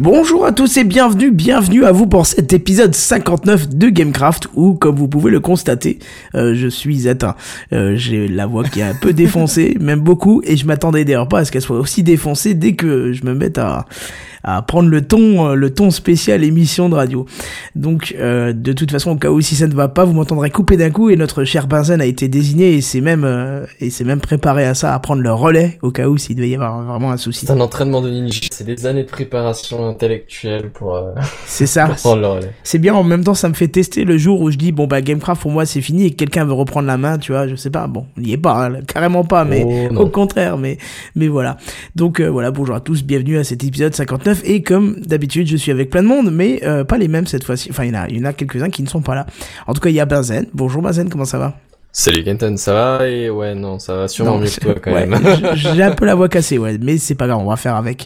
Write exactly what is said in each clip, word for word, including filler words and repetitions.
Bonjour à tous et bienvenue, bienvenue à vous pour cet épisode cinquante-neuf de Gamecraft où, comme vous pouvez le constater, euh, je suis atteint. Euh, j'ai la voix qui est un peu défoncée, même beaucoup, et je m'attendais d'ailleurs pas à ce qu'elle soit aussi défoncée dès que je me mette à... à prendre le ton, euh, le ton spécial émission de radio. Donc, euh, de toute façon, au cas où si ça ne va pas, vous m'entendrez couper d'un coup et notre cher Benzen a été désigné et c'est même, euh, et c'est même préparé à ça, à prendre le relais au cas où s'il devait y avoir vraiment un souci. C'est un entraînement de ninja, c'est des années de préparation intellectuelle pour, euh, c'est ça. pour prendre le relais. C'est bien, en même temps, ça me fait tester le jour où je dis, bon, bah, Gamecraft, pour moi, c'est fini et que quelqu'un veut reprendre la main, tu vois, je sais pas, bon, il y est pas, hein, carrément pas, mais oh, au contraire, mais, mais voilà. Donc, euh, voilà, bonjour à tous, bienvenue à cet épisode cinquante-neuf et comme d'habitude, je suis avec plein de monde, mais euh, pas les mêmes cette fois-ci. Enfin, il y en a, il y en a quelques-uns qui ne sont pas là. En tout cas, il y a Benzen. Bonjour Benzen, comment ça va? Salut Kenton, ça va? Et ouais, non, ça va sûrement non, mieux que toi quand ouais, même. J'ai un peu la voix cassée, ouais, mais c'est pas grave, on va faire avec.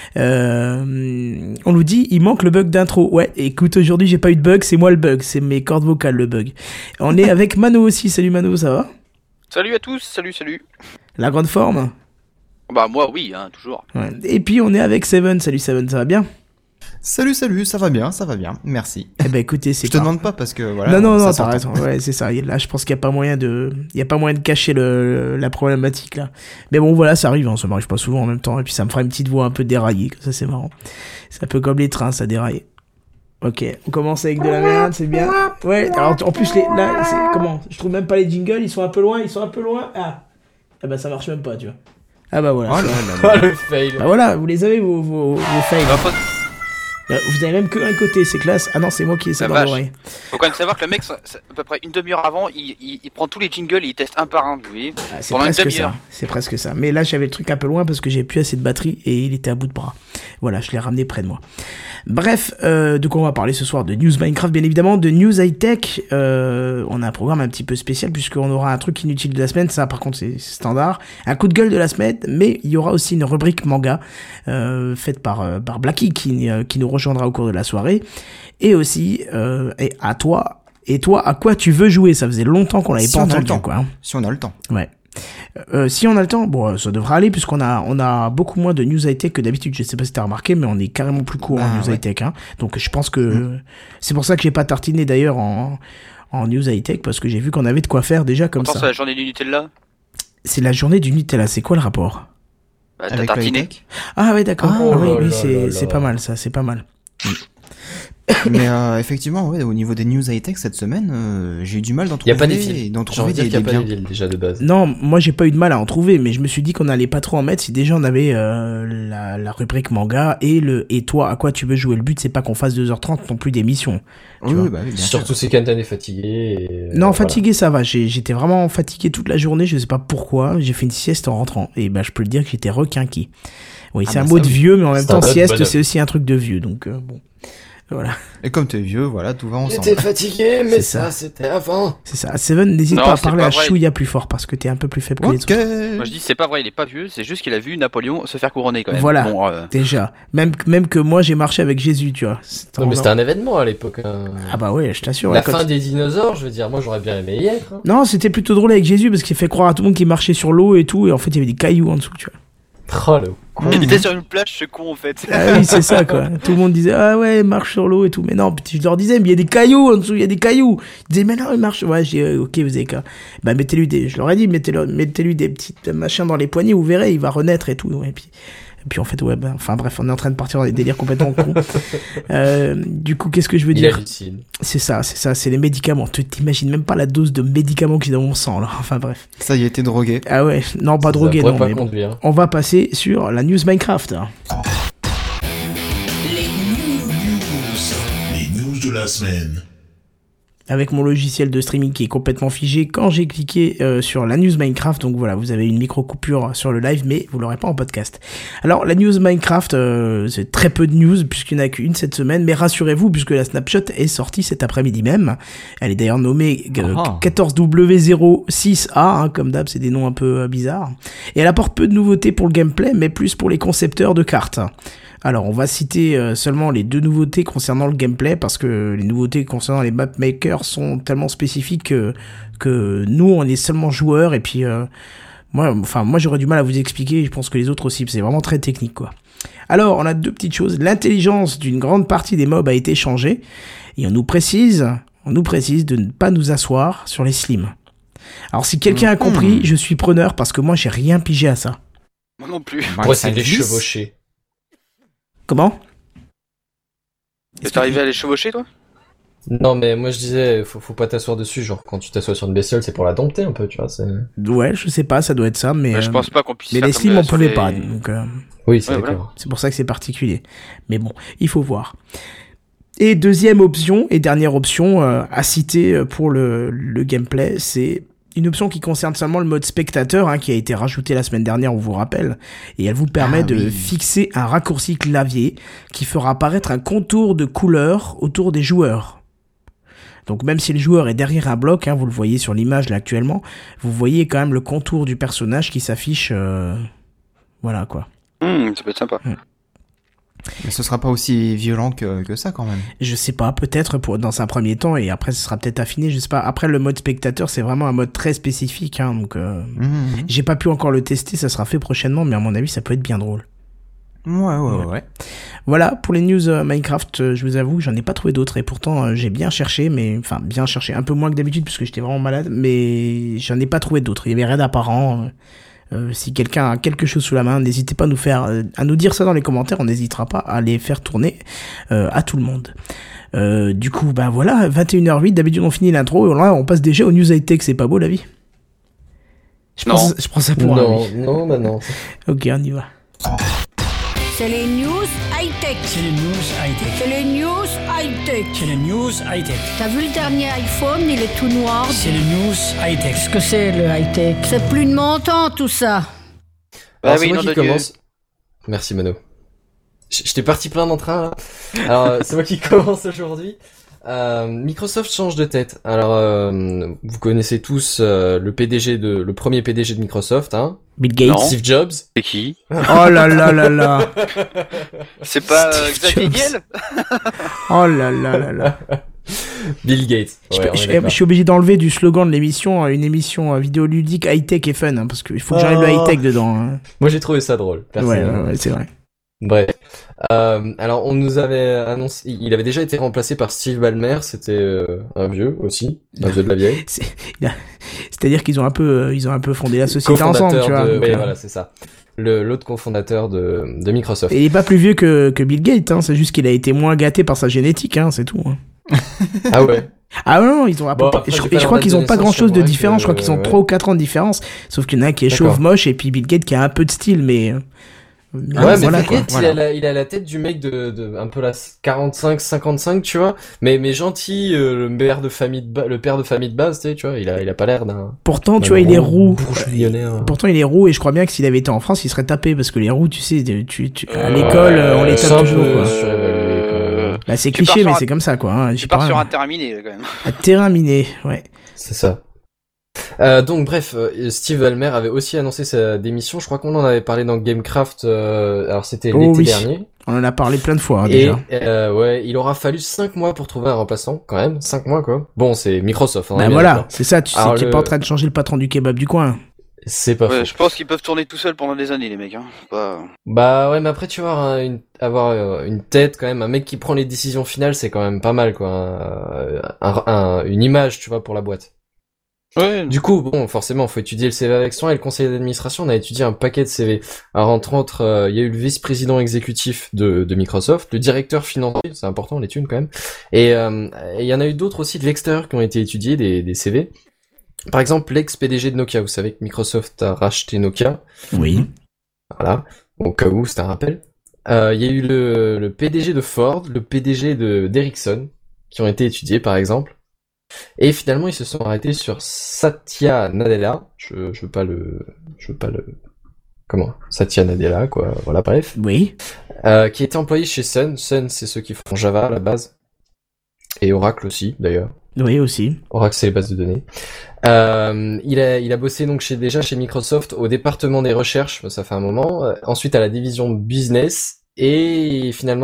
Euh, on nous dit, il manque le bug d'intro. Ouais, écoute, aujourd'hui, j'ai pas eu de bug, c'est moi le bug, c'est mes cordes vocales le bug. On est avec Mano aussi. Salut Mano, ça va? Salut à tous, salut, salut. La grande forme? Bah moi oui, hein, toujours. Ouais. Et puis on est avec Seven. Salut Seven, ça va bien? Salut, salut, ça va bien, ça va bien, merci. Eh ben écoutez, c'est Je te pas... demande pas parce que voilà. Non, non, non, t'as raison, ouais, c'est ça. Là, je pense qu'il y a pas moyen de, il y a pas moyen de cacher le, la problématique, là. Mais bon, voilà, ça arrive, hein, ça m'arrive pas souvent en même temps, et puis ça me fera une petite voix un peu déraillée, ça c'est marrant. C'est un peu comme les trains, ça déraille. Ok, on commence avec de la merde, c'est bien. Ouais, alors en plus, les, là, c'est, comment? Je trouve même pas les jingles, ils sont un peu loin, ils sont un peu loin. Ah, ah bah ça marche même pas, tu vois. Ah bah voilà. Oh là là, là. Le fail. Bah voilà, vous les avez, vos, vos, vos fails. Bah, faut... Vous avez même que un côté, c'est classe. Ah non, c'est moi qui ai ça dans l'oreille. Faut quand même savoir que le mec, à peu près une demi-heure avant, il, il, il prend tous les jingles et il teste un par un, vous voyez. Ah, c'est pendant presque une demi-heure. ça. C'est presque ça. Mais là, j'avais le truc un peu loin parce que j'ai plus assez de batterie et il était à bout de bras. Voilà, je l'ai ramené près de moi. Bref, euh, de quoi on va parler ce soir? De News Minecraft, bien évidemment, de News High Tech. Euh, on a un programme un petit peu spécial puisqu'on aura un truc inutile de la semaine. Ça, par contre, c'est standard. Un coup de gueule de la semaine, mais il y aura aussi une rubrique manga euh, faite par euh, par Blacky qui euh, qui nous rejoindra au cours de la soirée. Et aussi, euh, et à toi, et toi, à quoi tu veux jouer? Ça faisait longtemps qu'on l'avait si pas on entendu, a le temps. quoi. Hein. Si on a le temps. Ouais. Euh, si on a le temps, bon, ça devrait aller puisqu'on a on a beaucoup moins de news high tech que d'habitude. Je sais pas si t'as remarqué, mais on est carrément plus court ah, en news ouais. high tech. Hein. Donc je pense que mmh. c'est pour ça que j'ai pas tartiné d'ailleurs en en news high tech parce que j'ai vu qu'on avait de quoi faire déjà comme Pourtant, ça. C'est la journée du Nutella. C'est la journée du Nutella. C'est quoi le rapport? Bah, t'as tartiné. Ah ouais, d'accord. Oh ah, oui, là oui, là c'est là c'est là. pas mal ça, c'est pas mal. Mais euh, effectivement, ouais, au niveau des news high-tech cette semaine, euh, j'ai eu du mal d'en trouver. Il y a pas des villes. D'en trouver J'ai envie de dire des, qu'il y a des pas des villes déjà de base. Non, moi j'ai pas eu de mal à en trouver, mais je me suis dit qu'on allait pas trop en mettre si déjà on avait euh, la, la rubrique manga et le et toi à quoi tu veux jouer. Le but c'est pas qu'on fasse deux heures trente non plus d'émission. Oui, oui, bah oui, bien Surtout sûr. si Kenton est fatigué. Et... Non, voilà. fatigué ça va. J'ai, j'étais vraiment fatigué toute la journée. Je sais pas pourquoi. J'ai fait une sieste en rentrant et bah je peux le dire que j'étais requinqué. Oui, Ah c'est bah un mot ça, de oui. vieux, mais en même C'est temps un autre sieste bonhomme. c'est aussi un truc de vieux. Donc euh, bon, voilà. Et comme t'es vieux, voilà, tout va ensemble. J'étais fatigué, mais C'est ça, ça. c'était avant. C'est ça. Seven, n'hésite Non, pas à c'est parler pas à vrai. Chouïa plus fort parce que t'es un peu plus faible que les Ok. autres. Moi je dis c'est pas vrai, il est pas vieux, c'est juste qu'il a vu Napoléon se faire couronner quand même. Voilà. Bon, euh... Déjà, même même que moi j'ai marché avec Jésus, tu vois. C'est Non, mais en- c'était un événement à l'époque. Hein. Ah bah ouais, je t'assure. La ouais, quand fin il- des dinosaures, je veux dire, moi j'aurais bien aimé y être. Hein. Non, c'était plutôt drôle avec Jésus parce qu'il fait croire à tout le monde qu'il marchait sur l'eau et tout, et en fait il y avait des cailloux en dessous, tu vois. Oh le con. il était sur une plage, ce con en fait. Ah oui, c'est ça quoi. Tout le monde disait ah ouais, marche sur l'eau et tout, mais non, puis je leur disais mais il y a des cailloux en dessous, il y a des cailloux. Ils disaient mais non, il marche. Ouais, j'ai euh, ok, vous avez qu'à. Bah mettez-lui des. Je leur ai dit mettez-lui, mettez-lui des petites machins dans les poignets, vous verrez, il va renaître et tout. Ouais, et puis. Et puis en fait, ouais, ben, enfin bref, on est en train de partir dans des délires complètement cons. Euh, du coup, qu'est-ce que je veux Il dire? hallucine. C'est ça, c'est ça, c'est les médicaments. Tu t'imagines même pas la dose de médicaments qu'il y a dans mon sang, là. Enfin bref. Ça y est, t'es drogué. Ah ouais, non, pas Ça drogué, pourrait non. pas Mais bon. conduire. On va passer sur la news Minecraft. Les news de la semaine. Avec mon logiciel de streaming qui est complètement figé quand j'ai cliqué euh, sur la news Minecraft. Donc voilà, vous avez une micro coupure sur le live, mais vous l'aurez pas en podcast. Alors la news Minecraft, euh, c'est très peu de news puisqu'il n'y en a qu'une cette semaine, mais rassurez-vous puisque la snapshot est sortie cet après-midi même. Elle est d'ailleurs nommée euh, Ah. quatorze W zéro six A, hein, comme d'hab, c'est des noms un peu euh, bizarres. Et elle apporte peu de nouveautés pour le gameplay, mais plus pour les concepteurs de cartes. Alors, on va citer euh, seulement les deux nouveautés concernant le gameplay, parce que les nouveautés concernant les mapmakers sont tellement spécifiques que, que nous, on est seulement joueurs, et puis, euh, Moi, enfin, moi j'aurais du mal à vous expliquer, je pense que les autres aussi, c'est vraiment très technique, quoi. Alors, on a deux petites choses. L'intelligence d'une grande partie des mobs a été changée, et on nous précise, on nous précise de ne pas nous asseoir sur les slims. Alors, si quelqu'un a compris, mmh. je suis preneur, parce que moi, j'ai rien pigé à ça. Moi non plus. Moi, c'est des chevauchés. Comment ? T'es arrivé à les chevaucher, toi ? Non, mais moi je disais, faut, faut pas t'asseoir dessus. Genre, quand tu t'assois sur une bestiole, c'est pour la dompter un peu, tu vois. C'est... Ouais, je sais pas, ça doit être ça, mais. Ouais, je pense pas qu'on puisse. Mais faire les comme slims, on pouvait les... pas, donc. Euh... Oui, c'est ouais, d'accord. voilà. C'est pour ça que c'est particulier. Mais bon, il faut voir. Et deuxième option, et dernière option euh, à citer pour le, le gameplay, c'est une option qui concerne seulement le mode spectateur, hein, qui a été rajoutée la semaine dernière, on vous rappelle, et elle vous permet ah, de oui. fixer un raccourci clavier qui fera apparaître un contour de couleur autour des joueurs. Donc même si le joueur est derrière un bloc, hein, vous le voyez sur l'image là actuellement, vous voyez quand même le contour du personnage qui s'affiche, euh... voilà quoi. Mmh, ça peut être sympa. Mmh. Mais ce sera pas aussi violent que, que ça quand même. Je sais pas, peut-être pour dans un premier temps, et après ce sera peut-être affiné, je sais pas. Après le mode spectateur, c'est vraiment un mode très spécifique, hein, donc euh, mmh. j'ai pas pu encore le tester, ça sera fait prochainement, mais à mon avis ça peut être bien drôle. Ouais, ouais, ouais. ouais. Voilà, pour les news euh, Minecraft, euh, je vous avoue, j'en ai pas trouvé d'autres, et pourtant euh, j'ai bien cherché, mais enfin bien cherché, un peu moins que d'habitude, parce que j'étais vraiment malade, mais j'en ai pas trouvé d'autres, il y avait rien d'apparent. Euh, euh, si quelqu'un a quelque chose sous la main, n'hésitez pas à nous faire, euh, à nous dire ça dans les commentaires, on n'hésitera pas à les faire tourner euh, à tout le monde. Euh, du coup, bah voilà, vingt et une heures huit, d'habitude on finit l'intro, et là on passe déjà aux news high-tech, c'est pas beau la vie ? Je non. Pense, je prends ça pour non, un oui. Non, bah non. Ok, on y va. C'est les news high-tech. C'est les news high-tech. C'est les news high-tech. C'est les news high-tech. T'as vu le dernier iPhone, il est tout noir. C'est les news high-tech. Qu'est-ce que c'est le high-tech ? C'est plus de mon temps tout ça. Bah Alors, oui, c'est moi qui commence. Merci Mano. J'étais parti plein d'entrain là. Alors c'est moi qui commence aujourd'hui. Euh, Microsoft change de tête. Alors euh, vous connaissez tous euh, le P D G de le premier P D G de Microsoft, hein. Bill Gates. Non. Steve Jobs. C'est qui ? Oh là là là là. C'est pas euh, Xavier Jobs. Niel ? Oh là là là là. Bill Gates. Je, Ouais, je, je suis obligé d'enlever du slogan de l'émission une émission vidéoludique high-tech et fun, hein, parce qu'il faut que j'enlève oh. le high-tech dedans. Hein. Moi j'ai trouvé ça drôle. Ouais, ouais, ouais, c'est vrai. Bref. Euh, alors on nous avait annoncé, il avait déjà été remplacé par Steve Ballmer, c'était euh, un vieux aussi, un vieux de la vieille. C'est, c'est-à-dire qu'ils ont un peu, ils ont un peu fondé la société ensemble, tu vois. De, donc, oui, euh... voilà, c'est ça. Le, l'autre cofondateur de, de Microsoft. Et il est pas plus vieux que, que Bill Gates, hein, c'est juste qu'il a été moins gâté par sa génétique, hein, c'est tout. Hein. Ah ouais. Ah non, ils ont à peu bon, près, après, je, et je crois qu'ils ont pas grand chose de différent, que... je crois qu'ils ont ouais. trois ou quatre ans de différence, sauf qu'il y en a un qui est D'accord. chauve moche et puis Bill Gates qui a un peu de style, mais... Mais ah, ouais, voilà, mais Bill Gates, voilà. il, a la, il a la tête du mec de, de un peu la quarante-cinq, cinquante-cinq, tu vois. Mais, mais gentil, euh, le père de famille de ba- le père de famille de base, tu sais, tu vois, il a, il a pas l'air d'un. Pourtant, d'un tu vois, il est roux. millionnaire. Pourtant, il est roux et je crois bien que s'il avait été en France, il serait tapé parce que les roux, tu sais, tu, tu, à l'école, euh, on les tape toujours, quoi. Euh, bah, c'est tu cliché, mais un... c'est comme ça, quoi. Hein. Tu pars sur un terrain miné, quand même. Un terrain miné, ouais. C'est ça. Euh, donc bref, euh, Steve Ballmer avait aussi annoncé sa démission. Je crois qu'on en avait parlé dans Gamecraft. Euh, alors c'était oh, l'été oui. dernier. On en a parlé plein de fois hein, et, déjà. Euh, ouais, il aura fallu cinq mois pour trouver un remplaçant, quand même. Cinq mois quoi. Bon, c'est Microsoft. Hein, bah voilà, c'est ça. Tu alors sais, tu le... es pas en train de changer le patron du kebab du coin. C'est pas ouais, faux. Je pense qu'ils peuvent tourner tout seuls pendant des années, les mecs. Hein. Pas... Bah ouais, mais après tu vois, hein, une, avoir euh, une tête quand même, un mec qui prend les décisions finales, c'est quand même pas mal quoi. Un, un, un, une image, tu vois, pour la boîte. Ouais. Du coup, bon, forcément, faut étudier le C V avec soin et le conseil d'administration, on a étudié un paquet de C V. Alors, entre autres, euh, il y a eu le vice-président exécutif de, de Microsoft, le directeur financier, c'est important, les thunes quand même, et euh, il y en a eu d'autres aussi de l'extérieur qui ont été étudiés, des, des C V. Par exemple, l'ex-P D G de Nokia, vous savez que Microsoft a racheté Nokia. Oui. Voilà, au cas où, c'est un rappel. Euh, il y a eu le, le P D G de Ford, le P D G de d'Ericsson, qui ont été étudiés, par exemple. Et finalement, ils se sont arrêtés sur Satya Nadella. Je, je veux pas le, je veux pas le, comment? Satya Nadella, quoi. Voilà, bref. Oui. Euh, qui était employé chez Sun. Sun, c'est ceux qui font Java à la base. Et Oracle aussi, d'ailleurs. Oui, aussi. Oracle, c'est les bases de données. Euh, il a, il a bossé donc chez, déjà chez Microsoft au département des recherches, ça fait un moment. Euh, ensuite à la division business. Et finalement,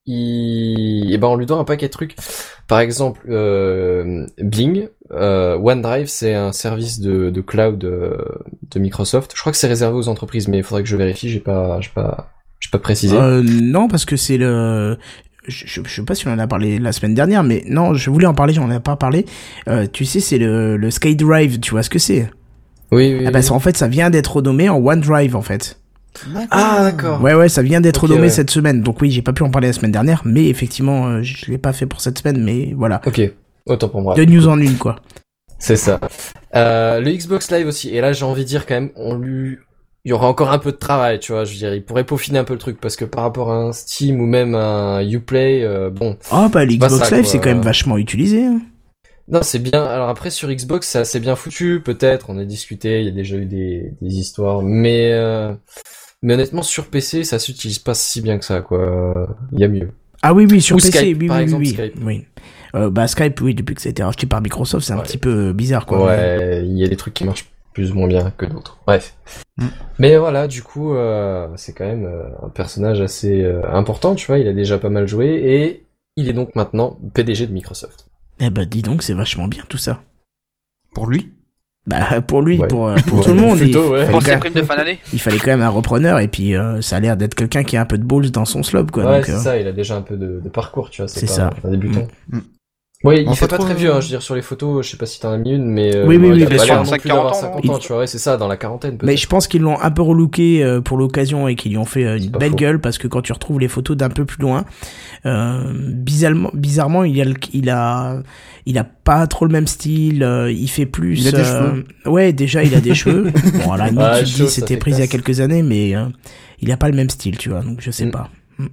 il, eh ben on lui doit un paquet de trucs. Par exemple, euh, Bing, euh, OneDrive, c'est un service de, de cloud euh, de Microsoft. Je crois que c'est réservé aux entreprises, mais il faudrait que je vérifie. J'ai pas, j'ai pas, j'ai pas précisé. Euh, non, parce que c'est le... Je, je, je sais pas si on en a parlé la semaine dernière, mais non, je voulais en parler, j'en ai pas parlé. Euh, tu sais, c'est le, le SkyDrive, tu vois ce que c'est? Oui, oui. Ah bah, oui. ça, en fait, ça vient d'être renommé en OneDrive, en fait. Ah, d'accord. Ouais, ouais, ça vient d'être Ok, renommé ouais. cette semaine. Donc oui, j'ai pas pu en parler la semaine dernière, mais effectivement, euh, je l'ai pas fait pour cette semaine, mais voilà. Ok. Autant pour moi. Deux news en une, quoi. C'est ça. Euh, le Xbox Live aussi. Et là, j'ai envie de dire quand même, on lui, il y aura encore un peu de travail, tu vois. Je veux dire, il pourrait peaufiner un peu le truc parce que par rapport à un Steam ou même un Uplay, euh, bon. Oh, bah, c'est pas l'Xbox ça, Live, quoi. c'est quand même vachement utilisé, hein. Non, c'est bien. Alors après, sur Xbox, c'est assez bien foutu, peut-être. On a discuté, il y a déjà eu des, des histoires. Mais, euh, mais honnêtement, sur P C, ça s'utilise pas si bien que ça, quoi. Il y a mieux. Ah oui, oui, sur Ou P C, Skype, oui, par oui, exemple, oui, Skype. oui. Euh, bah, Skype, oui, depuis que ça a été racheté par Microsoft, c'est un Ouais. petit peu bizarre, quoi. Ouais, il y a des trucs qui marchent plus ou moins bien que d'autres. Bref. Mm. Mais voilà, du coup, euh, c'est quand même euh, un personnage assez euh, important, tu vois. Il a déjà pas mal joué et il est donc maintenant P D G de Microsoft. Eh bah, dis donc, c'est vachement bien, tout ça. Pour lui? Bah, pour lui, Ouais. pour, euh, pour Ouais, tout le monde. plutôt, il, ouais. fallait Pour quand ses même, primes de fin d'année. il fallait quand même un repreneur, et puis, euh, ça a l'air d'être quelqu'un qui a un peu de balls dans son slob, quoi. Ouais, donc, c'est euh, ça, il a déjà un peu de, de parcours, tu vois. C'est C'est pas ça. un débutant. Mm. Ouais, il On fait fait pas trop, très euh, vieux, hein, je veux dire, sur les photos, je sais pas si t'en as mis une, mais euh, Oui, oui, ouais, oui, il a bien pas sûr. l'air non plus d'avoir cinquante ans, cinquante ans, tu vois, ouais, c'est ça, dans la quarantaine peut-être. Mais je pense qu'ils l'ont un peu relooké euh, pour l'occasion et qu'ils lui ont fait euh, une pas belle faux. gueule, parce que quand tu retrouves les photos d'un peu plus loin, euh, bizarrement, bizarrement, il a, le- il a, il a pas trop le même style. euh, il fait plus. Il a des euh, cheveux. Ouais, déjà il a des cheveux. Bon, à la limite, Ah, tu te chaud, dis ça c'était fait pris il y a classe. quelques années, mais euh, il a pas le même style, tu vois. Donc je sais Mm. pas. Mm.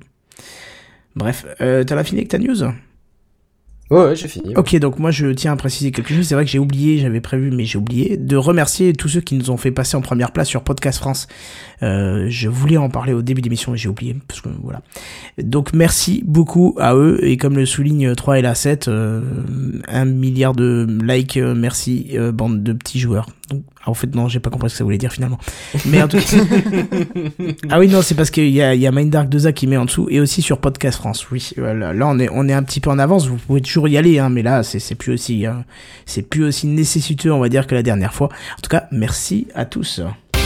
Bref, euh, t'as la fini avec ta news? Ouais, ouais, j'ai fini. ouais. Ok, donc moi je tiens à préciser quelque chose. C'est vrai que j'ai oublié, j'avais prévu, mais j'ai oublié de remercier tous ceux qui nous ont fait passer en première place sur Podcast France. Euh, je voulais en parler au début d'émission, mais j'ai oublié parce que voilà. Donc merci beaucoup à eux, et comme le souligne trois et la sept, euh, un milliard de likes. euh, merci, euh, bande de petits joueurs. Donc, en fait non, j'ai pas compris ce que ça voulait dire finalement. Mais en tout cas, ah oui non, c'est parce qu'il y a il y a Mind Dark deux A qui met en dessous, et aussi sur Podcast France. Oui, voilà. Là on est on est un petit peu en avance. Vous pouvez toujours y aller, hein, mais là c'est c'est plus aussi hein, c'est plus aussi nécessiteux, on va dire, que la dernière fois. En tout cas, merci à tous.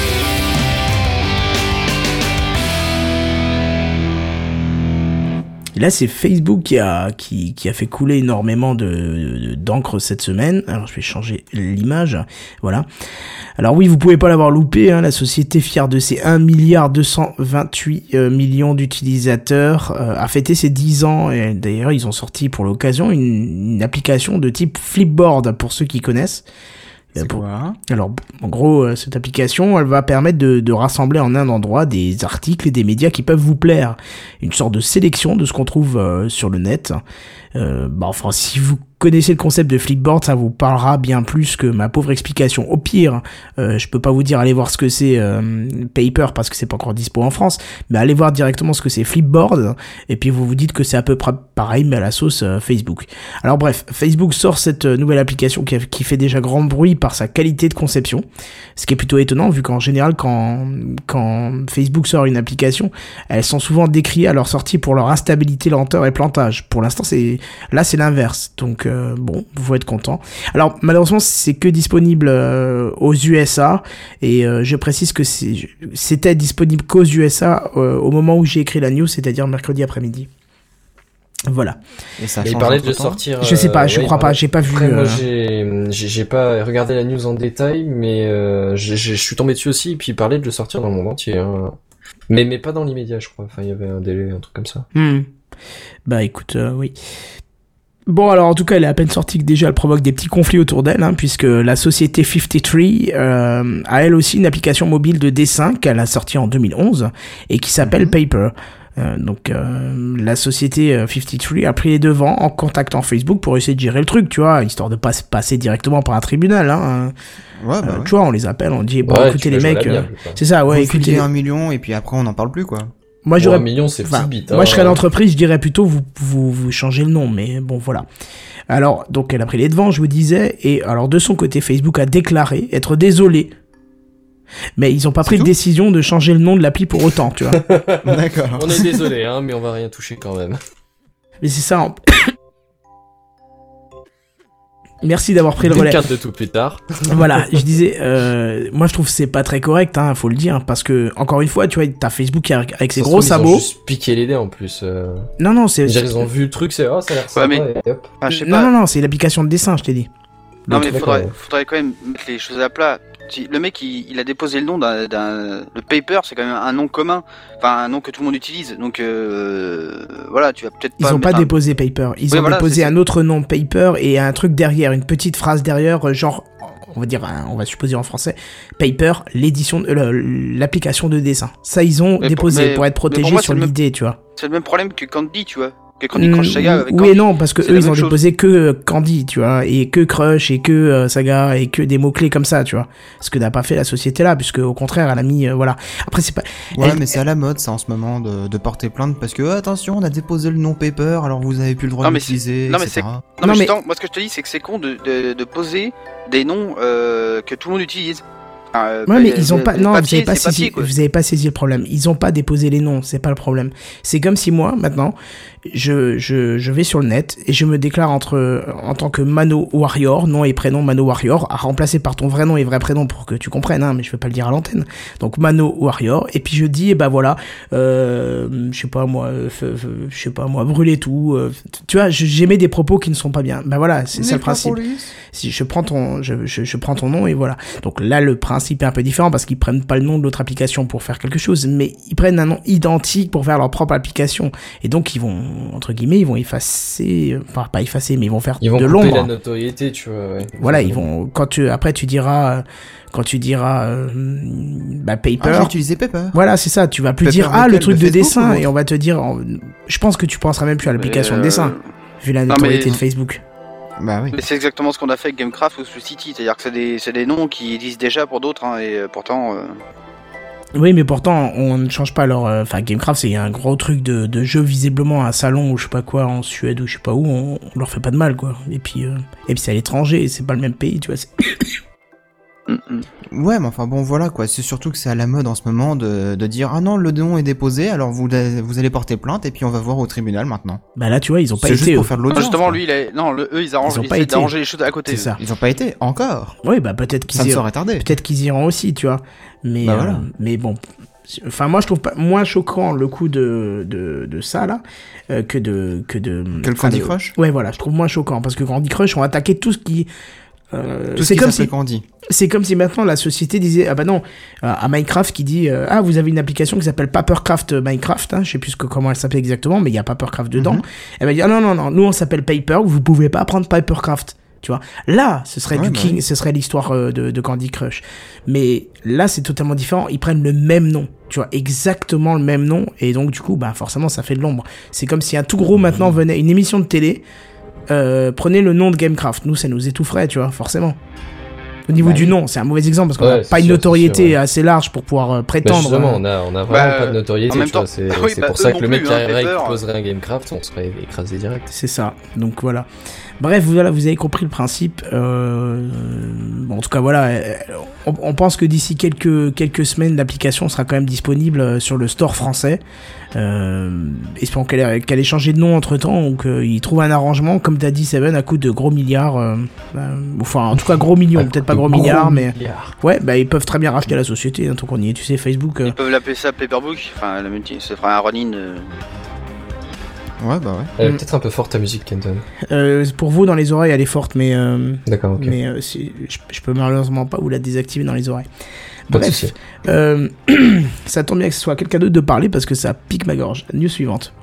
Et là, c'est Facebook qui a, qui, qui a fait couler énormément de, de- d'encre cette semaine. Alors, je vais changer l'image. Voilà. Alors oui, vous pouvez pas l'avoir loupé, hein, la société, fière de ses un milliard deux cent vingt-huit euh, millions d'utilisateurs, euh, a fêté ses dix ans, et d'ailleurs, ils ont sorti pour l'occasion une, une application de type Flipboard, pour ceux qui connaissent. Euh, C'est pour- quoi? alors, en gros, euh, cette application, elle va permettre de, de rassembler en un endroit des articles et des médias qui peuvent vous plaire. Une sorte de sélection de ce qu'on trouve euh, sur le net. Euh, bah, enfin, si vous connaissez le concept de Flipboard, ça vous parlera bien plus que ma pauvre explication. Au pire, euh, je peux pas vous dire allez voir ce que c'est euh, Paper, parce que c'est pas encore dispo en France, mais allez voir directement ce que c'est Flipboard, et puis vous vous dites que c'est à peu près pareil, mais à la sauce euh, Facebook. Alors bref, Facebook sort cette euh, nouvelle application qui, a- qui fait déjà grand bruit par sa qualité de conception, ce qui est plutôt étonnant, vu qu'en général, quand, quand Facebook sort une application, elles sont souvent décriées à leur sortie pour leur instabilité, lenteur et plantage. Pour l'instant, c'est là, c'est l'inverse. Donc euh, bon, vous faut être content. Alors malheureusement, c'est que disponible euh, aux U S A, et euh, je précise que c'est, c'était disponible qu'aux U S A euh, au moment où j'ai écrit la news, c'est-à-dire mercredi après-midi. Voilà. Et ça Mais il change parlait de entre-temps sortir. Je sais pas, euh, je ouais, crois il pas, parlait- j'ai pas vu. Après, moi, euh, j'ai, j'ai, j'ai pas regardé la news en détail, mais euh, j'ai- j'ai- je suis tombé dessus aussi, et puis il parlait de le sortir dans le monde entier. Hein. Mais, mais pas dans l'immédiat, je crois. Enfin, il y avait un délai, un truc comme ça. Hmm. Bah écoute, euh, oui. Bon, alors en tout cas, elle est à peine sortie que déjà elle provoque des petits conflits autour d'elle, hein, puisque la société cinquante-trois euh, a elle aussi une application mobile de dessin qu'elle a sortie en deux mille onze et qui s'appelle Mhm. Paper. Euh, donc euh, la société euh, cinquante-trois a pris les devants en contactant Facebook pour essayer de gérer le truc, tu vois, histoire de pas se passer directement par un tribunal. Hein. Ouais, bah Euh, ouais. Tu vois, on les appelle, on dit bon, Ouais, écoutez tu les peux jouer à mecs, euh, l'amiable, quoi. c'est ça, ouais, Vous écoutez. filez un million et puis après on n'en parle plus quoi. Moi Bon, j'aurais un million, c'est Enfin, petite bite. moi, hein. je serais l'entreprise, je dirais plutôt vous, vous, vous changez le nom, mais bon, voilà. Alors, donc, elle a pris les devants, je vous disais, et alors, de son côté, Facebook a déclaré être désolé Mais ils ont pas C'est pris de tout décision de changer le nom de l'appli pour autant, tu vois. D'accord. On est désolé, hein, mais on va rien toucher quand même. Mais c'est ça. En... Merci d'avoir pris le Une relais. carte de tout plus tard. Voilà, je disais, euh, moi je trouve que c'est pas très correct, hein, faut le dire, parce que encore une fois, tu vois, t'as Facebook avec, avec ses Ça se gros trouve, Ils ont sabots. juste piqué l'idée en plus. Euh... Non, non, c'est. Ils ils ont vu le truc, c'est oh, ça a l'air sympa. mais- et hop. Enfin, je sais non, pas. non, non, c'est l'application de dessin, je t'ai dit. Non, mais D'accord, faudrait, ouais. faudrait quand même mettre les choses à plat. Si- Le mec, il, il a déposé le nom d'un, d'un, le paper, c'est quand même un nom commun, enfin un nom que tout le monde utilise. Donc euh, voilà, tu vas peut-être Ils pas. ont pas mettre un- déposé Paper. Ils Oui, ont voilà, déposé c'est- un autre nom Paper et un truc derrière, une petite phrase derrière, euh, genre, on va dire, un- on va supposer en français, Paper, l'édition, de- euh, le- l'application de dessin. Ça, ils ont Mais pour- déposé mais- pour être mais pour protégés moi, sur c'est le même- l'idée, tu vois. C'est le même problème que Candy, tu vois. Que Candy Crush Saga avec oui Candy. et non, parce que c'est eux la ils ont même chose. déposé que euh, Candy, tu vois, et que Crush et que euh, Saga et que des mots clés comme ça, tu vois. Ce que n'a pas fait la société là, puisque au contraire elle a mis, euh, voilà. Après c'est pas. Ouais, elle- mais c'est à la mode ça en ce moment de, de porter plainte parce que oh, attention, on a déposé le nom Paper, alors vous avez plus le droit Non, mais d'utiliser, c'est- non, mais et cetera. Non, Non, mais, mais- justement, moi ce que je te dis, c'est que c'est con de, de, de poser des noms euh, que tout le monde utilise. Enfin, euh, Ouais, mais bah, ils ont le- pas. le Non, papier, vous avez pas c'est saisi. papier, quoi. Vous avez pas saisi le problème. Ils ont pas déposé les noms. C'est pas le problème. C'est comme si moi, maintenant, je je je vais sur le net et je me déclare entre en tant que Mano Warrior, nom et prénom Mano Warrior, à remplacer par ton vrai nom et vrai prénom pour que tu comprennes. Hein, mais je vais pas le dire à l'antenne. Donc Mano Warrior. Et puis je dis, eh ben voilà, euh, je sais pas moi, euh, f- f- je sais pas moi, brûler tout. euh, tu vois, je- j'émets des propos qui ne sont pas bien. Ben voilà, c'est ça le principe. Si je prends ton, je, je, je prends ton nom et voilà. Donc là, le principe est un peu différent parce qu'ils prennent pas le nom de l'autre application pour faire quelque chose, mais ils prennent un nom identique pour faire leur propre application. Et donc ils vont, entre guillemets, ils vont effacer, euh, enfin pas effacer, mais ils vont faire Ils vont de couper la l'ombre. notoriété, tu vois. Ouais. Voilà, ils vont. Quand tu, après tu diras, euh, quand tu diras, euh, bah Paper. Ah, j'ai utilisé Paper. Voilà, c'est ça. Tu vas plus Paper dire ah lequel, le truc le de Facebook dessin ou l'autre et on va te dire. en- Je pense que tu penseras même plus à l'application Mais, de euh, dessin vu la non, notoriété mais- de Facebook. Bah oui. Mais c'est exactement ce qu'on a fait avec Gamecraft ou Sous City, c'est-à-dire que c'est des, c'est des noms qui existent déjà pour d'autres, hein, et euh, pourtant. euh, Oui, mais pourtant, on ne change pas leur... euh, Enfin, Gamecraft, c'est un gros truc de, de jeu, visiblement, un salon ou je sais pas quoi, en Suède ou je sais pas où, on, on leur fait pas de mal, quoi. Et puis, euh, et puis c'est à l'étranger, c'est pas le même pays, tu vois. c'est- hum, hum. Ouais, mais enfin bon, voilà quoi. C'est surtout que c'est à la mode en ce moment de, de dire ah non, le nom est déposé, alors vous, vous allez porter plainte et puis on va voir au tribunal maintenant. Bah là, tu vois, ils ont pas C'est été... juste pour eux. faire de Non, l'audience. justement, quoi. lui, il a... non, le, eux, ils arrangent, Ils ont ils pas essaient été. d'arranger les choses à côté. C'est ça. Ils ont pas été encore. Oui, bah peut-être qu'ils Ça ne iront... saurait tarder. Peut-être qu'ils iront aussi, tu vois. Mais, Bah euh, voilà. mais bon... Enfin, moi, je trouve pas moins choquant le coup de, de, de ça, là, euh, que de... Que, de, Que le enfin, Candy de- Crush Ouais, voilà, je trouve moins choquant, parce que Candy Crush ont attaqué tout ce qui... euh, Tout ce c'est qui comme s'appelle si... Candy. C'est comme si maintenant la société disait ah bah non euh, à Minecraft qui dit euh, ah vous avez une application qui s'appelle Papercraft Minecraft, hein, je sais plus ce que, comment elle s'appelle exactement mais il y a Papercraft dedans. Mhm. Elle va dire ah non non non nous on s'appelle Paper, vous pouvez pas prendre Papercraft. Tu vois, là, ce serait Ouais, du bah King, oui. ce serait l'histoire euh, de, de Candy Crush. Mais là, c'est totalement différent. Ils prennent le même nom, tu vois, exactement le même nom, et donc du coup, bah forcément, ça fait de l'ombre. C'est comme si un tout gros maintenant venait, une émission de télé, euh, prenait le nom de Gamecraft. Nous, ça nous étoufferait, tu vois, forcément. Au niveau Bah du oui. nom, c'est un mauvais exemple parce qu'on Ouais, n'a c'est pas une sûr, notoriété c'est sûr, ouais. assez large pour pouvoir euh, Bah prétendre. justement, euh, on a, on a vraiment Bah, pas de notoriété, en même tu vois. temps- C'est oui, c'est bah, pour eux ça non que le mec plus, qui hein, arriverait et qui Paper. poserait un Gamecraft, on serait écrasé direct. C'est ça. Donc voilà. Bref, voilà, vous avez compris le principe. Euh, bon, en tout cas, voilà. euh, On, on pense que d'ici quelques quelques semaines, l'application sera quand même disponible euh, sur le store français. Euh, espérons qu'elle ait, qu'elle ait changé de nom entre temps ou qu'il trouve un arrangement, comme t'as dit, Seven, à coût de gros milliards. euh, euh, enfin, en tout cas, gros millions, peut-être pas gros milliards, mais milliards. ouais, bah ils peuvent très bien racheter la société. Hein, tant qu'on y est, tu sais, Facebook. euh, Ils peuvent l'appeler ça Paperbook, enfin, la multi, ça fera un run-in. euh. Ouais, bah ouais. Elle est Mm. peut-être un peu forte ta musique, Kenton. euh, pour vous, dans les oreilles, elle est forte, mais euh, D'accord, ok. mais euh, c'est- je, je peux malheureusement pas vous la désactiver dans les oreilles. Pas de Bref, souci. euh, ça tombe bien que ce soit quelqu'un d'autre de parler parce que ça pique ma gorge. News suivante.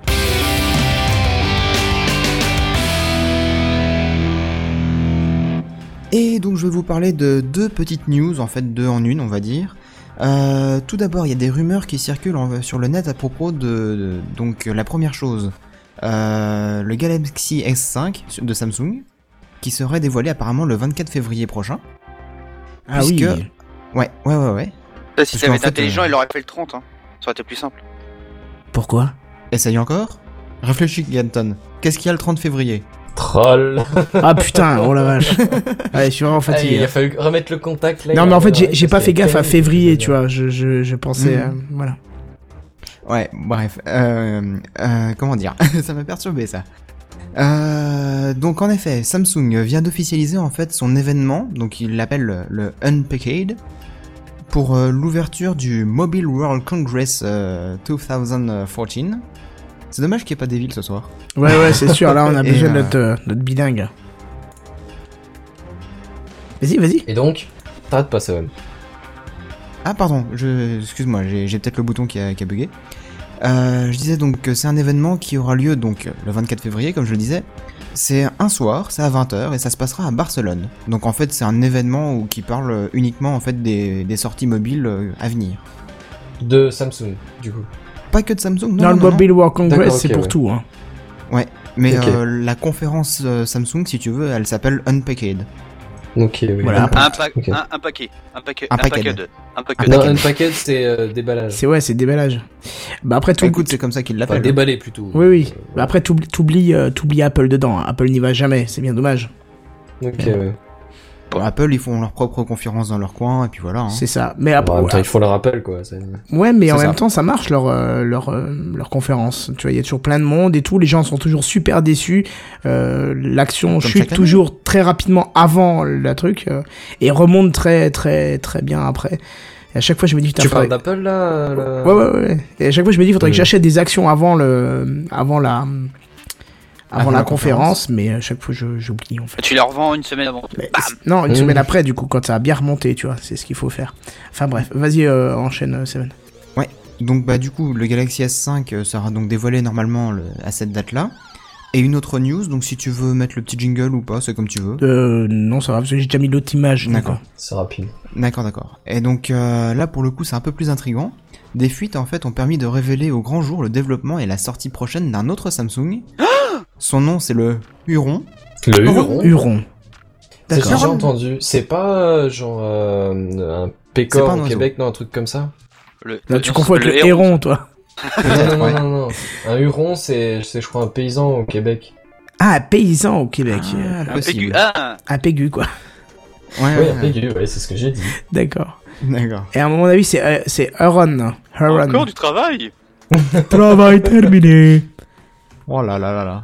Et donc je vais vous parler de deux petites news, en fait deux en une on va dire. Euh, tout d'abord il y a des rumeurs qui circulent en- sur le net à propos de, de- donc euh, la première chose, euh, le Galaxy S cinq de Samsung, qui serait dévoilé apparemment le vingt-quatre février prochain. Ah Puisque- oui. Ouais, ouais, ouais, ouais. Ça, si Parce ça avait qu'en été fait, intelligent, euh, il aurait fait le trente, hein. Ça aurait été plus simple. Pourquoi? Essaye encore. Réfléchis Ganton. Qu'est-ce qu'il y a le trente février? Troll. Ah putain, oh la vache. Ouais, je suis vraiment Ah, fatigué. il a fallu remettre le contact là. Non, il mais a- en fait, j'ai ouais, j'ai parce pas fait qu'il y a gaffe à tellement de février, choses tu vois. Je, je, je pensais, Mhm. euh, voilà. Ouais, bref, euh, euh, comment dire, ça m'a perturbé ça. Euh, donc en effet, Samsung vient d'officialiser en fait son événement, donc il l'appelle le, le Unpacked, pour euh, l'ouverture du Mobile World Congress euh, deux mille quatorze. C'est dommage qu'il n'y ait pas Devil ce soir. Ouais, ouais, c'est sûr. Là, on a Et, besoin de euh, notre, euh, notre bilingue. Vas-y, vas-y. Et donc, t'arrêtes pas, Seven. Ah pardon, je, excuse-moi, j'ai, j'ai peut-être le bouton qui a, qui a bugué. Euh, je disais donc que c'est un événement qui aura lieu donc le vingt-quatre février, comme je le disais. C'est un soir, c'est à vingt heures et ça se passera à Barcelone. Donc en fait c'est un événement où, qui parle uniquement en fait des, des sorties mobiles euh, à venir. De Samsung, du coup. Pas que de Samsung, non, Non, non, le non, non. Mobile World Congress, D'accord, c'est ok, pour ouais. tout. Hein. Ouais, mais Ok. euh, la conférence euh, Samsung, si tu veux, elle s'appelle Unpacked. Ok, oui. Voilà. Un, pa- Ok. un, un paquet. Un paquet. Un Un paquet. paquet. Un paquet. Non, Unpacked. Unpacked, c'est euh, déballage. C'est ouais, c'est déballage. Bah après tout. Bah, écoute, c'est comme ça qu'ils Enfin, l'appellent. déballé plutôt. Oui, oui. Euh, Bah après t'oublies, t'oublies, euh, t'oublies Apple dedans. hein. Apple n'y va jamais. C'est bien dommage. Ok, ouais. Bon, Apple, ils font leur propre conférence dans leur coin et puis voilà. Hein. C'est ça. Mais Bon, après, en même temps, il faut le rappel, quoi. c'est- ouais, mais en C'est même ça. temps, ça marche leur euh, leur euh, leur conférence. Tu vois, il y a toujours plein de monde et tout. Les gens sont toujours super déçus. Euh, l'action Comme chute chaque année. toujours très rapidement avant le truc euh, et remonte très très très bien après. Et à chaque fois, je me dis putain, Tu faudrait- parles d'Apple, là le- Ouais, ouais, ouais. Et à chaque fois, je me dis, il faudrait que Mm. j'achète des actions avant le, avant la, avant, Avant la, la conférence, mais à chaque fois, je- j'oublie, en fait. Tu les revends une semaine avant. Mais Bam. c'est- non, une Mm. semaine après, du coup, quand ça a bien remonté, tu vois, c'est ce qu'il faut faire. Enfin bref, vas-y, euh, enchaîne, euh, Seven. Donc bah du coup le Galaxy S cinq euh, sera donc dévoilé normalement le- à cette date-là. Et une autre news, donc si tu veux mettre le petit jingle ou pas, c'est comme tu veux. Euh, non, ça va, parce que j'ai déjà mis l'autre image. donc, D'accord. C'est rapide. D'accord, d'accord. Et donc euh, là pour le coup c'est un peu plus intriguant. Des fuites en fait ont permis de révéler au grand jour le développement et la sortie prochaine d'un autre Samsung. Son nom c'est le Huron. Le euh, Huron. Huron. Ça, j'ai D'accord. déjà entendu. C'est pas euh, genre euh, un C'est pécor pas un au oiseau. Québec, non, un truc comme ça. Le, Là, le- tu confonds avec le, héron. héron, toi. non, non, Ouais. non, non, non. Un Huron, c'est, c'est, je crois, un paysan au Québec. Ah, paysan au Québec. Ah, Un possible. pégu. Ah, Un pégu, quoi. Ouais, Oui, ouais, un ouais. pégu, ouais, c'est ce que j'ai dit. D'accord. D'accord. Et à mon avis, c'est, euh, c'est Huron. Huron. encore du travail. Travail terminé. Oh là là là là.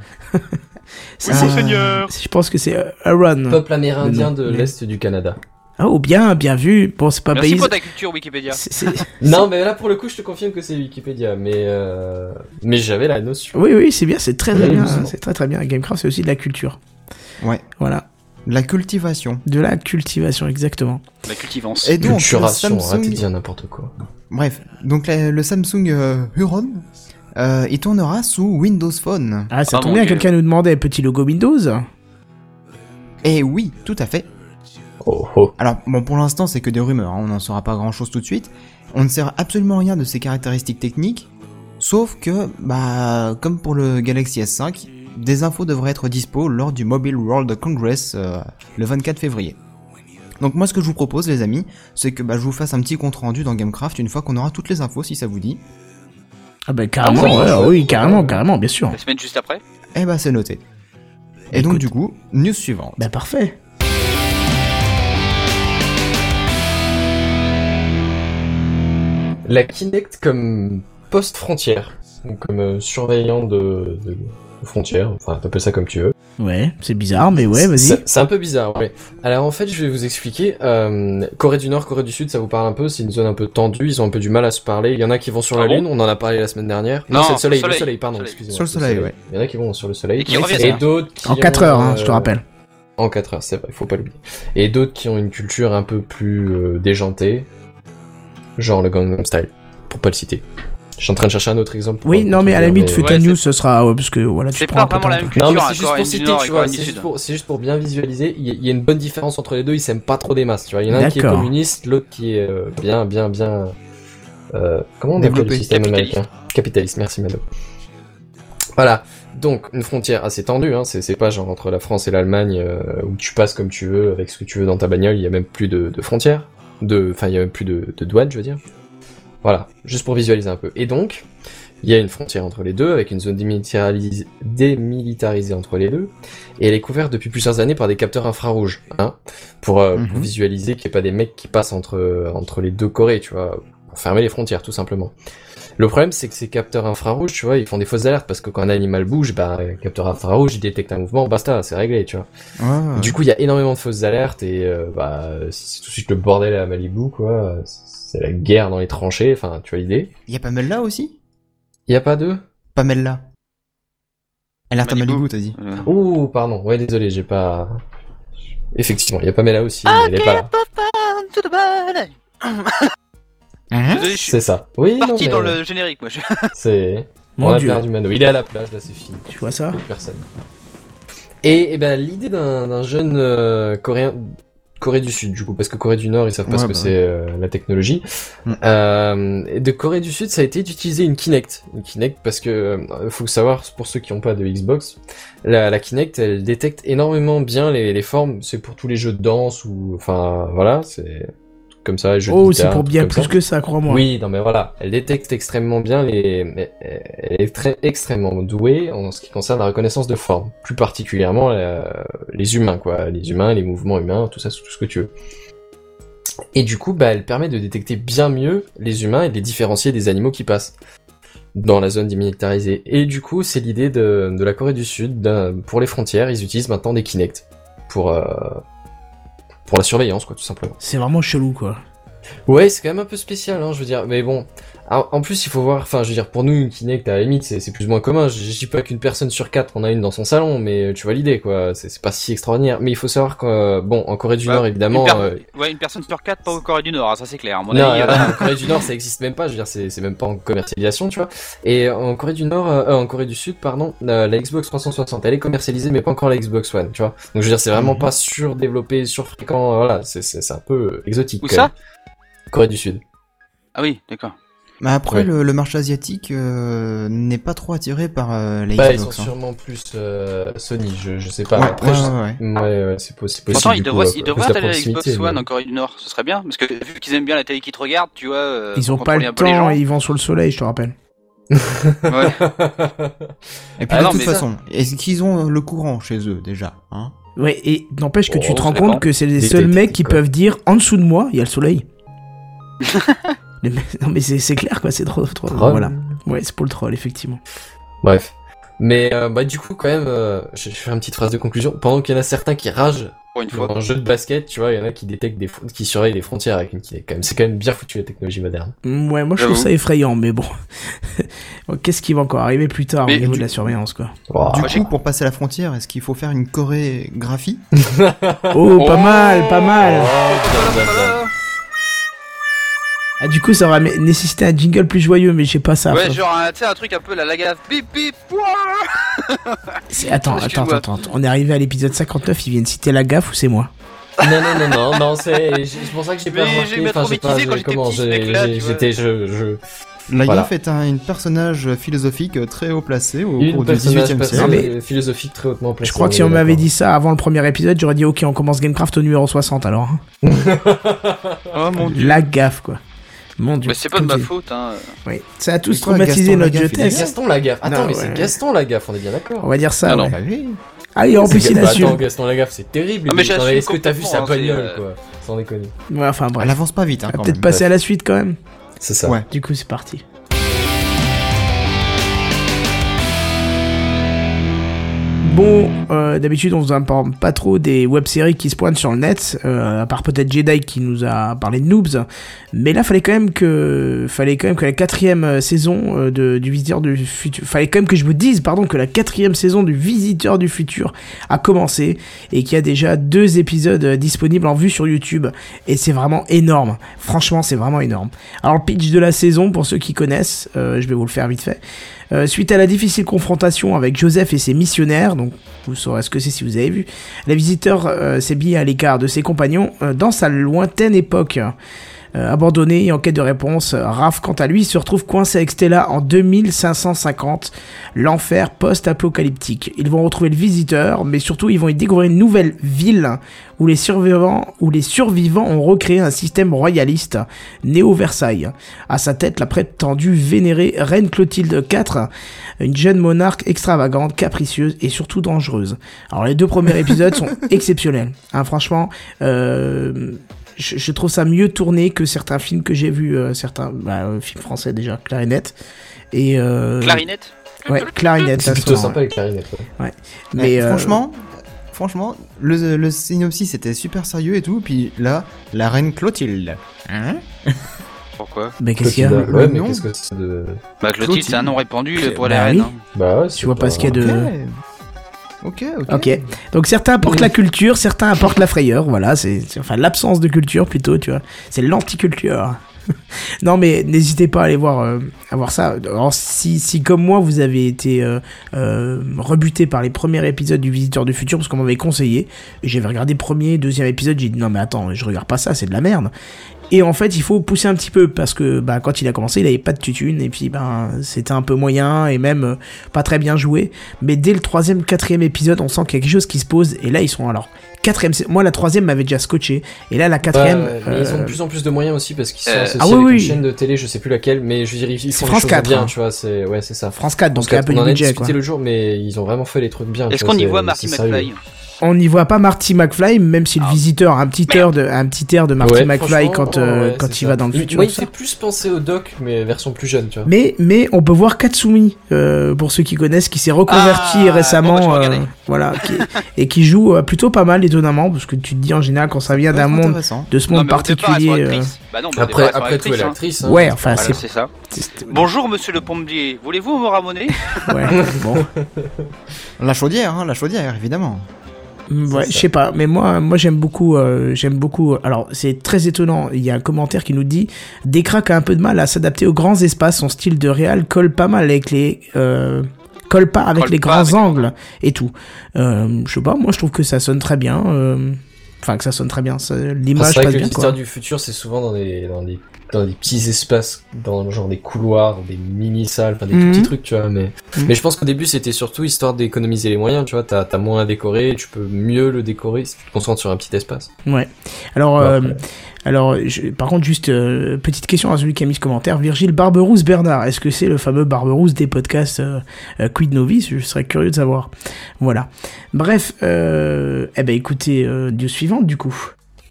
C'est- Oui, c'est- monseigneur. Je pense que c'est euh, Huron. Peuple amérindien Non, de mais- l'Est du Canada. Oh, bien, bien vu. Bon, c'est pas Merci paysan. pour ta culture Wikipédia. C'est- c'est- Non, mais là, pour le coup, je te confirme que c'est Wikipédia, mais euh... mais j'avais la notion. Oui, oui, c'est bien, c'est très très Oui, bien, doucement. c'est très très bien. Gamecraft, c'est aussi de la culture. Ouais. Voilà, La cultivation. de la cultivation, exactement. La cultivance. Et donc le Culturation, arrêtez de Samsung... dire n'importe quoi. Bref, donc la- le Samsung euh, Huron, euh, il tournera sous Windows Phone. Ah, ça Ah, tombe mon bien, Dieu. quelqu'un nous demandait petit logo Windows. Et oui, tout à fait. Oh, oh. Alors, bon, pour l'instant, c'est que des rumeurs, hein, on n'en saura pas grand-chose tout de suite. On ne sait absolument rien de ses caractéristiques techniques, sauf que, bah, comme pour le Galaxy S cinq, des infos devraient être dispo lors du Mobile World Congress euh, le vingt-quatre février. Donc moi, ce que je vous propose, les amis, c'est que bah, je vous fasse un petit compte-rendu dans Gamecraft une fois qu'on aura toutes les infos, si ça vous dit. Ah bah carrément, Ah oui, ouais, ouais, oui, ouais. carrément, carrément, bien sûr. La semaine juste après. Eh bah, c'est noté. Et donc, Écoute. du coup, news suivante. Bah parfait. La Kinect comme post-frontière, donc comme euh, surveillant de, de, de frontières, enfin t'appelles ça comme tu veux. Ouais, c'est bizarre, mais ouais, vas-y. C'est c'est un peu bizarre, ouais. Alors en fait, je vais vous expliquer. Euh, Corée du Nord, Corée du Sud, ça vous parle un peu. C'est une zone un peu tendue. Ils ont un peu du mal à se parler. Il y en a qui vont sur Ah la bon Lune. On en a parlé la semaine dernière. Non, c'est le soleil. soleil. Le soleil, pardon. Soleil. Excusez-moi. Sur le soleil, ouais. Il y en a qui vont sur le soleil. Et qui reviennent. Et d'autres qui En quatre ont, heures, hein, je te euh, rappelle. En quatre heures, c'est vrai. Il faut pas l'oublier. Et d'autres qui ont une culture un peu plus euh, déjantée, genre le Gangnam Style, pour pas le citer. Je suis en train de chercher un autre exemple. pour Oui, pas non, mais à la dire, limite, fais ta ouais, news, c'est- ce sera, ouais, parce que voilà, tu C'est prends pas un peu vraiment ton la temps. même culture. Non, mais à c'est juste Corée pour du citer, Nord tu et vois, Corée c'est du juste Sud. pour, c'est juste pour bien visualiser. Il y, a- il y a une bonne différence entre les deux, ils s'aiment pas trop des masses, tu vois. Il y en a un qui est D'accord. communiste, l'autre qui est euh, bien, bien, bien. Euh, comment on appelle le Développé. système Capitaliste. américain? Capitaliste, merci Mado. Voilà, donc une frontière assez tendue, hein. c'est, c'est pas genre entre la France et l'Allemagne euh, où tu passes comme tu veux, avec ce que tu veux dans ta bagnole, il y a même plus de, de frontières, de, enfin il y a même plus de, de douane, je veux dire. Voilà, juste pour visualiser un peu. Et donc, il y a une frontière entre les deux, avec une zone démilitarisée, démilitarisée entre les deux, et elle est couverte depuis plusieurs années par des capteurs infrarouges, hein, pour, euh, Mhm. pour visualiser qu'il n'y ait pas des mecs qui passent entre, entre les deux Corées, tu vois, pour fermer les frontières, tout simplement. Le problème, c'est que ces capteurs infrarouges, tu vois, ils font des fausses alertes, parce que quand un animal bouge, bah, le capteur infrarouge, il détecte un mouvement, basta, c'est réglé, tu vois. Ouais, ouais. Du coup, il y a énormément de fausses alertes, et euh, bah, c'est tout de suite le bordel à Malibu, quoi, c'est la guerre dans les tranchées, enfin, tu vois l'idée. Il y a Pamela aussi? Il y a pas de... Pamela. Alerte à Malibu. Malibu, t'as dit. Euh, Ouh, pardon, ouais, désolé, j'ai pas... Effectivement, il y a Pamela aussi, mais elle est pas là. Hein? Désolé, je suis C'est ça. Oui, non, parti mais dans le générique, moi. je- c'est... Mon On a Dieu. perdu Mano. Il est à la plage, là, c'est fini. Tu vois ça? Plus personne. Et, et ben, l'idée d'un, d'un jeune euh, coréen... Corée du Sud, du coup, parce que Corée du Nord, ils savent pas Ouais, ce que bah c'est euh, la technologie. Mm. Euh, de Corée du Sud, ça a été d'utiliser une Kinect. Une Kinect, parce que, euh, faut savoir, pour ceux qui n'ont pas de Xbox, la, la Kinect, elle détecte énormément bien les, les formes. C'est pour tous les jeux de danse, ou... Enfin, voilà, c'est... Comme ça, les jeux de Oh, guitare, c'est pour tout bien comme plus ça. que ça, crois-moi. Oui, non mais voilà, elle détecte extrêmement bien les, elle est très extrêmement douée en ce qui concerne la reconnaissance de forme, plus particulièrement euh, les humains quoi, les humains, les mouvements humains, tout ça, tout ce que tu veux. Et du coup, bah, elle permet de détecter bien mieux les humains et de les différencier des animaux qui passent dans la zone démilitarisée. Et du coup, c'est l'idée de, de la Corée du Sud, d'un- pour les frontières, ils utilisent maintenant des Kinect pour euh, pour la surveillance quoi, tout simplement. C'est vraiment chelou, quoi. Ouais, c'est quand même un peu spécial, hein, je veux dire. Mais bon, en en plus, il faut voir. Enfin, je veux dire, pour nous, une Kinect, à la limite, c'est c'est plus ou moins commun. Je, je dis pas qu'une personne sur quatre en a une dans son salon, mais tu vois l'idée, quoi. C'est c'est pas si extraordinaire. Mais il faut savoir que, euh, bon, en Corée du Ouais, Nord, évidemment. Une, per- euh, ouais, une personne sur quatre, pas au Corée du Nord, hein, ça c'est clair. À mon non, avis, euh, euh, en Corée du Nord, ça existe même pas. Je veux dire, c'est c'est même pas en commercialisation, tu vois. Et en Corée du Nord, euh, en Corée du Sud, pardon, euh, la Xbox trois cent soixante, elle est commercialisée, mais pas encore la Xbox One, tu vois. Donc, je veux dire, c'est vraiment Mhm. pas surdéveloppé, surfréquent. euh, Voilà, c'est c'est c'est un peu euh, exotique. Où quand ça même. Corée du Sud. Ah oui, d'accord. Mais après, Ouais. le, le marché asiatique euh, n'est pas trop attiré par euh, la Bah, ils sont Xbox. hein. sûrement plus euh, Sony, je, je sais pas. Ouais, Après, ouais, je- ouais, ouais. ouais, ouais, c'est possi- possible. Pourtant, du ils coup, devraient, euh, ils plus devraient la aller à la Xbox proximité, One mais- en Corée du Nord, ce serait bien, parce que vu qu'ils aiment bien la télé qui te regarde, tu vois. euh, Ils ont pour pas contrôler le un peu les temps gens. et ils vont sur le soleil, je te rappelle. Ouais. Et puis Ah de non, toute mais ça- façon, est-ce qu'ils ont le courant chez eux déjà, hein? Ouais, et n'empêche que Oh, tu te ça rends dépend. compte que c'est les Des seuls tétés, mecs qui quoi. peuvent dire en dessous de moi, il y a le soleil. Les mecs- Non mais c'est c'est clair quoi, c'est trop trop. Troll. Voilà. Ouais, c'est pour le troll effectivement. Bref. Mais euh, bah du coup quand même, euh, je je vais faire une petite phrase de conclusion. Pendant qu'il y en a certains qui ragent Pour une dans fois. un jeu de basket, tu vois, il y en a qui détectent des, fr- qui surveillent les frontières avec une Kinect. Quand même, c'est quand même bien foutu la technologie moderne. Mm, Ouais, moi je trouve J'avoue. ça effrayant, mais bon. Bon, qu'est-ce qui va encore arriver plus tard Mais au niveau du- de la surveillance quoi. Wow. Du moi, j'ai- coup, pour passer la frontière, est-ce qu'il faut faire une chorégraphie? Oh, pas mal, pas mal. Oh, bien, bien, bien. Ah, du coup, ça va mé- nécessiter un jingle plus joyeux, mais j'ai pas ça. Ouais, Faut- genre, un- tu sais, un truc un peu la lagave. Bip bip. Ouah. C'est- Attends, attends, Excuse-moi. attends, attends. On est arrivé à l'épisode cinquante-neuf, ils viennent citer la gaffe ou c'est moi? Non, non, non, non, non, c'est c'est pour ça que j'ai pas Mais remarqué. j'ai Enfin, j'ai pas, traumatisé quand j'ai- j'étais comment, petit, ce j'ai- mec-là, j'ai- tu vois. j'étais, je, je, La Voilà. gaffe est un une personnage philosophique très haut placé au une cours du personnage dix-huitième pas- siècle. mais- philosophique très hautement placé. Je crois que si on m'avait dit ça avant le premier épisode, j'aurais dit ok, on commence Gamecraft au numéro soixante alors. hein. Oh mon dieu. La gaffe quoi. Mon dieu. Mais c'est pas de Comme ma c'est- faute, hein. Oui. Ça a tous Mais quoi, traumatisé Gaston notre Lagaffe, il est jeunesse. Gaston Lagaffe. Attends, Non, mais ouais. c'est Gaston Lagaffe, on est bien d'accord. On va dire ça, Ah non. ouais. Bah oui. Ah, et en plus C'est- il bah, assume. Attends, Gaston Lagaffe, c'est terrible. Ah, mais Attends, j'assume Est-ce que t'as vu sa complètement, hein, bagnole, c'est, euh, quoi? Sans déconner. Ouais, enfin bref. Elle avance pas vite, hein, On va quand peut-être même. passer à la suite quand même. C'est ça. Ouais. Du coup, c'est parti. Bon, euh, d'habitude, on vous en parle pas trop des web-séries qui se pointent sur le net, euh, à part peut-être Jedi qui nous a parlé de Noobs. Mais là, fallait quand même que, fallait quand même que la quatrième euh, saison euh, de, du Visiteur du Futur, fallait quand même que je vous dise, pardon, que la quatrième saison du Visiteur du Futur a commencé et qu'il y a déjà deux épisodes euh, disponibles en vue sur YouTube. Et c'est vraiment énorme. Franchement, c'est vraiment énorme. Alors, le pitch de la saison, pour ceux qui connaissent, euh, je vais vous le faire vite fait. Euh, suite à la difficile confrontation avec Joseph et ses missionnaires, donc vous saurez ce que c'est si vous avez vu, le visiteur euh, s'est mis à l'écart de ses compagnons euh, dans sa lointaine époque. Euh, abandonné et en quête de réponse, Raph, quant à lui, se retrouve coincé avec Stella en deux mille cinq cent cinquante, l'enfer post-apocalyptique. Ils vont retrouver le visiteur, mais surtout ils vont y découvrir une nouvelle ville où les survivants, où les survivants ont recréé un système royaliste, Néo-Versailles. À sa tête, la prétendue vénérée reine Clotilde quatre, une jeune monarque extravagante, capricieuse et surtout dangereuse. Alors les deux premiers épisodes sont exceptionnels, hein, franchement. Euh, je, je trouve ça mieux tourné que certains films que j'ai vus, euh, certains bah, euh, films français déjà, Clarinette et euh, Clarinette. Ouais, Clarinette. C'est plutôt sympa les clarinettes. Ouais. Ouais. Mais Mais euh, franchement, franchement, le, le synopsis était super sérieux et tout, puis là, la reine Clotilde. Hein? Pourquoi? bah qu'est-ce qu'il y a? Clotilde, ouais, mais nom. qu'est-ce que c'est de... Bah Clotilde, Clotilde. c'est un nom répandu Cl- pour bah les reines. oui. hein. Bah ouais, Tu vois pas ce qu'il y a de... Ok, ok. Ok. Donc certains apportent la culture, certains apportent la frayeur. Voilà, c'est c'est- enfin l'absence de culture plutôt, tu vois. C'est l'anticulture. Non mais n'hésitez pas à aller voir, euh, à voir ça. Alors si, si comme moi vous avez été euh, euh, rebuté par les premiers épisodes du Visiteur du Futur parce qu'on m'avait conseillé, et j'avais regardé le premier, deuxième épisode, j'ai dit non mais attends, je regarde pas ça, c'est de la merde. Et en fait, il faut pousser un petit peu parce que bah quand il a commencé, il avait pas de tutune et puis ben c'était un peu moyen et même euh, pas très bien joué. Mais dès le troisième, quatrième épisode, on sent qu'il y a quelque chose qui se pose et là ils sont alors quatrième. Moi la troisième m'avait déjà scotché et là la quatrième. Bah, mais ils ont euh, de plus en plus de moyens aussi parce qu'ils sont Euh, associés ah oui, avec oui. une chaîne de télé, je sais plus laquelle, mais je veux dire ils ils C'est font les France choses quatre, bien, hein. tu vois, c'est ouais, c'est ça. France quatre, donc il y a un peu on de en a budget discuté quoi. le jour, mais ils ont vraiment fait les trucs bien. Est-ce tu vois, qu'on y c'est- voit c'est Marty sérieux. McFly? On n'y voit pas Marty McFly, même si le Ah. visiteur a un petit air de, un petit air de Marty Ouais, McFly franchement, quand, euh, ouais, quand c'est il ça. va dans le Il- futur. Moi, tout il ça. fait plus penser au Doc, mais version plus jeune, tu vois. Mais, mais on peut voir Katsumi, euh, pour ceux qui connaissent, qui s'est reconverti Ah, récemment, bon, bah, je vais euh, regarder. voilà, qui, et qui joue euh, plutôt pas mal étonnamment, parce que tu te dis en général quand ça vient d'un monde, Intéressant. de ce Non, monde mais au départ, elle particulier. sera euh, actrice. Bah non, mais au Après, départ, elle sera après tout, elle est hein. actrice. hein. Ouais, enfin, Voilà, c'est, c'est ça. c'est- Bonjour monsieur le plombier, voulez-vous me ramener? ouais, bon. La chaudière, hein, la chaudière, évidemment. Mm, Ouais, C'est je ça. sais pas, mais moi, moi j'aime beaucoup, euh, j'aime beaucoup. Alors c'est très étonnant. Il y a un commentaire qui nous dit Décraque a un peu de mal à s'adapter aux grands espaces. Son style de réal colle pas mal avec les, euh, colle pas avec Colle les pas grands avec les angles et tout. Euh, je sais pas, moi je trouve que ça sonne très bien. euh, Enfin que ça sonne très bien. Ça- Enfin, L'image c'est vrai passe que bien le quoi. visiteur du futur, c'est souvent dans des, dans des, dans des petits espaces, dans genre des couloirs, des mini-salles, enfin des Mhm. tout petits trucs, tu vois, mais, Mhm. mais je pense qu'au début, c'était surtout histoire d'économiser les moyens, tu vois, t'as, t'as moins à décorer, tu peux mieux le décorer si tu te concentres sur un petit espace. Ouais. Alors, Bon, euh, après. alors, je- par contre, juste euh, petite question à celui qui a mis ce commentaire. Virgile Barberousse Bernard, est-ce que c'est le fameux Barberousse des podcasts euh, euh, Quid Novice? Je serais curieux de savoir. Voilà. Bref, euh, eh ben écoutez, euh, news suivante du coup.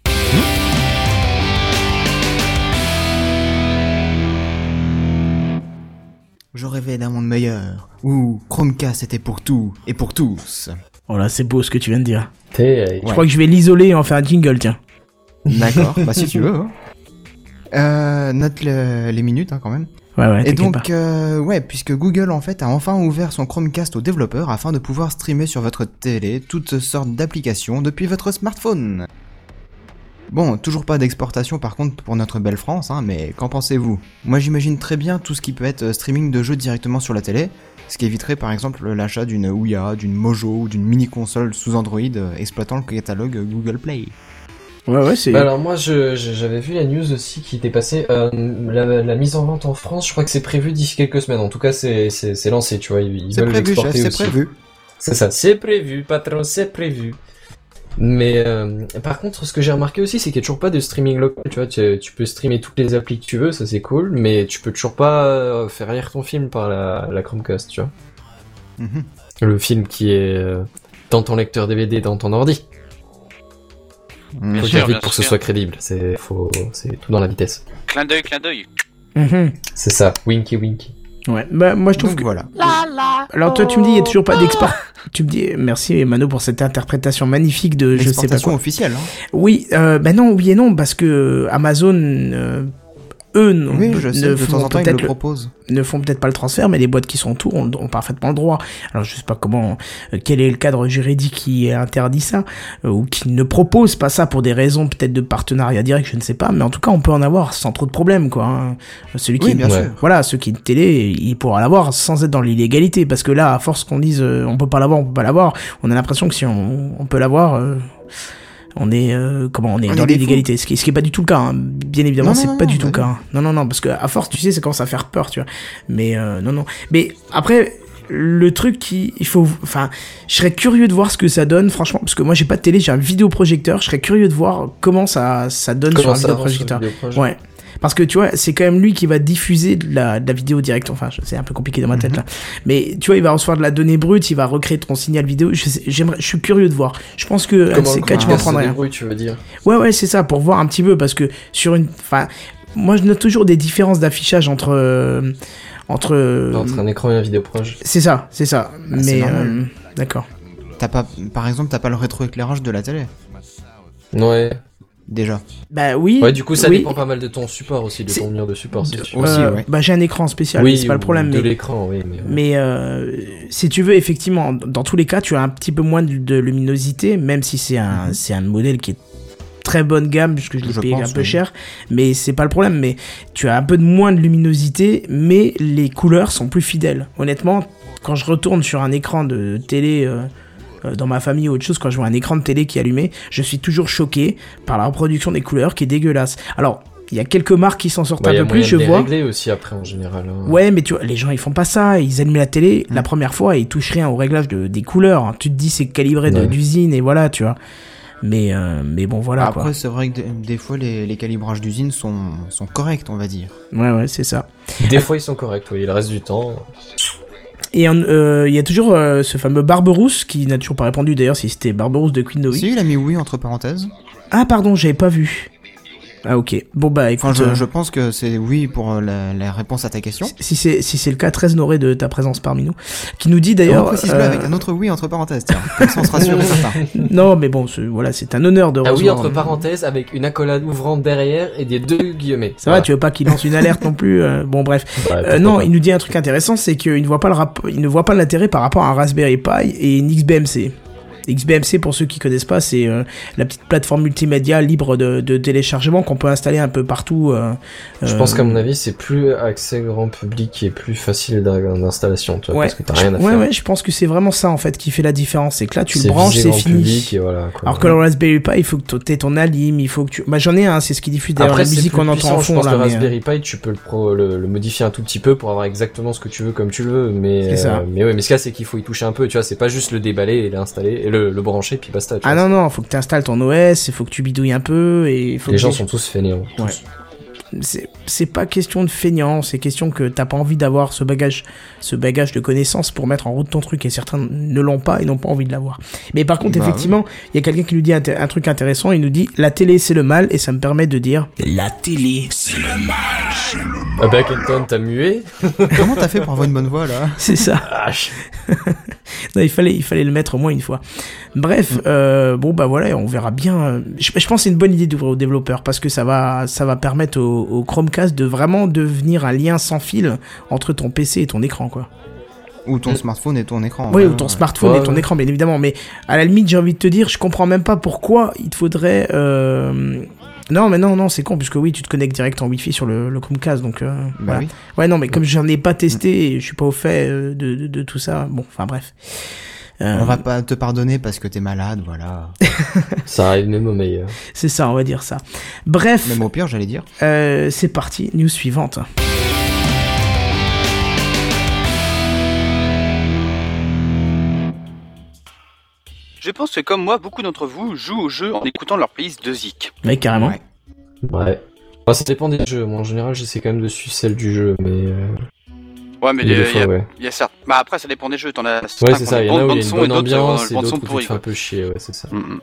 Je rêvais d'un monde meilleur, où Chromecast était pour tout et pour tous. Oh là, c'est beau ce que tu viens de dire. T'es, Je crois que je vais l'isoler et en faire un jingle, tiens. D'accord, bah si tu veux. Hein. Euh, note le- les minutes hein, quand même. Ouais, ouais, Et t'inquiète pas. donc, euh, ouais, puisque Google en fait a enfin ouvert son Chromecast aux développeurs afin de pouvoir streamer sur votre télé toutes sortes d'applications depuis votre smartphone. Bon, toujours pas d'exportation par contre pour notre belle France, hein, mais qu'en pensez-vous? Moi j'imagine très bien tout ce qui peut être euh, streaming de jeux directement sur la télé, ce qui éviterait par exemple l'achat d'une Ouya, d'une Mojo ou d'une mini-console sous Android euh, exploitant le catalogue Google Play. Ouais, ouais, c'est. Bah alors moi je, je- j'avais vu la news aussi qui était passée, euh, la, la mise en vente en France, je crois que c'est prévu d'ici quelques semaines, en tout cas c'est, c'est, c'est lancé, tu vois, ils, ils C'est veulent prévu, chef, l'exporter c'est aussi. prévu. C'est ça, c'est prévu, patron, c'est prévu. Mais euh, par contre, ce que j'ai remarqué aussi, c'est qu'il n'y a toujours pas de streaming local. Tu vois, tu, tu peux streamer toutes les applis que tu veux, ça c'est cool, mais tu peux toujours pas euh, faire lire ton film par la, la Chromecast, tu vois. Mhm. Le film qui est euh, dans ton lecteur D V D, dans ton ordi. Bien Faut sûr, dire vite bien pour que ce sûr. soit crédible. C'est, faut, c'est tout dans la vitesse. Clin d'œil, clin d'œil. Mhm. C'est ça, winky winky. Ouais, bah moi je trouve Donc que. voilà. Alors toi tu me dis il y a toujours pas d'export. Tu me dis merci Mano pour cette interprétation magnifique de je sais pas L'exportation quoi. officielle. Hein. Oui, euh, bah non, oui et non parce que Amazon euh, eux non, Oui, je sais, ne de font temps en temps ils peut-être le proposent. ne font peut-être pas le transfert, mais les boîtes qui sont autour ont, ont parfaitement le droit. Alors je sais pas comment, euh, quel est le cadre juridique qui interdit ça, euh, ou qui ne propose pas ça pour des raisons peut-être de partenariat direct, je ne sais pas, mais en tout cas on peut en avoir sans trop de problèmes, quoi. Hein. Celui qui, Oui, bien Ouais. sûr. voilà, ceux qui ont une télé, il pourra l'avoir sans être dans l'illégalité, parce que là, à force qu'on dise euh, on peut pas l'avoir, on peut pas l'avoir, on a l'impression que si on, on peut l'avoir, euh, On est euh, comment on est On dans est des l'illégalité, ce qui ce qui est pas du tout le cas. Hein. Bien évidemment, Non, c'est non, pas non, du tout le bah cas. Hein. Non non non, parce que à force, tu sais, ça commence à faire peur, tu vois. Mais euh, non non. Mais après. Le truc qui, il faut, enfin, je serais curieux de voir ce que ça donne, franchement, parce que moi j'ai pas de télé, j'ai un vidéoprojecteur, je serais curieux de voir comment ça, ça donne Comment sur un ça avance sur le vidéoprojecteur. vidéoprojet. Ouais. Parce que tu vois, c'est quand même lui qui va diffuser de la, de la vidéo directe. Enfin, c'est un peu compliqué dans ma tête là. Mais tu vois, il va recevoir de la donnée brute, il va recréer ton signal vidéo. Je sais- j'aimerais, je suis curieux de voir. Je pense que Comment c'est le quatre, je m'en Chromecast se prendrais. un. débrouille, tu veux dire? Ouais, ouais, c'est ça, pour voir un petit peu, parce que sur une, enfin, moi je note toujours des différences d'affichage entre, euh, entre. euh, Entre un écran et un vidéoproche. C'est ça, c'est ça. Mais c'est normal. euh, d'accord. T'as pas, par exemple, t'as pas le rétroéclairage de la télé, Ouais. déjà. Bah oui. Ouais, du coup, ça oui. dépend pas mal de ton support aussi, de C'est- ton mur de support, si tu veux. Aussi, Euh, ouais. Bah j'ai un écran spécial, Oui, c'est pas le ou problème. de Mais, l'écran, oui. Mais, mais euh, si tu veux, effectivement, dans tous les cas, tu as un petit peu moins de, de luminosité, même si c'est un, c'est un modèle qui est très bonne gamme, puisque je l'ai Je payé pense, un peu oui. cher, mais c'est pas le problème. Mais tu as un peu de moins de luminosité, mais les couleurs sont plus fidèles. Honnêtement, quand je retourne sur un écran de télé. Euh, euh, dans ma famille ou autre chose, quand je vois un écran de télé qui est allumé, je suis toujours choqué par la reproduction des couleurs qui est dégueulasse. Alors, il y a quelques marques qui s'en sortent Bah, y a un peu plus, moyen je de les vois. régler aussi après, en général. hein. Ouais, mais tu vois, les gens ils font pas ça, ils allument la télé Mm. la première fois et ils touchent rien au réglage de, des couleurs. Tu te dis c'est calibré de- Ouais. d'usine et voilà, tu vois. Mais, euh, mais bon, voilà Après, quoi. c'est vrai que des, des fois, les, les calibrages d'usine sont, sont corrects, on va dire. Ouais, ouais, c'est ça. Des fois, ils sont corrects, oui. Le reste du temps. Et il euh, y a toujours euh, ce fameux Barberousse qui n'a toujours pas répondu d'ailleurs si c'était Barberousse de Queen Novi. Si, il a mis oui entre parenthèses. Ah, pardon, j'avais pas vu. Ah, ok. Bon, bah écoute. Enfin, je, euh, je pense que c'est oui pour euh, la, la réponse à ta question. Si c'est si c'est le cas, très honoré de ta présence parmi nous. Qui nous dit On d'ailleurs. précise-le euh, avec un autre oui entre parenthèses, tiens. Comme ça, on sera sûr et certain. Non, mais bon, c'est- voilà, c'est un honneur de Ah oui, recevoir- entre parenthèses, avec une accolade ouvrante derrière et des deux guillemets. Ça va, tu veux pas qu'il lance une alerte non plus euh, Bon, bref. Euh, non, il nous dit un truc intéressant, c'est qu'il ne voit pas le rap- il ne voit pas l'intérêt par rapport à un Raspberry Pi et une X B M C. X B M C, pour ceux qui connaissent pas, c'est euh, la petite plateforme multimédia libre de, de téléchargement qu'on peut installer un peu partout. euh, Je euh, pense qu'à mon avis, c'est plus accès grand public et plus facile d'in- d'installation, tu vois, Ouais, parce que t'as rien à ouais, faire. ouais, je pense que c'est vraiment ça en fait qui fait la différence. C'est que là, tu le C'est branches, visé c'est grand fini. public et voilà, quoi. Alors que le Raspberry Pi, il faut que tu aies ton alim, il faut que tu. Bah, j'en ai un, c'est ce qui diffuse d'ailleurs Après, la c'est musique plus qu'on entend puissant, en je fond pense là. que le mais, euh, Raspberry Pi, tu peux le, pro, le, le modifier un tout petit peu pour avoir exactement ce que tu veux comme tu le veux, mais C'est ça. euh, mais ouais, mais ce cas c'est qu'il faut y toucher un peu, tu vois, c'est pas juste le déballer et l'installer et le, le brancher puis basta. Tu Ah vois. non, non, faut que tu installes ton O S, il faut que tu bidouilles un peu et il faut Les que gens tu- sont tous fainéants. tous. Ouais. C'est, c'est pas question de feignant, c'est question que t'as pas envie d'avoir ce bagage, ce bagage de connaissances pour mettre en route ton truc et certains ne l'ont pas et n'ont pas envie de l'avoir. Mais par contre, Bah effectivement, il y a quelqu'un qui nous dit un, un truc intéressant, il nous dit la télé c'est le mal et ça me permet de dire la télé. Ah bah Kenton, t'as mué. Comment t'as fait pour avoir une bonne voix là? C'est ça. Ah, Non, il fallait, il fallait le mettre au moins une fois. Bref, euh, bon bah voilà, on verra bien. euh, Je, je pense que c'est une bonne idée d'ouvrir aux développeurs parce que ça va, ça va permettre au, au Chromecast de vraiment devenir un lien sans fil entre ton P C et ton écran, quoi. Ou ton smartphone et ton écran. Oui, ouais, ou ton ouais. smartphone Ouais, et ton ouais. écran, bien évidemment. Mais à la limite, j'ai envie de te dire, je comprends même pas pourquoi il te faudrait. Euh... Non, mais non, non, c'est con, puisque oui, tu te connectes direct en Wi-Fi sur le, le Chromecast, donc. Euh, Bah voilà. oui. Ouais, non, mais comme j'en ai pas testé et je suis pas au fait euh, de, de, de tout ça, bon, enfin bref. Euh, On va pas te pardonner parce que t'es malade, voilà. ça arrive même au meilleur. C'est ça, on va dire ça. Bref, Même au pire, j'allais dire. euh, c'est parti, news suivante. Je pense que comme moi, beaucoup d'entre vous jouent au jeu en écoutant leur playlist de Zik. Ouais, carrément. Ouais. Ouais. Bah, ça dépend des jeux. Moi, en général, j'essaie quand même de suivre celle du jeu, mais. Euh... Ouais, mais il y a il y, des fois, a- ouais. il y a certes. Bah après, ça dépend des jeux. T'en as. Ouais, certains c'est qui ça. ont Il y des en a où il y a bandes une son bonne et d'autres, euh, ambiance et bandes son d'autres où tu pourries, te fais un quoi. peu chier. Ouais, c'est ça. Mm, mm.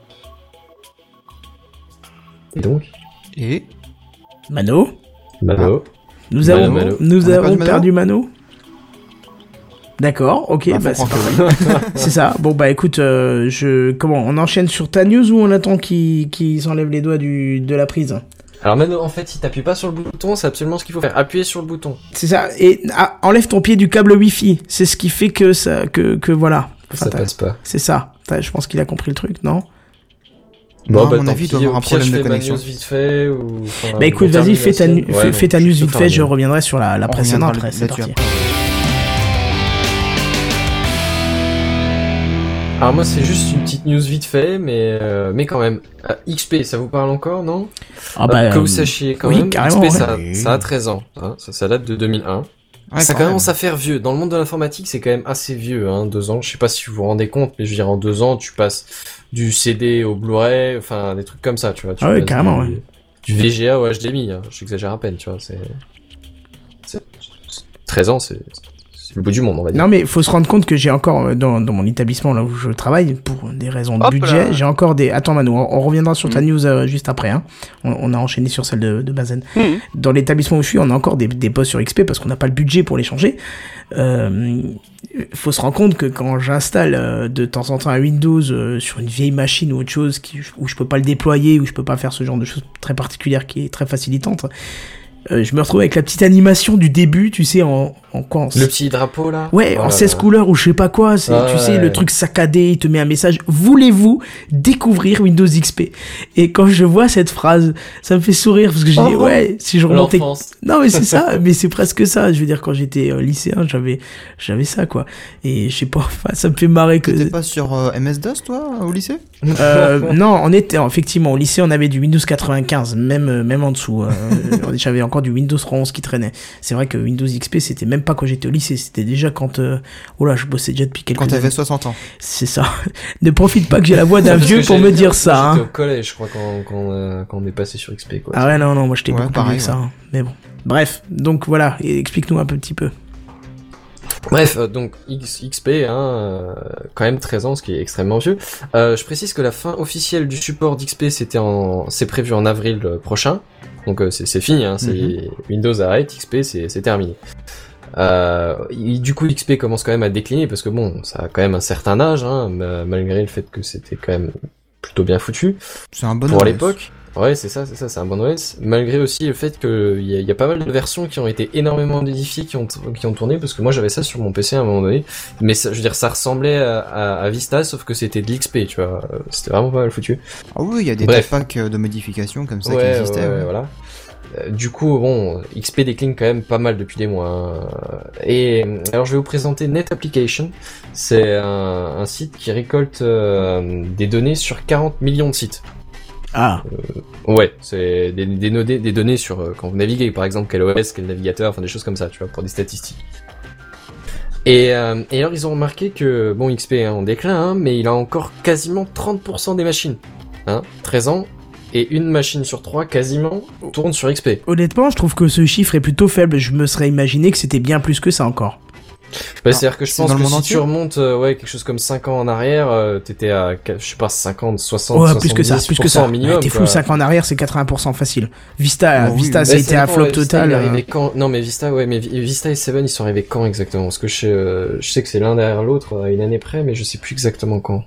Et donc, Et Mano, Mano. nous Mano, avons, Mano. nous On a avons perdu Mano perdu Mano. D'accord, ok, Bah, bah, faut c'est croire que oui. c'est ça. Bon bah écoute, euh, je comment on enchaîne sur ta news ou on attend qu'il qu'il s'enlève les doigts du de la prise. Alors Mano, en fait, si t'appuies pas sur le bouton, c'est absolument ce qu'il faut faire. Appuyer sur le bouton. C'est ça. Et ah, enlève ton pied du câble Wi-Fi. C'est ce qui fait que ça que que voilà. Enfin, Ça t'as- passe pas. c'est ça. T'as- Je pense qu'il a compris le truc, non? Non, à bah, mon tant avis, il pis, doit y avoir au un pire, problème je de fais ma connexion. news vite fait ou. enfin, Bah écoute, on vas-y, termine fais la ta, sienne. nu- Ouais, fais, non, fais ta je news peux vite faire fait. la Je mienne. reviendrai sur la, la On précédente. reviendra Après, c'est là-dessus parti. après. Alors moi c'est juste une petite news vite fait, mais euh, mais quand même. Euh, X P, ça vous parle encore, non? Ah bah, euh, que euh, vous sachiez quand oui, même, carrément, X P ouais. ça, Oui. ça a treize ans, hein, ça, ça date de deux mille un. Ouais, ça quand même. commence à faire vieux. Dans le monde de l'informatique, c'est quand même assez vieux, hein, deux ans. Je sais pas si vous vous rendez compte, mais je veux dire en deux ans, tu passes du C D au Blu-ray, enfin des trucs comme ça, tu vois. Tu Ah ouais, passes carrément, du, ouais. du V G A au H D M I, hein, j'exagère à peine, tu vois. C'est, c'est... treize ans, c'est... c'est le bout du monde, on va dire. Non mais il faut se rendre compte que j'ai encore euh, dans, dans mon établissement là où je travaille pour des raisons de Hop budget, là. j'ai encore des. Attends Manu, on, on reviendra sur ta Mhm. news euh, juste après. Hein. On, on a enchaîné sur celle de, de Bazen. Mhm. Dans l'établissement où je suis, on a encore des, des postes sur X P parce qu'on n'a pas le budget pour les changer. Euh, faut se rendre compte que quand j'installe euh, de temps en temps un Windows euh, sur une vieille machine ou autre chose qui, où je peux pas le déployer, où je peux pas faire ce genre de choses très particulières qui est très facilitante. Euh, je me retrouve avec la petite animation du début, tu sais, en, en quoi en Le petit drapeau là. Ouais, Oh en là seize là. couleurs ou je sais pas quoi, c'est, Ah tu sais, ouais. le truc saccadé, il te met un message, voulez-vous découvrir Windows X P? Et quand je vois cette phrase, ça me fait sourire, parce que je dis, Oh, ouais, si je remontais... L'enfance. Non mais c'est ça, mais c'est presque ça, je veux dire, quand j'étais euh, lycéen, j'avais j'avais ça, quoi. Et je sais pas, enfin, ça me fait marrer que... T'étais pas sur euh, M S DOS, toi, au lycée? Euh, non, on était, effectivement, au lycée, on avait du Windows quatre-vingt-quinze, même, euh, même en dessous. Euh, j'avais encore du Windows onze qui traînait. C'est vrai que Windows X P, c'était même pas quand j'étais au lycée, c'était déjà quand, euh, oh là, je bossais déjà depuis quelques Quand années. t'avais soixante ans. C'est ça. Ne profite pas que j'ai la voix d'un Parce vieux que pour j'allais me dire ça, J'étais hein. au collège, je crois, quand, quand, euh, quand on est passé sur X P, quoi. Ah ouais, non, non, moi j'étais Ouais, beaucoup plus pareil, vieux que ça, ouais. hein. Mais bon. Bref, donc voilà, et explique-nous un petit peu. Bref, euh, donc X, XP, hein, euh, quand même treize ans, ce qui est extrêmement vieux. Euh, je précise que la fin officielle du support d'X P, c'était en, c'est prévu en avril euh, prochain. Donc euh, c'est, c'est fini, hein, c'est Mhm. Windows arrête, X P, c'est, c'est terminé. Euh, et du coup, X P commence quand même à décliner parce que bon, ça a quand même un certain âge, hein, ma- malgré le fait que c'était quand même plutôt bien foutu C'est un bon pour O S. l'époque. Ouais, c'est ça, c'est ça, c'est un bon O S. Malgré aussi le fait qu'il y, a- y a pas mal de versions qui ont été énormément modifiées, qui ont, qui ont tourné, parce que moi j'avais ça sur mon P C à un moment donné. Mais ça, je veux dire, ça ressemblait à, à, à Vista, sauf que c'était de l'X P, tu vois. Euh, C'était vraiment pas mal foutu. Ah oui, il y a des Bref. packs de modifications comme ça qui Ouais, existaient. ouais, ouais, ouais. voilà. Euh, Du coup, bon, X P décline quand même pas mal depuis des mois. hein. Et euh, alors, je vais vous présenter Net Application. C'est un, un site qui récolte euh, des données sur quarante millions de sites. Ah, Ouais, c'est des, des, nodés- des données sur euh, quand vous naviguez, par exemple, quel O S, quel navigateur, enfin des choses comme ça, tu vois, pour des statistiques. Et, euh, et alors, ils ont remarqué que, bon, X P est en déclin, hein, mais il a encore quasiment trente pour cent des machines. Hein, treize ans, et une machine sur trois, quasiment, tourne sur X P. honnêtement, je trouve que ce chiffre est plutôt faible. Je me serais imaginé que c'était bien plus que ça encore. Bah, c'est-à-dire que je c'est pense dans le que monde si entier tu remontes, euh, ouais, quelque chose comme cinq ans en arrière, euh, t'étais à, je sais pas, cinquante, soixante, Ouais, plus que ça, plus que ça. minimum. Ouais, t'es fou, quoi. cinq ans en arrière, c'est quatre-vingts pour cent facile. Vista, Oh oui, Vista, oui. ça a Ouais, été un dépend, flop ouais, Vista, total. il est euh. arrivé quand... Non, mais Vista, ouais, mais Vi- Vista et Seven, ils sont arrivés quand exactement? Parce que je, euh, je sais que c'est l'un derrière l'autre à une année près, mais je sais plus exactement quand.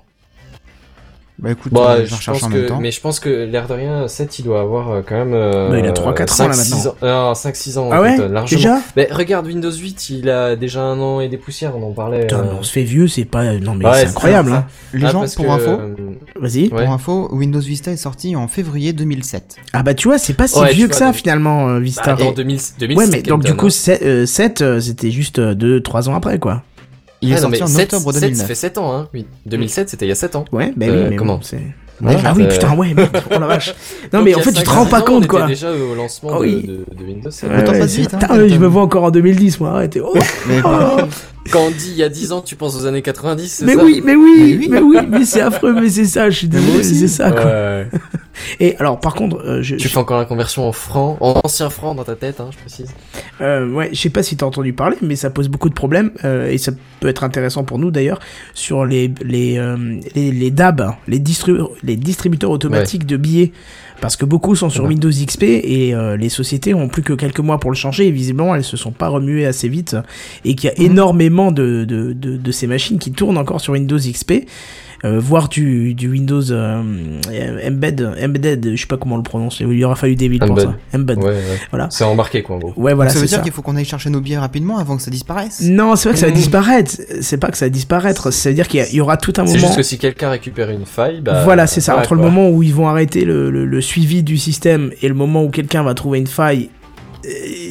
Bah écoute, Bah, euh, je je recherche pense en même que, temps. mais je pense que l'air de rien, sept, il doit avoir euh, quand même. Euh, Bah, il a trois, quatre ans, là, cinq, six maintenant. ans. Non, cinq six ans. Ah en ouais, fait, euh, largement. déjà Mais regarde Windows huit, il a déjà un an et des poussières, on en parlait. Putain, euh. mais on se fait vieux, c'est pas... Non mais Ouais, c'est c'est incroyable, ça, hein. Les Ah, gens, parce pour que, info, euh, Vas-y. Ouais. pour info, Windows Vista est sorti en février deux mille sept. Ah bah tu vois, c'est pas si Ouais, vieux tu que vois, ça, donc- finalement, euh, Vista. Bah, en deux mille, deux mille Ouais, sept, mais donc du Kenton, coup, hein. sept, euh, c'était juste deux trois ans après, quoi. Il est Ah, non, sorti mais en sept, octobre sept, deux mille ça neuf. fait sept ans, hein. Oui. deux mille sept, c'était il y a sept ans. Ouais, bah Euh, oui, mais comment bon, c'est... Ouais, ah oui, euh, putain, ouais, merde, oh la vache. Non Donc, mais il y en a fait, tu cinq, te rends six pas ans, compte, on quoi. était déjà au lancement Ah de, oui. de, de Windows. c'est Ouais, vrai. Le temps ouais, passe c'est- vite, hein, putain, Kenton. je me vois encore en deux mille dix, moi, arrêtez. Oh. Mais Oh. Quand on dit il y a dix ans, tu penses aux années quatre-vingt-dix, c'est Mais ça? oui, mais oui, Mais oui. mais oui, mais c'est affreux, mais c'est ça, je suis Mais moi désolé, aussi. c'est ça, quoi. Ouais. Et alors, par contre, euh, je, Tu je- fais encore la conversion en francs, en ancien franc dans ta tête, hein, je précise. euh, ouais, je sais pas si t'as entendu parler, mais ça pose beaucoup de problèmes, euh, et ça peut être intéressant pour nous d'ailleurs, sur les, les, euh, les, les D A B, les, distru- les distributeurs automatiques de billets. Parce que beaucoup sont sur Ouais. Windows X P et euh, les sociétés ont plus que quelques mois pour le changer et visiblement elles se sont pas remuées assez vite et qu'il y a Mhm. énormément de, de, de, de ces machines qui tournent encore sur Windows X P, euh, voire du, du Windows euh, Embed, Embedded, je sais pas comment on le prononce, il aura fallu David pour Embed. ça. Embed. Ouais, ouais. Voilà. C'est embarqué, quoi, en gros. Ouais, voilà, ça c'est veut dire ça. qu'il faut qu'on aille chercher nos billets rapidement avant que ça disparaisse. Non, c'est vrai que ça va Mhm. disparaître. C'est pas que ça va disparaître. Ça veut dire qu'il y, a- il y aura tout un C'est moment. juste que si quelqu'un récupère une faille, bah. Voilà, c'est ça. voilà, Entre le quoi. moment où ils vont arrêter le, le, le suivi du système et le moment où quelqu'un va trouver une faille, euh,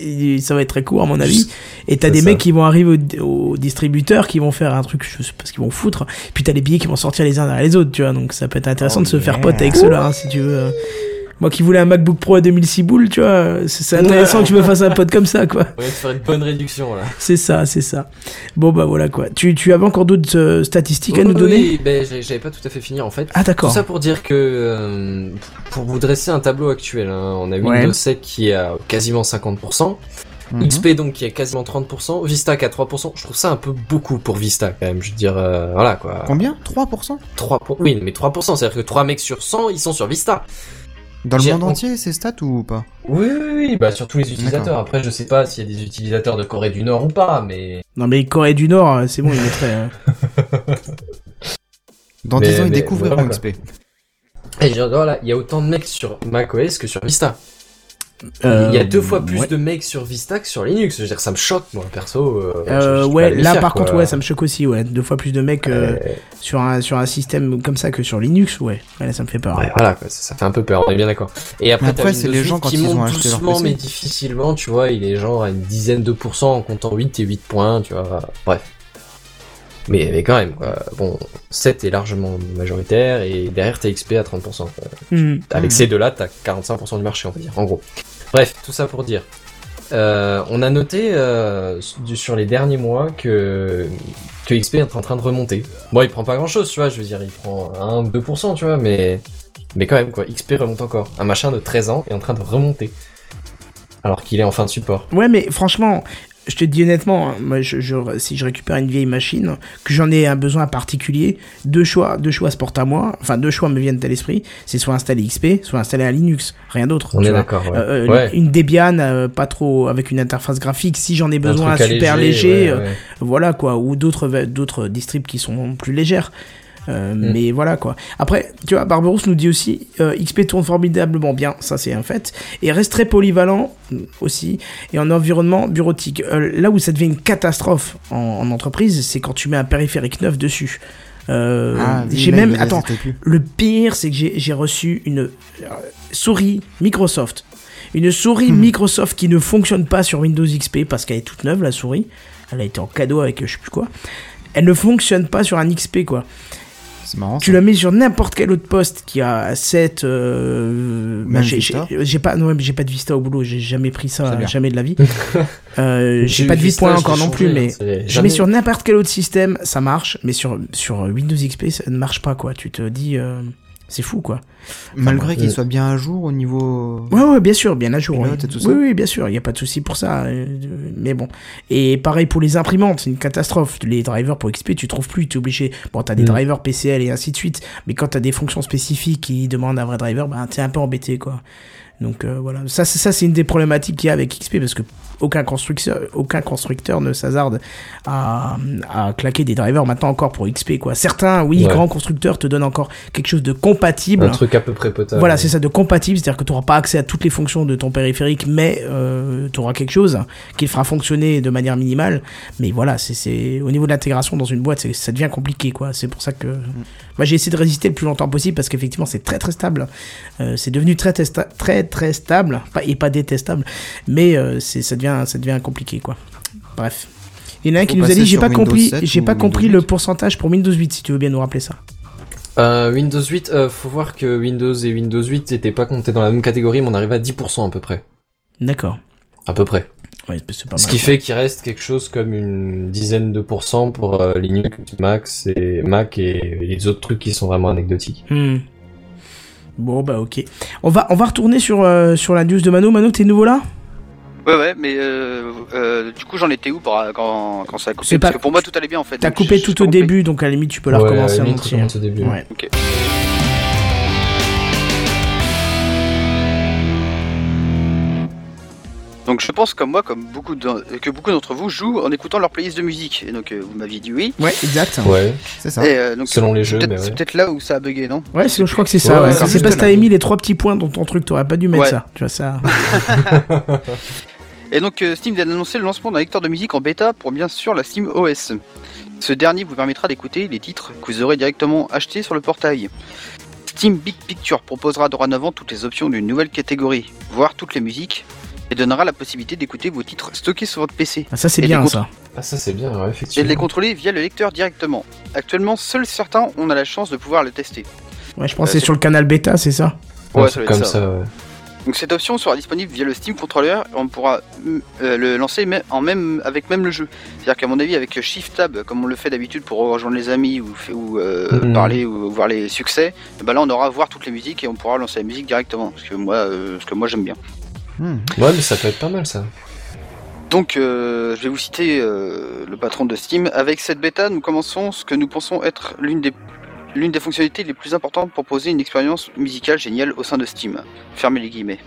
et ça va être très court à mon avis. Et t'as C'est des ça. mecs qui vont arriver au, au distributeur, qui vont faire un truc, je sais pas ce qu'ils vont foutre. Puis t'as les billets qui vont sortir les uns derrière les autres, tu vois. Donc ça peut être intéressant Oh de se faire yeah. pote avec ceux-là, hein, si tu veux. Moi qui voulais un MacBook Pro à deux mille six boules, tu vois, c'est, c'est intéressant que je me fasse un pote comme ça, quoi. On va te faire une bonne réduction là. C'est ça, c'est ça. Bon bah voilà quoi. Tu, tu avais encore d'autres euh, statistiques à nous Oui, donner? Oui, ben, j'avais j'avais pas tout à fait fini en fait. Ah d'accord. Tout ça pour dire que, euh, pour vous dresser un tableau actuel, hein, on a Ouais. Windows sept qui est à quasiment cinquante pour cent, Mhm. X P donc qui est quasiment trente pour cent, Vista qui est à trois pour cent. Je trouve ça un peu beaucoup pour Vista quand même. Je veux dire, euh, voilà quoi. Combien? trois pour cent? trois pour... Oui, mais trois pour cent, c'est-à-dire que trois mecs sur cent, ils sont sur Vista. Dans le J'ai- monde on- entier, ces stats ou pas? Oui, oui, oui, bah sur tous les utilisateurs. D'accord. Après, je sais pas s'il y a des utilisateurs de Corée du Nord ou pas, mais... Non mais Corée du Nord, euh, c'est bon, il mettrait... euh, Dans Mais- dix ans, ils mais découvriront voilà, X P. Et je veux dire, voilà, il y a autant de mecs sur macOS que sur Vista. euh, Il y a deux fois plus ouais. de mecs sur Vista que sur Linux. Je veux dire, ça me choque, moi, perso. Euh, je- Euh, je suis ouais, pas là fier, par quoi. contre, ouais, ça me choque aussi, ouais. Deux fois plus de mecs euh, Euh, sur, un, sur un système comme ça que sur Linux, ouais. Ouais, là, ça me fait peur. Ouais, voilà, quoi, ça, ça fait un peu peur, on est bien d'accord. Et après, Après, t'as c'est Windows les gens huit quand qui ils ont monte acheté leur doucement, P C. mais difficilement, tu vois, il est genre à une dizaine de pourcents en comptant huit et huit points, tu vois, bref. Mais, mais quand même, quoi. Bon, sept est largement majoritaire, et derrière, t'as X P à trente pour cent. Quoi. Mhm. Avec ces deux-là, t'as quarante-cinq pour cent du marché, on va dire, en gros. Bref, tout ça pour dire. Euh, on a noté euh, du- sur les derniers mois que, que X P est en train de remonter. Bon, il prend pas grand-chose, tu vois, je veux dire, il prend un ou deux pour cent, tu vois, mais... Mais quand même, quoi, X P remonte encore. Un machin de treize ans est en train de remonter. Alors qu'il est en fin de support. Ouais, mais franchement, je te dis honnêtement, hein, moi, je, je- si je récupère une vieille machine, que j'en ai un besoin particulier, deux choix, deux choix se portent à moi, enfin deux choix me viennent à l'esprit, c'est soit installer X P, soit installer un Linux, rien d'autre. On tu est vois. d'accord, ouais. Euh, euh, Ouais. Une Debian, euh, pas trop avec une interface graphique, si j'en ai Un besoin, un truc super allégé, léger, ouais, euh, ouais. voilà quoi, ou d'autres d'autres distribs qui sont plus légères. Euh, Mm. Mais voilà quoi. Après, tu vois, Barberousse nous dit aussi euh, X P tourne formidablement bien, ça c'est un fait, et reste très polyvalent mm, aussi, et en environnement bureautique. Euh, là où ça devient une catastrophe en, en entreprise, c'est quand tu mets un périphérique neuf dessus. Euh, Ah, oui, j'ai là, même, il attends, existait plus. le pire c'est que j'ai j'ai reçu une euh, souris Microsoft. Une souris Hmm. Microsoft qui ne fonctionne pas sur Windows X P parce qu'elle est toute neuve la souris. Elle a été en cadeau avec euh, je sais plus quoi. Elle ne fonctionne pas sur un X P quoi. C'est marrant. Tu ça. la mets sur n'importe quel autre poste qui a sept. Euh, bah, Même j'ai, Vista. j'ai, j'ai pas, non, j'ai pas de Vista au boulot. J'ai jamais pris C'est ça, bien. jamais de la vie. euh, j'ai J'ai pas de eu vie de Vista, point je encore l'ai non plus, changé, mais hein, c'est- je jamais- mets sur n'importe quel autre système, ça marche. Mais sur sur Windows X P, ça ne marche pas quoi. Tu te dis, euh, c'est fou quoi. Malgré Enfin, qu'il euh, soit bien à jour au niveau. Ouais, ouais, bien sûr, bien à jour. Pilote Oui, et tout ça. oui, oui, bien sûr, il n'y a pas de souci pour ça. euh, Mais bon. Et pareil pour les imprimantes, c'est une catastrophe. Les drivers pour X P, tu trouves plus, tu es obligé. Bon, t'as des Mm. drivers P C L et ainsi de suite, mais quand t'as des fonctions spécifiques qui demandent un vrai driver, bah, t'es un peu embêté, quoi. Donc euh, voilà, ça, c'est- ça c'est une des problématiques qu'il y a avec X P parce que aucun constructeur, aucun constructeur ne s'hasarde à, à claquer des drivers maintenant encore pour X P quoi. Certains, oui, Ouais. grands constructeurs te donnent encore quelque chose de compatible. Un truc à peu près potable. Voilà, c'est ça, de compatible, c'est-à-dire que tu n'auras pas accès à toutes les fonctions de ton périphérique, mais euh, tu auras quelque chose qui le fera fonctionner de manière minimale. Mais voilà, c'est, c'est au niveau de l'intégration dans une boîte, c'est, ça devient compliqué, quoi. C'est pour ça que moi j'ai essayé de résister le plus longtemps possible parce qu'effectivement c'est très très stable. Euh, c'est devenu très testa- très très stable, pas, et pas détestable, mais euh, c'est, ça devient ça devient compliqué, quoi. Bref. Il y en a un Faut qui nous a passer dit j'ai sur pas Windows compris, sept j'ai ou pas Windows compris huit. le pourcentage pour Windows huit, si tu veux bien nous rappeler ça. Euh, Windows huit, euh, faut voir que Windows et Windows huit n'étaient pas comptés dans la même catégorie, mais on arrive à dix pour cent à peu près. D'accord. À peu près. Ouais, c'est pas mal. Ce qui fait qu'il reste quelque chose comme une dizaine de pourcents pour euh, Linux, Mac et Mac et les autres trucs qui sont vraiment anecdotiques. Hmm. Bon bah ok. On va on va retourner sur euh, sur la news de Mano. Mano, t'es nouveau là? Ouais, ouais, mais euh, euh, du coup, j'en étais où par, quand, quand ça a coupé C'est Parce pas- que pour moi, tout allait bien en fait. T'as donc coupé j'ai- tout j'ai au pas compris. début, donc à la limite tu peux la Ouais, recommencer à la en limite, entier. recommence au début. Ouais. Ok. Donc je pense comme moi, comme beaucoup d'en- que beaucoup d'entre vous jouent en écoutant leur playlist de musique. Et donc euh, vous m'aviez dit oui. Ouais, exact. Ouais, C'est ça. Et, euh, donc, selon les c'est jeux, peut-être- mais c'est ouais. peut-être là où ça a bugué, non? Ouais, c'est- je crois que c'est ça. Ouais, Ouais. c'est C'est juste parce que là. t'avais mis les trois petits points dans ton truc, t'aurais pas dû mettre Ouais. ça. Tu vois ça. Et donc euh, Steam vient d'annoncer le lancement d'un lecteur de musique en bêta pour bien sûr la Steam O S. Ce dernier vous permettra d'écouter les titres que vous aurez directement achetés sur le portail. Steam Big Picture proposera dorénavant toutes les options d'une nouvelle catégorie, voire toutes les musiques, et donnera la possibilité d'écouter vos titres stockés sur votre P C. Ah, ça c'est Et bien les ça. Ah ça c'est bien, ouais, Et de effectivement. les contrôler via le lecteur directement. Actuellement, seuls certains ont la chance de pouvoir le tester. Ouais, je pense que Euh, c'est c'est- sur le canal bêta, c'est ça. Ouais, Ouais, c'est ça doit comme être ça. ça, ouais. Donc cette option sera disponible via le Steam Controller et on pourra euh, le lancer même, en même, avec même le jeu. C'est-à-dire qu'à mon avis, avec Shift Tab, comme on le fait d'habitude pour rejoindre les amis ou, ou euh, Mhm. parler ou voir les succès, bah là on aura à voir toutes les musiques et on pourra lancer la musique directement. Parce que moi, euh, parce que moi j'aime bien. Hmm. Ouais, mais ça peut être pas mal ça. Donc euh, je vais vous citer euh, le patron de Steam. Avec cette bêta, nous commençons ce que nous pensons être l'une des L'une des fonctionnalités les plus importantes pour proposer une expérience musicale géniale au sein de Steam. Fermez les guillemets.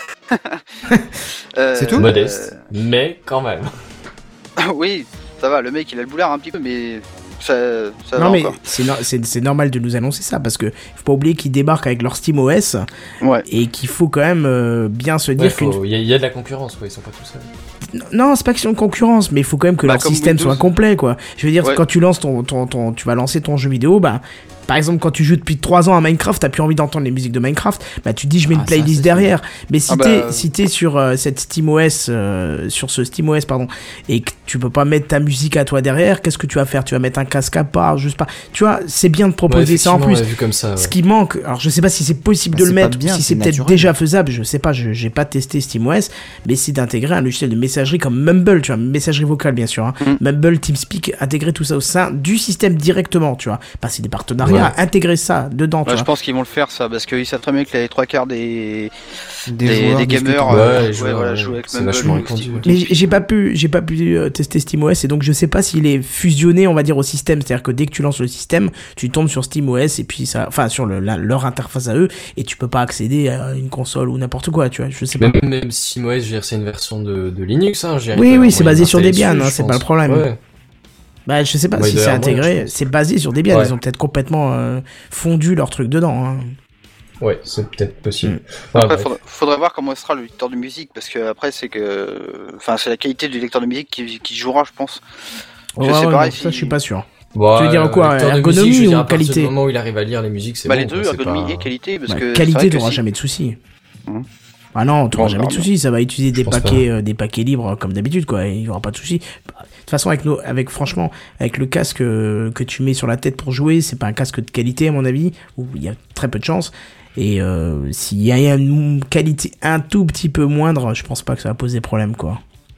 Euh, C'est tout Modeste, mais quand même. euh, Oui, ça va, le mec il a le boulard un petit peu, mais ça, ça non va mais encore. c'est, no- c'est, c'est normal de nous annoncer ça parce que faut pas oublier qu'ils débarquent avec leur SteamOS Ouais. et qu'il faut quand même euh, bien se Il dire qu'une y, a- y a de la concurrence, ouais, ils sont pas tout seuls. non, c'est pas question de concurrence, mais il faut quand même que Bah, leur comme système Windows. soit complet, quoi. Je veux dire, Ouais. quand tu lances ton, ton, ton, tu vas lancer ton jeu vidéo, bah, par exemple, quand tu joues depuis trois ans à Minecraft, t'as plus envie d'entendre les musiques de Minecraft, bah, tu te dis, je mets une Ah, ça, playlist c'est derrière. Mais si Ah bah, t'es, euh, si t'es sur euh, cette SteamOS, euh, sur ce SteamOS, pardon, et que tu peux pas mettre ta musique à toi derrière, qu'est-ce que tu vas faire? Tu vas mettre un casque à part, juste pas. Tu vois, c'est bien de proposer Ouais, ça en plus. effectivement, ouais, vu comme ça, ouais. Ce qui manque, alors je sais pas si c'est possible Bah, de le c'est pas mettre, bien, ou si c'est c'est peut-être naturel. déjà faisable, je sais pas, je, j'ai pas testé SteamOS, mais c'est d'intégrer un logiciel de messagerie comme Mumble, tu vois, messagerie vocale bien sûr, hein. Mm. Mumble, TeamSpeak, intégrer tout ça au sein du système directement, tu vois, passer des partenariats, intégrer ça dedans, tu Ouais, vois. je pense qu'ils vont le faire ça, parce qu'ils savent très bien que les trois quarts des, Des, des, joueurs des discutent gamers entre eux. Ouais, euh, les ouais, joueurs, voilà, ouais, jouent avec c'est Mumble vachement ou répandu, Steam- ouais. Mais j'ai j'ai pas pu, j'ai pas pu euh, tester SteamOS et donc je sais pas s'il est fusionné, on va dire, au système. C'est-à-dire que dès que tu lances le système, tu tombes sur SteamOS et puis ça, enfin sur le, la- leur interface à eux et tu peux pas accéder à une console ou n'importe quoi, tu vois. Je sais pas. Même, même SteamOS, je veux dire, c'est une version de, de Linux, hein. j'ai- Oui, il doit oui, y c'est avoir basé moyen sur d'installer Debian, dessus, hein, je c'est pense. pas le problème. Ouais. Bah, je sais pas Ouais, si il doit y c'est avoir moyen, je intégré. pense. C'est basé sur Debian. Ouais. Ils ont peut-être complètement euh, fondu leur truc dedans. Hein. Ouais, c'est peut-être possible. Mm. Ah, Après, bref. faudrait, faudrait voir comment sera le lecteur de musique, parce que après c'est que, enfin, c'est la qualité du lecteur de musique qui, qui jouera, je pense. Je Ouais, sais ouais, pas non, si- ça, je suis pas sûr. Bon, Tu veux dire euh, quoi, lecteur de ergonomie musique, je veux dire, ou à partir qualité du moment où il arrive à lire les musiques, c'est Bah bon. les deux, quoi, c'est ergonomie pas- et qualité, parce Bah, que c'est qualité, vrai que t'auras si- jamais de soucis. Mhm. Ah non, t'auras Bon, jamais de on verra soucis. Ça va utiliser des pense paquets, euh, des paquets libres comme d'habitude, quoi. Il y aura pas de soucis. De toute façon, avec nos, avec franchement, avec le casque euh, que tu mets sur la tête pour jouer, c'est pas un casque de qualité à mon avis, où il y a très peu de chance. Et euh, s'il y a une qualité un tout petit peu moindre, je pense pas que ça va poser problème, quoi.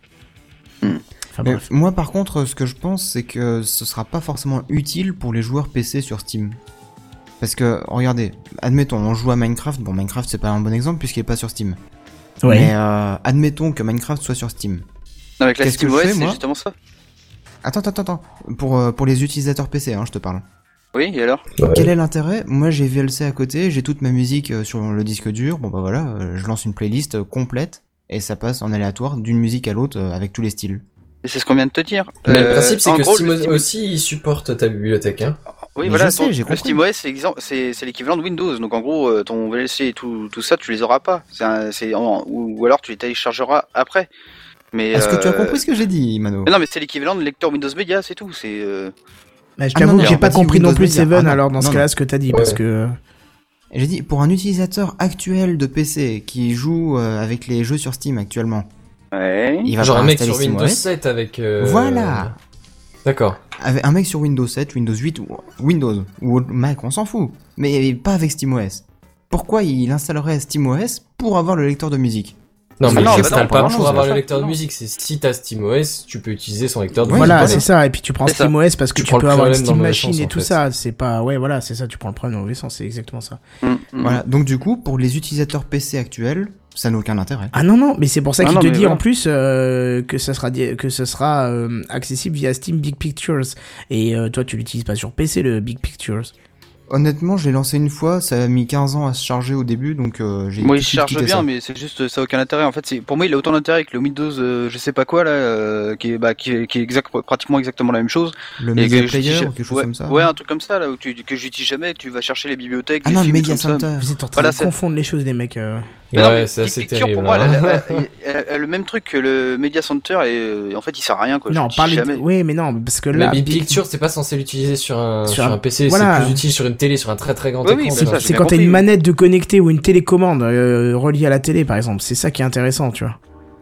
Hmm. Enfin, Mais bref. moi, par contre, ce que je pense, c'est que ce sera pas forcément utile pour les joueurs P C sur Steam. Parce que, regardez, admettons, on joue à Minecraft. Bon, Minecraft, c'est pas un bon exemple puisqu'il est pas sur Steam. Ouais. Mais euh, admettons que Minecraft soit sur Steam. Non, avec la Qu'est-ce que SteamOS, je fais, c'est moi justement ça. Attends, attends, attends. Pour, euh, pour les utilisateurs P C, hein, je te parle. Oui, et alors? Ouais. Quel est l'intérêt? Moi, j'ai V L C à côté, j'ai toute ma musique euh, sur le disque dur. Bon, bah voilà, euh, je lance une playlist euh, complète et ça passe en aléatoire d'une musique à l'autre euh, avec tous les styles. Et c'est ce qu'on vient de te dire. Mais le Euh, principe, c'est en que gros, Steam le Steam- aussi, il supporte ta bibliothèque, hein. Oui, Mais voilà, je sais, ton- j'ai le compris. SteamOS, c'est exem- c'est c'est l'équivalent de Windows. Donc en gros, euh, ton V L C et tout, tout ça, tu les auras pas. C'est un- c'est en- ou, ou alors tu les téléchargeras après. Mais Est-ce que tu as euh, compris ce que j'ai dit, Mano? mais non, mais c'est l'équivalent de lecteur Windows Media, c'est tout. C'est euh, Bah, je Ah, t'avoue non, que non, j'ai on pas a dit compris non Windows plus Media. Seven, Ah, non, alors dans ce non, cas-là, non. ce que t'as dit, Ouais. parce que. J'ai dit, pour un utilisateur actuel de P C qui joue euh, avec les jeux sur Steam actuellement, ouais. il va Genre pas un mec installer sur Windows SteamOS. sept avec... euh, Voilà. D'accord. Avec un mec sur Windows sept, Windows huit, ou Windows, ou Mac, on s'en fout. Mais pas avec SteamOS. Pourquoi il installerait SteamOS pour avoir le lecteur de musique? Non, Ah mais non, il bah t'installes non, pas non, pour c'est avoir pas le ça, lecteur de non. musique. C'est si t'as SteamOS, tu peux utiliser son lecteur de Ouais, musique. Voilà, voilà. c'est ça. Et puis tu prends C'est ça. SteamOS parce que Tu tu, prends peux le avoir une problème dans Steam le mauvais Machine sens, et en tout fait. ça. C'est pas, ouais, voilà, c'est ça. Tu prends le problème dans le mauvais sens. C'est exactement ça. Mm, mm. Voilà, donc du coup, pour les utilisateurs P C actuels, ça n'a aucun intérêt. Ah non non, mais c'est pour ça Ah qu'il non, te mais dit voilà. en plus euh, que ça sera di- que ce sera euh, accessible via Steam Big Pictures. Et euh, toi, tu l'utilises pas sur P C le Big Pictures. Honnêtement, je l'ai lancé une fois, ça a mis quinze ans à se charger au début, donc euh, j'ai Moi, tout il de se suite charge quitté bien, ça. mais c'est juste, ça a aucun intérêt. En fait, c'est, pour moi, il a autant d'intérêt que le Windows, euh, je sais pas quoi, là, euh, qui est, bah, qui est, qui est exact, pratiquement exactement la même chose. Le Et Media que Player j'utilise- ou quelque chose ouais, comme ça. Ouais, un truc comme ça, là, où tu, que j'utilise jamais, tu vas chercher les bibliothèques, Ah les non, le films, Media tout comme ça. Center. Vous êtes en train Voilà, de c'est- confondre les choses, les mecs. euh. Mais non, Ouais, mais c'est assez Big Picture, terrible. pour moi, hein. elle, elle- elle- elle- elle a le même truc que le Media Center, et euh, en fait, il sert à rien, quoi. Non, je parlez. jamais. De... Oui, mais non, parce que Mais là, Big Big- Picture, c'est pas censé l'utiliser sur un, Sur sur un- un P C, voilà. c'est plus utile sur une télé, sur un très très grand Oui, oui, écran. c'est quoi. ça, j'ai c'est bien quand t'as compris. une manette de connecter ou une télécommande euh, reliée à la télé, par exemple. C'est ça qui est intéressant, tu vois.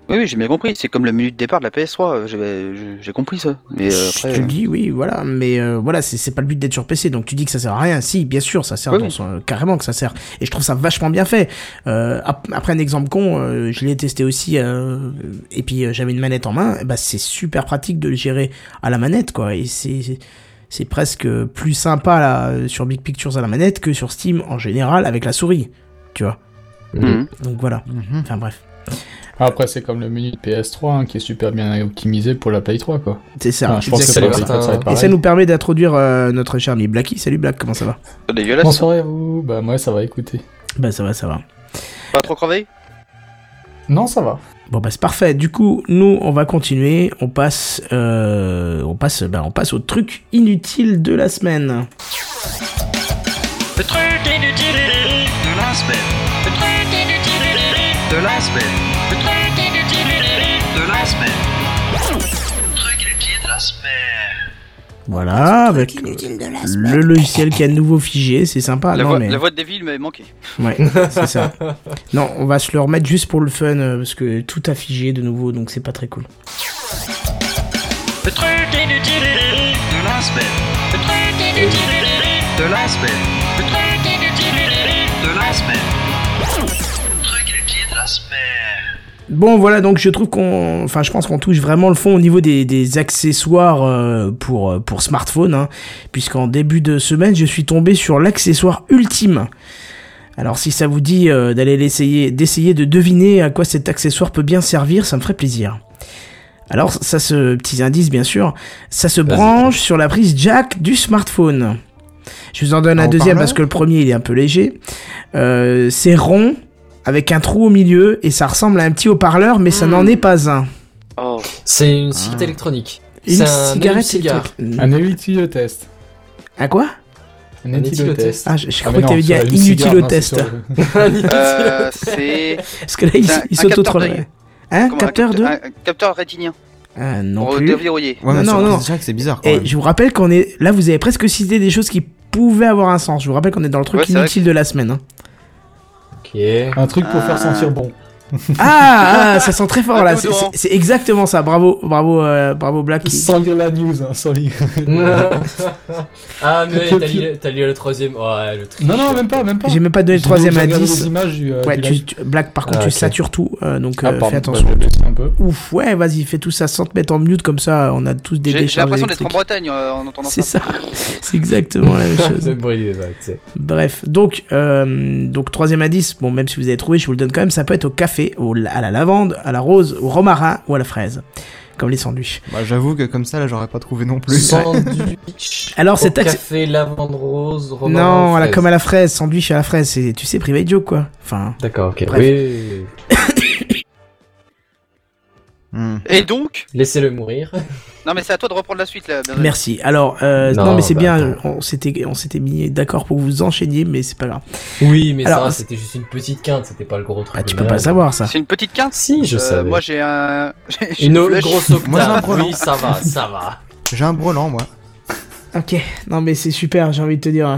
Oui, oui, j'ai bien compris. C'est comme le menu de départ de la P S trois. J'ai, j'ai compris ça. Mais euh, après, je te le euh, dis, oui, voilà. Mais euh, voilà, c'est, c'est pas le but d'être sur P C. Donc tu dis que ça sert à rien. Si, bien sûr, ça sert. Oui, dans oui. son- euh, carrément que ça sert. Et je trouve ça vachement bien fait. Euh, ap- après un exemple con, euh, je l'ai testé aussi. Euh, et puis euh, j'avais une manette en main. Bah c'est super pratique de le gérer à la manette, quoi. Et c'est c'est, c'est presque plus sympa là, sur Big Pictures à la manette que sur Steam en général avec la souris. Tu vois. mhm. Donc voilà. Mhm. Enfin bref. Après, c'est comme le menu de P S trois hein, qui est super bien optimisé pour la Play trois, quoi. C'est ça. Enfin, je pense que Exactement. pour la Play quatre, ça va être Et ça pareil. nous permet d'introduire euh, notre cher ami Blacky. Salut Black, comment ça va? C'est dégueulasse. Bonsoir à vous. Bah, moi, ça va, écouter. Bah ça va, ça va. Pas trop crevé. Non, ça va. Bon bah c'est parfait. Du coup, nous on va continuer. On passe, euh, on passe, bah on passe au truc inutile de la semaine. Le truc inutile de la semaine. Le truc inutile de la semaine. Le truc inutile de la semaine. Le truc inutile de la semaine. Voilà, avec euh, le logiciel qui a de nouveau figé, c'est sympa. la, non voix, mais la voix de Devil m'avait manqué. ouais, c'est ça. Non, on va se le remettre juste pour le fun euh, parce que tout a figé de nouveau, donc c'est pas très cool. Le truc inutile de la semaine. Le truc inutile de la semaine. Le truc inutile de la semaine. Le truc inutile de la semaine. Bon voilà, donc je trouve qu'on, enfin je pense qu'on touche vraiment le fond au niveau des, des accessoires euh, pour euh, pour smartphone, hein, puisqu'en début de semaine je suis tombé sur l'accessoire ultime. Alors si ça vous dit euh, d'aller l'essayer, d'essayer de deviner à quoi cet accessoire peut bien servir, ça me ferait plaisir. Alors ça se, petits indices bien sûr, ça se Vas-y. branche sur la prise jack du smartphone. Je vous en donne un En deuxième haut-parleur parce que le premier il est un peu léger. Euh, c'est rond, avec un trou au milieu, et ça ressemble à un petit haut-parleur, mais ça Mm. n'en est pas un. Oh. C'est une cigarette électronique. Une C'est un cigarette cigare. électrique. Un utilotest. Un quoi? Un Un utilotest. utilotest. Ah, je, je Ah, crois mais que t'avais non, dit un sur la cigare, non, inutile-test. c'est sur le- Euh, c'est Parce que là, il, C'est un- il un s'auto-troll. capteur d'œil. Hein? comment, Capteur un, de? un, un capteur rétinien Ah, non pour plus. déverrouiller. Ouais, Non, mais sur non, la non. prise jack, c'est bizarre quand Et même. je vous rappelle qu'on est... Là, vous avez presque cité des choses qui pouvaient avoir un sens. Je vous rappelle qu'on est dans le truc Ouais, c'est vrai inutile de la semaine. Hein. Ok. Un truc pour Ah. faire sentir bon. Ah, ah, ça sent très fort Un là. C'est, déodorant. c'est- c'est exactement ça. Bravo, bravo, euh, bravo Black. qui- Sans lire la news, hein, sans lire. Ah mais t'as lu, t'as lu le troisième. Ouais, le tricheur. Non, non, même pas, même pas. J'ai même pas donné le J'ai troisième regardé indice. les images du, euh, Ouais, du tu, live. tu- Black, par contre, Ah, tu ok. satures tout. euh, donc, Ah, euh, pardon, fais bah, attention. je vais baisser un peu. Ouf, ouais, vas-y, fais tout ça sans te mettre en mute comme ça. On a tous des J'ai, j'ai décharges l'impression d'être en électriques. Bretagne euh, en entendant C'est ça. ça. C'est exactement la même chose. C'est le bruit des vagues, tu sais. Bref, donc, euh, donc troisième indice, bon, même si vous avez trouvé, je vous le donne quand même, ça peut être au café, au, à la lavande, à la rose, au romarin ou à la fraise. Comme les sandwichs. Bah, j'avoue que comme ça, là, j'aurais pas trouvé non plus. Sandwich. Alors, au c'est accès- café, lavande rose, romarin, Non, à la, fraise. comme à la fraise, sandwich à la fraise, c'est, tu sais, private joke, quoi. Enfin, D'accord, ok. Bref. Oui. Hmm. Et donc, Laissez-le mourir. non mais c'est à toi de reprendre la suite là. Benjamin. merci. Alors, euh, non, Non, mais c'est bah, bien, attends. on s'était, on s'était mis d'accord pour que vous enchaîniez, mais c'est pas grave. Oui, mais Alors, ça, va, c'est- c'était juste une petite quinte, c'était pas le gros truc. Bah, tu de peux pas le malade. savoir, ça. C'est une petite quinte. Si, je Euh, savais. Moi j'ai un. j'ai- j'ai Une une autre flèche. grosse Moi, j'ai un octave. brelan. Oui, ça va, ça va. J'ai un brelan, moi. Ok, non mais c'est super, j'ai envie de te dire.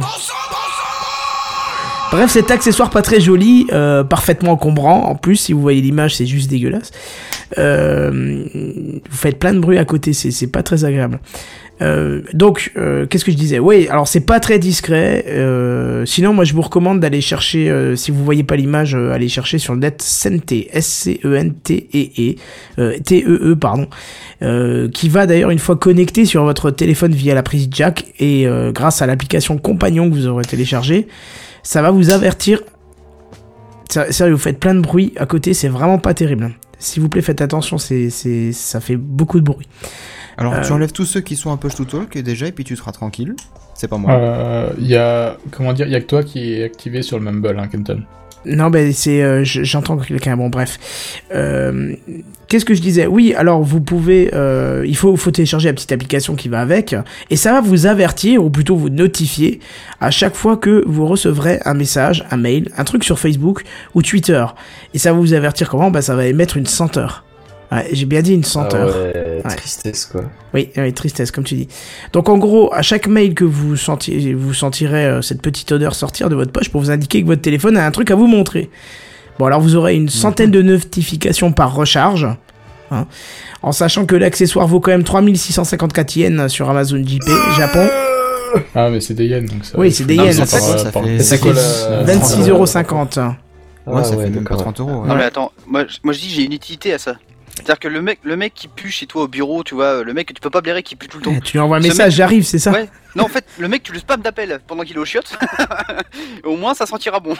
Bref, cet accessoire pas très joli, euh, parfaitement encombrant. En plus, si vous voyez l'image, c'est juste dégueulasse. Euh, vous faites plein de bruit à côté, c'est, c'est pas très agréable. Euh, donc, euh, qu'est-ce que je disais? Oui, alors c'est pas très discret. Euh, sinon, moi, je vous recommande d'aller chercher, euh, si vous voyez pas l'image, euh, allez chercher sur le net Sente, S C E N T E E, euh, T E E, pardon, euh, qui va d'ailleurs une fois connecté sur votre téléphone via la prise jack et euh, grâce à l'application Compagnon que vous aurez téléchargée, ça va vous avertir. Ça- Sérieux, vous faites plein de bruit à côté, c'est vraiment pas terrible. S'il vous plaît, faites attention, c'est, c'est, ça fait beaucoup de bruit. Alors, Euh. tu enlèves tous ceux qui sont un push to talk déjà, et puis tu seras tranquille. C'est pas moi. Euh, Il y a, comment dire, il y a que toi qui est activé sur le Mumble, hein, Kenton. Non, ben c'est, euh, je- j'entends que quelqu'un. Bon, bref. Euh, qu'est-ce que je disais? Oui, alors vous pouvez, euh, il faut, faut télécharger la petite application qui va avec, et ça va vous avertir, ou plutôt vous notifier, à chaque fois que vous recevrez un message, un mail, un truc sur Facebook ou Twitter. Et ça va vous avertir comment? Bah, ça va émettre une senteur. Ouais, j'ai bien dit une senteur. Ah ouais, Ouais. tristesse quoi. Oui, oui, tristesse, comme tu dis. Donc en gros, à chaque mail que vous sentiez, vous sentirez euh, cette petite odeur sortir de votre poche pour vous indiquer que votre téléphone a un truc à vous montrer. Bon, alors vous aurez une centaine de notifications par recharge, hein, en sachant que l'accessoire vaut quand même trois mille six cent cinquante-quatre yens sur Amazon J P Japon. Ah, mais c'est des yens, donc ça... Oui, c'est des Non, yens. ça Ça fait- ça fait- C'est quoi la... vingt-six euros cinquante. Ah, Ouais, ça ouais, fait même pas d'accord. trente euros. Non ouais. mais attends, moi, je- moi je dis j'ai une utilité à ça. C'est-à-dire que le mec, le mec qui pue chez toi au bureau, tu vois, le mec que tu peux pas blairer qui pue tout le temps. Eh, tu lui envoies un Ce message, mec- j'arrive, c'est ça? Ouais. Non en fait, le mec tu le spam d'appel pendant qu'il est aux chiottes. Au moins ça sentira bon.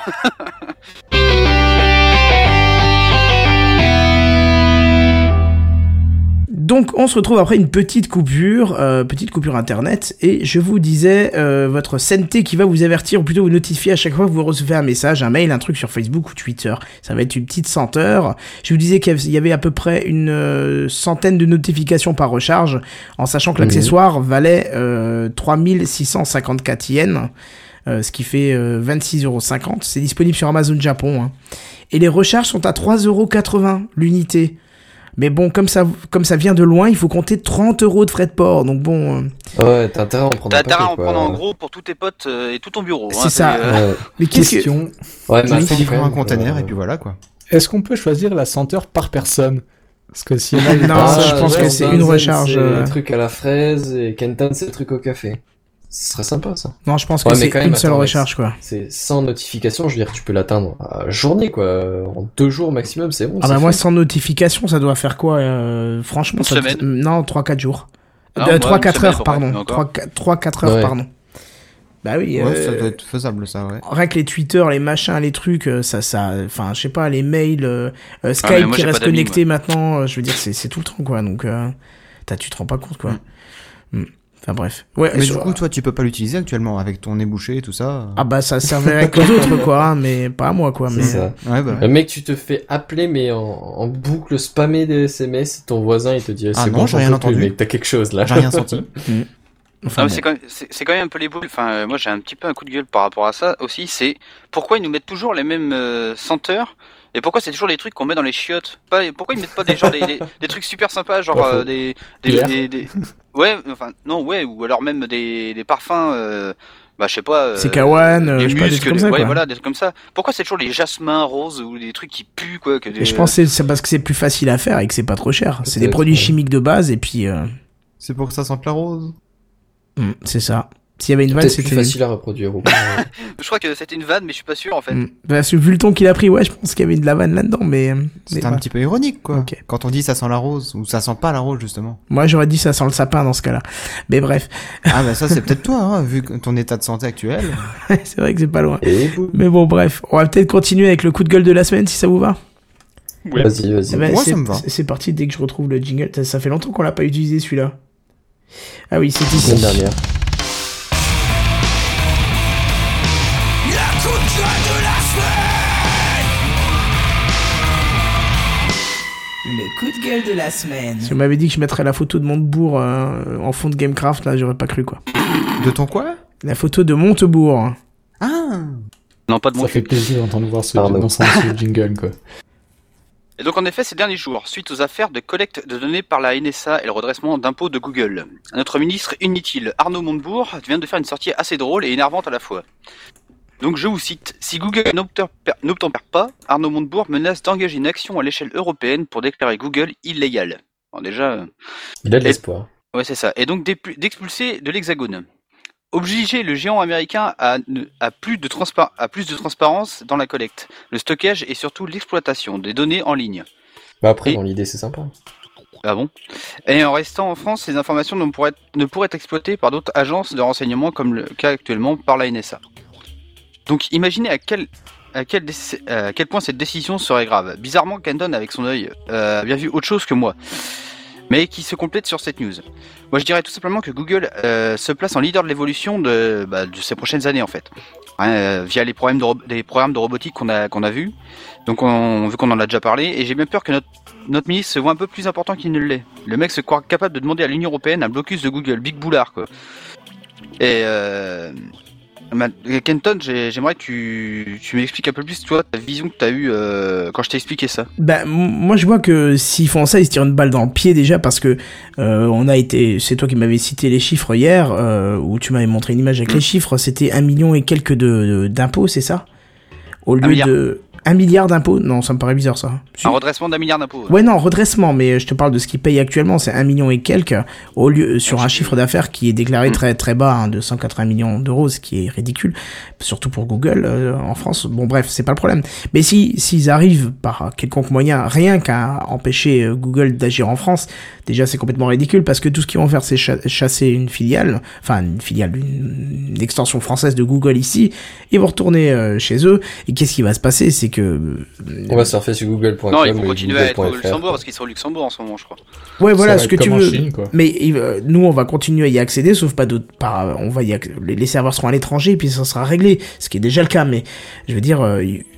Donc on se retrouve après une petite coupure, euh, petite coupure internet, et je vous disais, euh, votre C N T qui va vous avertir, ou plutôt vous notifier à chaque fois que vous recevez un message, un mail, un truc sur Facebook ou Twitter. Ça va être une petite senteur. Je vous disais qu'il y avait à peu près une euh, centaine de notifications par recharge, en sachant que Mhm. l'accessoire valait euh, trois mille six cent cinquante-quatre yens, euh, ce qui fait euh, vingt-six euros cinquante. C'est disponible sur Amazon Japon, hein. Et les recharges sont à trois euros quatre-vingts l'unité. Mais bon, comme ça, comme ça vient de loin, il faut compter trente euros de frais de port. Donc bon, euh, Ouais, t'as intérêt à en prendre T'as un intérêt à en paquet, prendre quoi. en gros pour tous tes potes euh, et tout ton bureau. C'est hein, ça. euh, Ouais. mais qu'est-ce que... Question, Ouais, mais Il attends, faut quand prendre un même, container euh, et puis voilà quoi. est-ce qu'on peut choisir la senteur par personne? Parce que si y en a une Non, personne- je pense que Jordan, c'est une recharge, C'est euh. le truc à la fraise et Kenton c'est le truc au café. Ce serait sympa ça. Non, je pense que Ouais, mais c'est quand même, une seule attends, recharge, quoi. C'est sans notification, je veux dire, tu peux l'atteindre à journée quoi. En deux jours maximum, c'est bon. Ah c'est bah moi, fait. sans notification, ça doit faire quoi euh, Franchement, Une ça... semaine. Non, trois quatre jours. Ah, Euh, moi, trois une quatre semaine, heures, faut pardon. pas, encore. trois quatre heures, Ouais. pardon. Bah oui, Ouais, euh, ça doit être faisable ça, ouais. rien que les Twitter, les machins, les trucs, euh, ça, ça, enfin, je sais pas, les mails, euh, euh, Skype Ah, mais moi, qui j'ai reste pas d'amis, connecté maintenant, euh, je veux dire, c'est, c'est tout le temps, quoi. Donc, euh, t'as, tu te rends pas compte, quoi. Hmm. Enfin bref. Ouais. Mais sur- du coup, toi, tu peux pas l'utiliser actuellement avec ton nez bouché et tout ça. Ah bah ça servirait qu'aux autres, quoi, hein, mais pas à moi, quoi. C'est Mais ça. Ouais, bah. Le mec, tu te fais appeler, mais en, en boucle, spammer des S M S, ton voisin, il te dit, Ah c'est non, bon, j'ai j'en rien peux plus, entendu. mec, t'as quelque chose, là. J'ai rien senti. Enfin, Non, mais bon. c'est quand même, c'est, c'est quand même un peu les boules. Enfin, euh, moi j'ai un petit peu un coup de gueule par rapport à ça aussi. C'est pourquoi ils nous mettent toujours les mêmes euh, senteurs et pourquoi c'est toujours les trucs qu'on met dans les chiottes. Pas, pourquoi ils mettent pas des genre des, des, des trucs super sympas, genre Pas faux. euh, des, des, Pierre. des, des- ouais, enfin non, ouais, ou alors même des, des parfums. Euh, bah je sais pas. Euh, C'est Kawan, euh, des je sais pas, des muscs, trucs comme des- ça, ouais, quoi. voilà, des trucs comme ça. Pourquoi c'est toujours les jasmins roses ou des trucs qui puent quoi que des, Et je pense que c'est, c'est parce que c'est plus facile à faire et que c'est pas trop cher. C'est des Peut-être, produits ouais. chimiques de base et puis euh, C'est pour que ça sente la rose. hmm, c'est ça. S'il y avait une vanne, Peut-être plus c'était facile à reproduire. ou pas. Je crois que c'était une vanne, mais je suis pas sûr en fait. Hmm. Parce que vu le ton qu'il a pris, ouais, je pense qu'il y avait de la vanne là-dedans, mais, euh, mais C'est un voilà. petit peu ironique, quoi. Ok. Quand on dit ça sent la rose, ou ça sent pas la rose, justement. Moi, j'aurais dit ça sent le sapin dans ce cas-là. Mais bref, Ah bah ça, c'est peut-être toi, hein, vu que ton état de santé actuel. c'est vrai que c'est pas loin. Et boum. Mais bon, bref, on va peut-être continuer avec le coup de gueule de la semaine si ça vous va. Vas-y, vas-y. Eh ben, Moi, c'est, ça me va. c'est- c'est parti dès que je retrouve le jingle. Ça, ça fait longtemps qu'on l'a pas utilisé celui-là. Ah oui, c'est La ici. semaine dernière. Le coup de gueule de la semaine. Si on m'avait dit que je mettrais la photo de Montebourg euh, en fond de Gamecraft, là, j'aurais pas cru, quoi. De ton quoi? La photo de Montebourg. Ah! Non, pas de mon Ça fait cul. plaisir d'entendre voir ce, Pardon. dans ce ce jingle, quoi. Et donc en effet, ces derniers jours, suite aux affaires de collecte de données par la N S A et le redressement d'impôts de Google, notre ministre inutile Arnaud Montebourg vient de faire une sortie assez drôle et énervante à la fois. Donc je vous cite, si Google n'obtempère n'obtempère pas, Arnaud Montebourg menace d'engager une action à l'échelle européenne pour déclarer Google illégal. Bon déjà, euh, Il a de Et- l'espoir. ouais c'est ça. Et donc d'épu- d'expulser de l'Hexagone. Obliger le géant américain à, ne- à, plus de transpa- à plus de transparence dans la collecte, le stockage et surtout l'exploitation des données en ligne. Bah après, Et- dans l'idée, c'est sympa. Ah bon? Et en restant en France, ces informations ne pourraient, ne pourraient être exploitées par d'autres agences de renseignement comme le cas actuellement par la N S A. Donc imaginez à quel, à quel, déc- à quel point cette décision serait grave. Bizarrement, Kenton, avec son œil, euh, a bien vu autre chose que moi, mais qui se complète sur cette news. Moi je dirais tout simplement que Google euh, se place en leader de l'évolution de, bah, de ces prochaines années en fait. Hein, euh, via les programmes de, ro- les programmes de robotique qu'on a, qu'on a vus. Donc on, vu qu'on en a déjà parlé, et j'ai bien peur que notre notre ministre se voit un peu plus important qu'il ne l'est. Le mec se croit capable de demander à l'Union Européenne un blocus de Google, big boulard quoi. Et euh, ma- Kenton, j'ai- j'aimerais que tu, tu m'expliques un peu plus toi ta vision que t'as eue euh, quand je t'ai expliqué ça. Bah, m- moi je vois que s'ils font ça, ils se tirent une balle dans le pied déjà parce que euh, on a été, c'est toi qui m'avais cité les chiffres hier, euh, où tu m'avais montré une image avec les chiffres, c'était un million et quelques de, de- d'impôts, c'est ça? Au lieu milliard. de Un milliard d'impôts? Non, ça me paraît bizarre, ça. Si. Un redressement d'un milliard d'impôts. Ouais, non, redressement, mais je te parle de ce qu'ils payent actuellement, c'est un million et quelques, au lieu, sur un chiffre d'affaires qui est déclaré mmh. très, très bas, hein, de cent quatre-vingts millions d'euros, ce qui est ridicule, surtout pour Google, euh, en France. Bon, bref, c'est pas le problème. Mais si, s'ils arrivent par quelconque moyen, rien qu'à empêcher Google d'agir en France, déjà, c'est complètement ridicule, parce que tout ce qu'ils vont faire, c'est cha- chasser une filiale, enfin, une filiale, une, une extension française de Google ici, ils vont retourner euh, chez eux, et qu'est-ce qui va se passer, c'est que... Euh, on va surfer sur google point com. Non, ils vont continuer à être au Luxembourg, parce qu'ils sont au Luxembourg en ce moment, je crois. Ouais, voilà, ce que tu veux. Chine, mais euh, nous, on va continuer à y accéder, sauf pas d'autres, par, on va y acc- les serveurs seront à l'étranger, et puis ça sera réglé, ce qui est déjà le cas, mais je veux dire... Euh,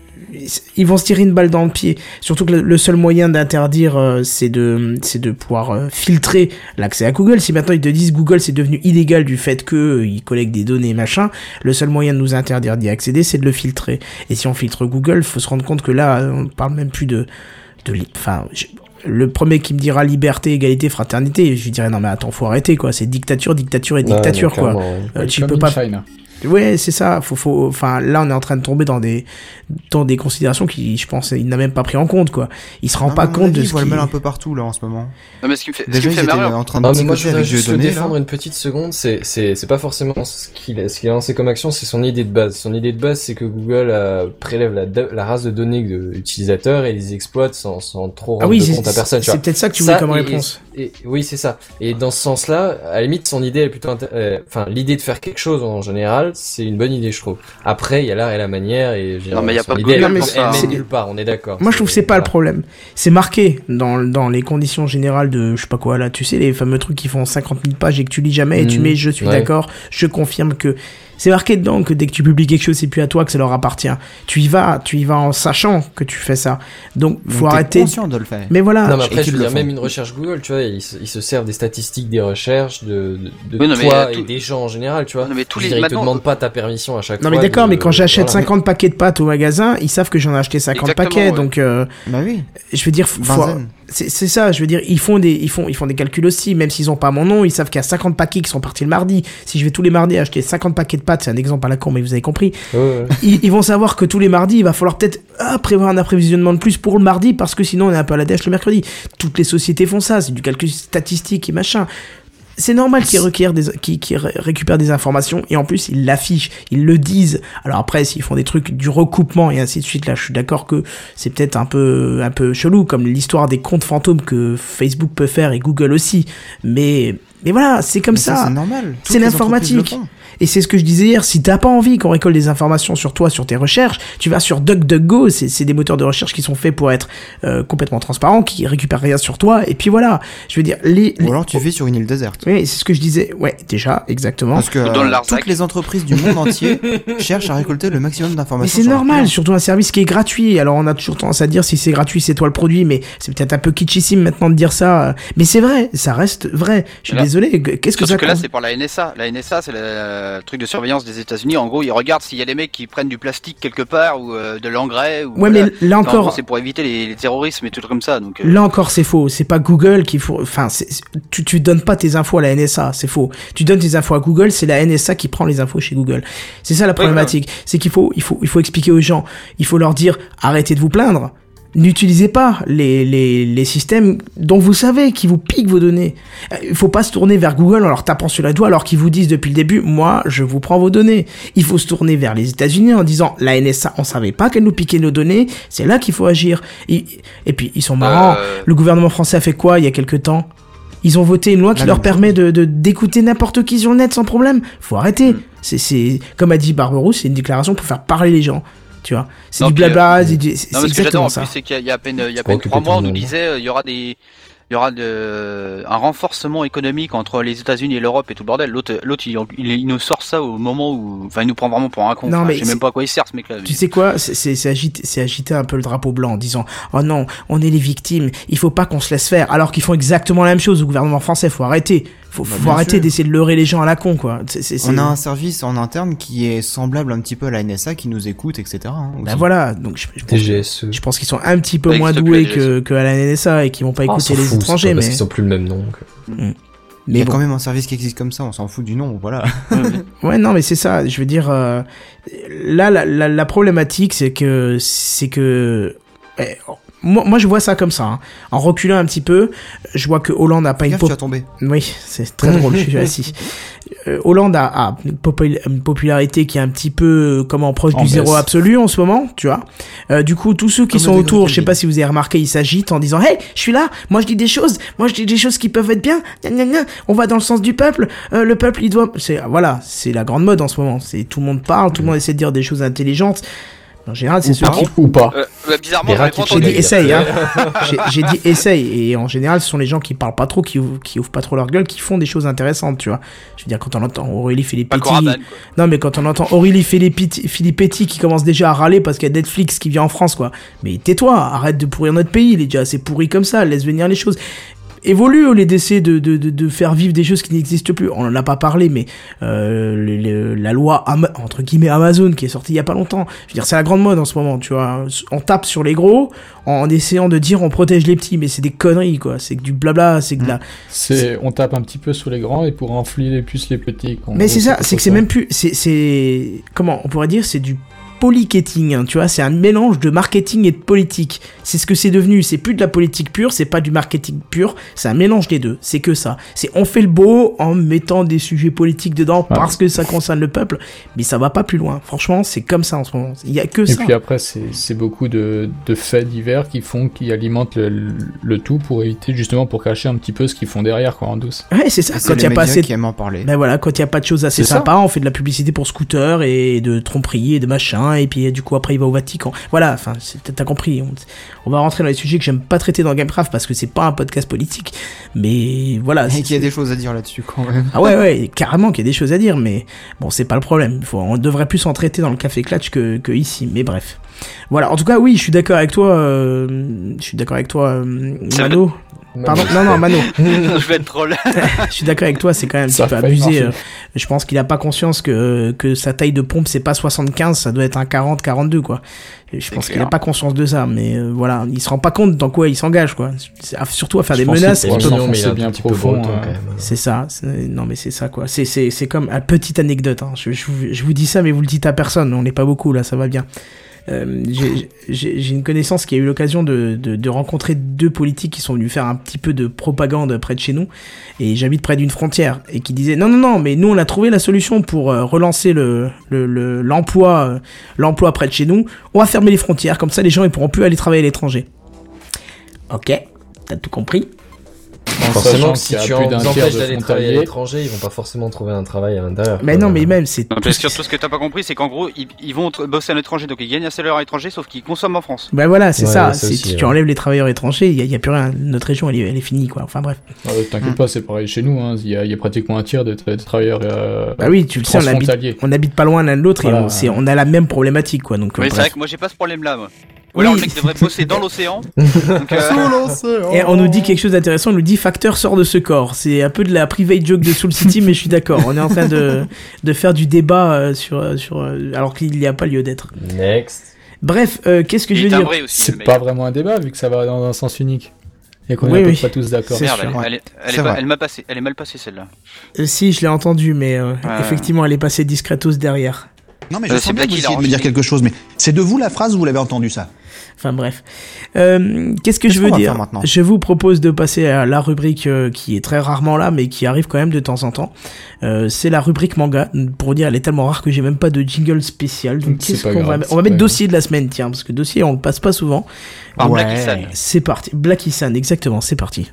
ils vont se tirer une balle dans le pied. Surtout que le seul moyen d'interdire, euh, c'est de, c'est de pouvoir euh, filtrer l'accès à Google. Si maintenant ils te disent Google c'est devenu illégal du fait que euh, ils collectent des données machin, le seul moyen de nous interdire d'y accéder, c'est de le filtrer. Et si on filtre Google, faut se rendre compte que là, on parle même plus de, de, enfin, je, le premier qui me dira liberté, égalité, fraternité, je lui dirais non mais attends, faut arrêter quoi. C'est dictature, dictature et dictature non, quoi. Euh, tu peux pas. China. Ouais, c'est ça. Faut, faut, enfin, là, on est en train de tomber dans des, dans des considérations qui, je pense, il n'a même pas pris en compte, quoi. Il se rend non, pas compte de ce qu'il... voit le mal un peu partout, là, en ce moment. Non, mais ce qui me fait, déjà, ce qui me fait en train de ah, mais moi, je voudrais juste données, défendre là. une petite seconde. C'est, c'est, c'est pas forcément ce qu'il a, ce qu'il a lancé comme action, c'est son idée de base. Son idée de base, c'est que Google euh, prélève la, la race de données de l'utilisateur et les exploite sans, sans trop rendre ah oui, de compte à personne. C'est, c'est peut-être ça que tu voulais comme réponse. Et, et, oui, c'est ça. Et dans ce sens-là, à la limite, son idée est plutôt, intér... euh, enfin, l'idée de faire quelque chose en général, c'est une bonne idée, je trouve. Après, il y a l'art et la manière et non, mais il y a pas de idée, Google elle, ça. elle mène nulle part, on est d'accord. Moi, je trouve que c'est pas voilà. le problème. C'est marqué dans, dans les conditions générales de, je sais pas quoi, là, tu sais, les fameux trucs qui font cinquante mille pages et que tu lis jamais et mmh, tu mets, je suis ouais. d'accord, je confirme que, c'est marqué dedans que dès que tu publies quelque chose, c'est plus à toi que ça leur appartient. Tu y vas, tu y vas en sachant que tu fais ça. Donc, faut Donc arrêter. T'es conscient de le faire. Mais voilà. Non, mais après, je veux dire, même une recherche Google, tu vois, ils se, ils se servent des statistiques des recherches, de, de, de oui, non, toi et tout... des gens en général, tu vois. Non, mais tous je les veux dire, maintenant... ils te demandent pas ta permission à chaque non, fois. Non, mais d'accord, de... mais quand j'achète voilà. cinquante paquets de pâtes au magasin, ils savent que j'en ai acheté cinquante Exactement, paquets, ouais. donc, euh, bah oui. Je veux dire, faut, c'est, c'est ça, je veux dire, ils font des, ils font, ils font des calculs aussi, même s'ils ont pas mon nom, ils savent qu'il y a cinquante paquets qui sont partis le mardi. Si je vais tous les mardis acheter cinquante paquets de pâtes, c'est un exemple à la con, mais vous avez compris. Ouais, ouais. Ils, ils vont savoir que tous les mardis, il va falloir peut-être ah, prévoir un approvisionnement de plus pour le mardi, parce que sinon on est un peu à la dèche le mercredi. Toutes les sociétés font ça, c'est du calcul statistique et machin. C'est normal qu'ils requièrent des, qu'ils, qu'ils récupèrent des informations et en plus ils l'affichent, ils le disent. Alors après, s'ils font des trucs du recoupement et ainsi de suite, là, je suis d'accord que c'est peut-être un peu, un peu chelou, comme l'histoire des comptes fantômes que Facebook peut faire et Google aussi. Mais, mais voilà, c'est comme ça. ça. C'est normal. Toutes c'est l'informatique. Et c'est ce que je disais hier, si t'as pas envie qu'on récolte des informations sur toi, sur tes recherches, tu vas sur DuckDuckGo, c'est, c'est des moteurs de recherche qui sont faits pour être euh, complètement transparents, qui récupèrent rien sur toi, et puis voilà. Je veux dire, les... Ou alors tu vis sur une île déserte. Oui, c'est ce que je disais. Ouais, déjà, exactement. Parce que euh, toutes les entreprises du monde entier cherchent à récolter le maximum d'informations. Mais c'est normal, surtout un service qui est gratuit. Alors on a toujours tendance à dire si c'est gratuit, c'est toi le produit, mais c'est peut-être un peu kitschissime maintenant de dire ça. Mais c'est vrai, ça reste vrai. Je suis là, désolé, qu'est-ce que ça... Parce que là, c'est pour la N S A. La N S A, c'est la... Le truc de surveillance des États-Unis, en gros, ils regardent s'il y a des mecs qui prennent du plastique quelque part ou euh, de l'engrais. Ou, ouais, voilà. mais là encore, en gros, c'est pour éviter les, les terrorismes et tout comme ça. Donc euh... là encore, c'est faux. C'est pas Google qu'il faut. Enfin, c'est... tu tu donnes pas tes infos à la N S A, c'est faux. Tu donnes tes infos à Google, c'est la N S A qui prend les infos chez Google. C'est ça la problématique. Oui, voilà. C'est qu'il faut il faut il faut expliquer aux gens. Il faut leur dire arrêtez de vous plaindre. N'utilisez pas les, les, les systèmes dont vous savez qui vous piquent vos données. Il faut pas se tourner vers Google en leur tapant sur les doigts alors qu'ils vous disent depuis le début, moi, je vous prends vos données. Il faut se tourner vers les États-Unis en disant, la N S A, on savait pas qu'elle nous piquait nos données, c'est là qu'il faut agir. Et, et puis, ils sont marrants. Euh... Le gouvernement français a fait quoi il y a quelque temps? Ils ont voté une loi qui la leur permet de, de, d'écouter n'importe qui sur le net sans problème. Faut arrêter. Mmh. C'est, c'est, comme a dit Barberousse, c'est une déclaration pour faire parler les gens. Tu vois, c'est non, du blabla, euh, c'est, du, c'est, non, c'est exactement ça. En plus, c'est qu'il y a à peine, il y a à peine trois mois, on nous disait, il y aura des, il y aura de, un renforcement économique entre les États-Unis et l'Europe et tout le bordel. L'autre, l'autre, il, il, il nous sort ça au moment où, enfin, il nous prend vraiment pour un con. Non, enfin, mais je sais même pas à quoi il sert, ce mec-là. Tu sais quoi, c'est, c'est, c'est agiter, c'est agiter un peu le drapeau blanc en disant, oh non, on est les victimes, il faut pas qu'on se laisse faire, alors qu'ils font exactement la même chose au gouvernement français, faut arrêter. Faut, bah, faut arrêter sûr. d'essayer de leurrer les gens à la con, quoi. C'est, c'est, c'est... On a un service en interne qui est semblable un petit peu à la N S A, qui nous écoute, et cetera. Hein, ben voilà, donc je, je, pense, que, je pense qu'ils sont un petit peu moins doués que, que à la N S A et qu'ils vont pas écouter oh, les fout, étrangers, mais parce qu'ils sont plus le même nom. Mmh. Il Mais y a bon. quand même un service qui existe comme ça, on s'en fout du nom, voilà. Ouais, non, mais c'est ça. Je veux dire, euh, là, la, la, la problématique, c'est que, c'est que, eh, moi, moi, je vois ça comme ça. Hein. En reculant un petit peu, je vois que Hollande n'a pas une Gaffe, pop- tu vas tomber. Oui, c'est très drôle. Je suis assis. Euh, Hollande a, a une, popul- une popularité qui est un petit peu, euh, comment, proche En du zéro baisse. absolu en ce moment, tu vois. Euh, du coup, tous ceux qui Comme sont le autour, degré je sais pas si vous avez remarqué, ils s'agitent en disant, hey, je suis là. Moi, je dis des choses. Moi, je dis des choses qui peuvent être bien. Gna, gna, gna. On va dans le sens du peuple. Euh, le peuple, il doit. C'est voilà, c'est la grande mode en ce moment. C'est tout le monde parle, tout le monde essaie de dire des choses intelligentes. En général, c'est Ou ceux pas. qui. Ou pas. Euh, bah, bizarrement, Les j'en ai rats pas qui J'ai entendu. dit essaye, hein. J'ai j'ai dit essaye. Et en général, ce sont les gens qui parlent pas trop, qui ouvrent, qui ouvrent pas trop leur gueule, qui font des choses intéressantes, tu vois. Je veux dire, quand on entend Aurélie Pas Filippetti. Coraban, quoi. Non, mais quand on entend Aurélie Filippetti, Filippetti qui commence déjà à râler parce qu'il y a Netflix qui vient en France, quoi. Mais tais-toi, arrête de pourrir notre pays. Il est déjà assez pourri comme ça. Laisse venir les choses. Évolue au lieu d'essayer de, de, de, de faire vivre des choses qui n'existent plus. On en a pas parlé, mais euh, le, le- la loi Ama- entre guillemets Amazon qui est sortie il y a pas longtemps. Je veux dire, c'est la grande mode en ce moment, tu vois. On tape sur les gros en essayant de dire on protège les petits, mais c'est des conneries, quoi. C'est que du blabla, c'est que de la. C'est, on tape un petit peu sur les grands et pour enfler plus les petits. En Mais gros, c'est ça, plutôt c'est que c'est même plus, c'est, c'est, comment on pourrait dire, c'est du politicking, hein, tu vois, c'est un mélange de marketing et de politique. C'est ce que c'est devenu, c'est plus de la politique pure, c'est pas du marketing pur, c'est un mélange des deux, c'est que ça. C'est on fait le beau en mettant des sujets politiques dedans Ouais. parce que ça concerne le peuple, mais ça va pas plus loin. Franchement, c'est comme ça en ce moment. Il y a que Et ça. puis après, c'est, c'est beaucoup de, de faits divers qui font, qui alimentent le, le tout pour éviter, justement, pour cacher un petit peu ce qu'ils font derrière, quoi, en douce. Ouais, c'est ça. C'est Quand il les y a pas médias assez de qui aiment en parler. Ben voilà, quand il y a pas de choses assez C'est ça. sympas, on fait de la publicité pour scooter et de tromperie et de machin, et puis du coup après il va au Vatican. Voilà, enfin, c'est- t'as compris. On, on va rentrer dans les sujets que j'aime pas traiter dans Gamecraft parce que c'est pas un podcast politique, mais voilà. Et c'est- qu'il y a des choses à dire là-dessus quand même. Ah ouais, ouais, carrément qu'il y a des choses à dire, mais bon, c'est pas le problème. Faut, on devrait plus en traiter dans le Café Clutch que, que ici, mais bref. Voilà, en tout cas, oui, je suis d'accord avec toi, euh, je suis d'accord avec toi, euh, C'est Mano. Pardon, non, non, Mano. Je vais être troll. Je suis d'accord avec toi, c'est quand même un Ça petit peu a failli abusé. marcher. euh, Je pense qu'il a pas conscience que, que sa taille de pompe, c'est pas soixante-quinze, ça doit être un quarante, quarante-deux, quoi. Et je C'est pense qu'il clair. a pas conscience de ça, mais euh, voilà, il se rend pas compte dans quoi il s'engage, quoi. C'est- Surtout à faire Je des pense menaces. qu'il qui pense peuvent- mignon, mais il est un bien petit peu profond, breton, euh, quand même. C'est ça, c'est- non mais c'est ça, quoi. C'est, c'est, c'est comme, une petite anecdote, hein. je, je, vous, je vous dis ça, mais vous le dites à personne, on n'est pas beaucoup, là, ça va bien. Euh, j'ai, j'ai, j'ai une connaissance qui a eu l'occasion de, de, de rencontrer deux politiques qui sont venus faire un petit peu de propagande près de chez nous, et j'habite près d'une frontière, et qui disaient non non non, mais nous on a trouvé la solution pour euh, relancer le, le, le l'emploi euh, l'emploi près de chez nous, on va fermer les frontières, comme ça les gens ils pourront plus aller travailler à l'étranger. Ok, t'as tout compris. En Forcément, sachant que si qu'il y a tu plus en d'un empêches tiers de d'aller travailler à frontaliers. l'étranger, ils vont pas forcément trouver un travail à l'intérieur. Mais quoi. non, mais même c'est Non, tout mais ce qui- surtout, ce que t'as pas compris, c'est qu'en gros, ils, ils vont t- bosser à l'étranger, donc ils gagnent un salaire à l'étranger, sauf qu'ils consomment en France. Ben voilà, c'est Ouais, ça. ça C'est, aussi, si ouais. tu enlèves les travailleurs étrangers, il y, a- il y a plus rien. Notre région, elle est, elle est finie, quoi. Enfin bref. Ah ouais, t'inquiète Mm. pas, c'est pareil chez nous, hein. Il y a, il y a pratiquement un tiers de, tra- de travailleurs euh, Bah oui, tu le sais, on habite, transfrontaliers. on habite pas loin l'un de l'autre Voilà. et on, c'est, on a la même problématique, quoi. Donc, Mais euh, c'est vrai bref. que moi, j'ai pas ce problème-là, moi. Ou alors Oui. le mec devrait bosser dans l'océan. Donc, euh, Et on nous dit quelque chose d'intéressant. On nous dit facteur sort de ce corps. C'est un peu de la private joke de Soul City, mais je suis d'accord. On est en train de, de faire du débat euh, sur, sur, euh, alors qu'il n'y a pas lieu d'être. Next. Bref, euh, qu'est-ce que il je est veux dire? timbré aussi. le C'est mec. pas vraiment un débat vu que ça va dans un sens unique. Et qu'on Oui, est à peu oui. près tous d'accord. C'est Merde, sûr, elle, ouais. elle est- elle est C'est pas- vrai. elle m'a passé, elle est mal passée celle-là. Euh, si, je l'ai entendu, mais euh, Ouais. effectivement, elle est passée discretos derrière. Non, mais Euh, je c'est sens bien que Blacky, vous il a essayez de me dire quelque chose, mais c'est de vous la phrase ou vous l'avez entendu ça? Enfin bref. Euh, qu'est-ce que Qu'est-ce je veux qu'on va dire faire maintenant Je vous propose de passer à la rubrique euh, qui est très rarement là, mais qui arrive quand même de temps en temps. Euh, c'est la rubrique manga. Pour vous dire, elle est tellement rare que j'ai même pas de jingle spécial. Donc C'est qu'est-ce pas qu'on grave, va mettre c'est On va pas mettre grave. dossier de la semaine, tiens, parce que dossier on le passe pas souvent. Par Ouais. Blacky-san. C'est parti. Blacky-san, exactement, c'est parti.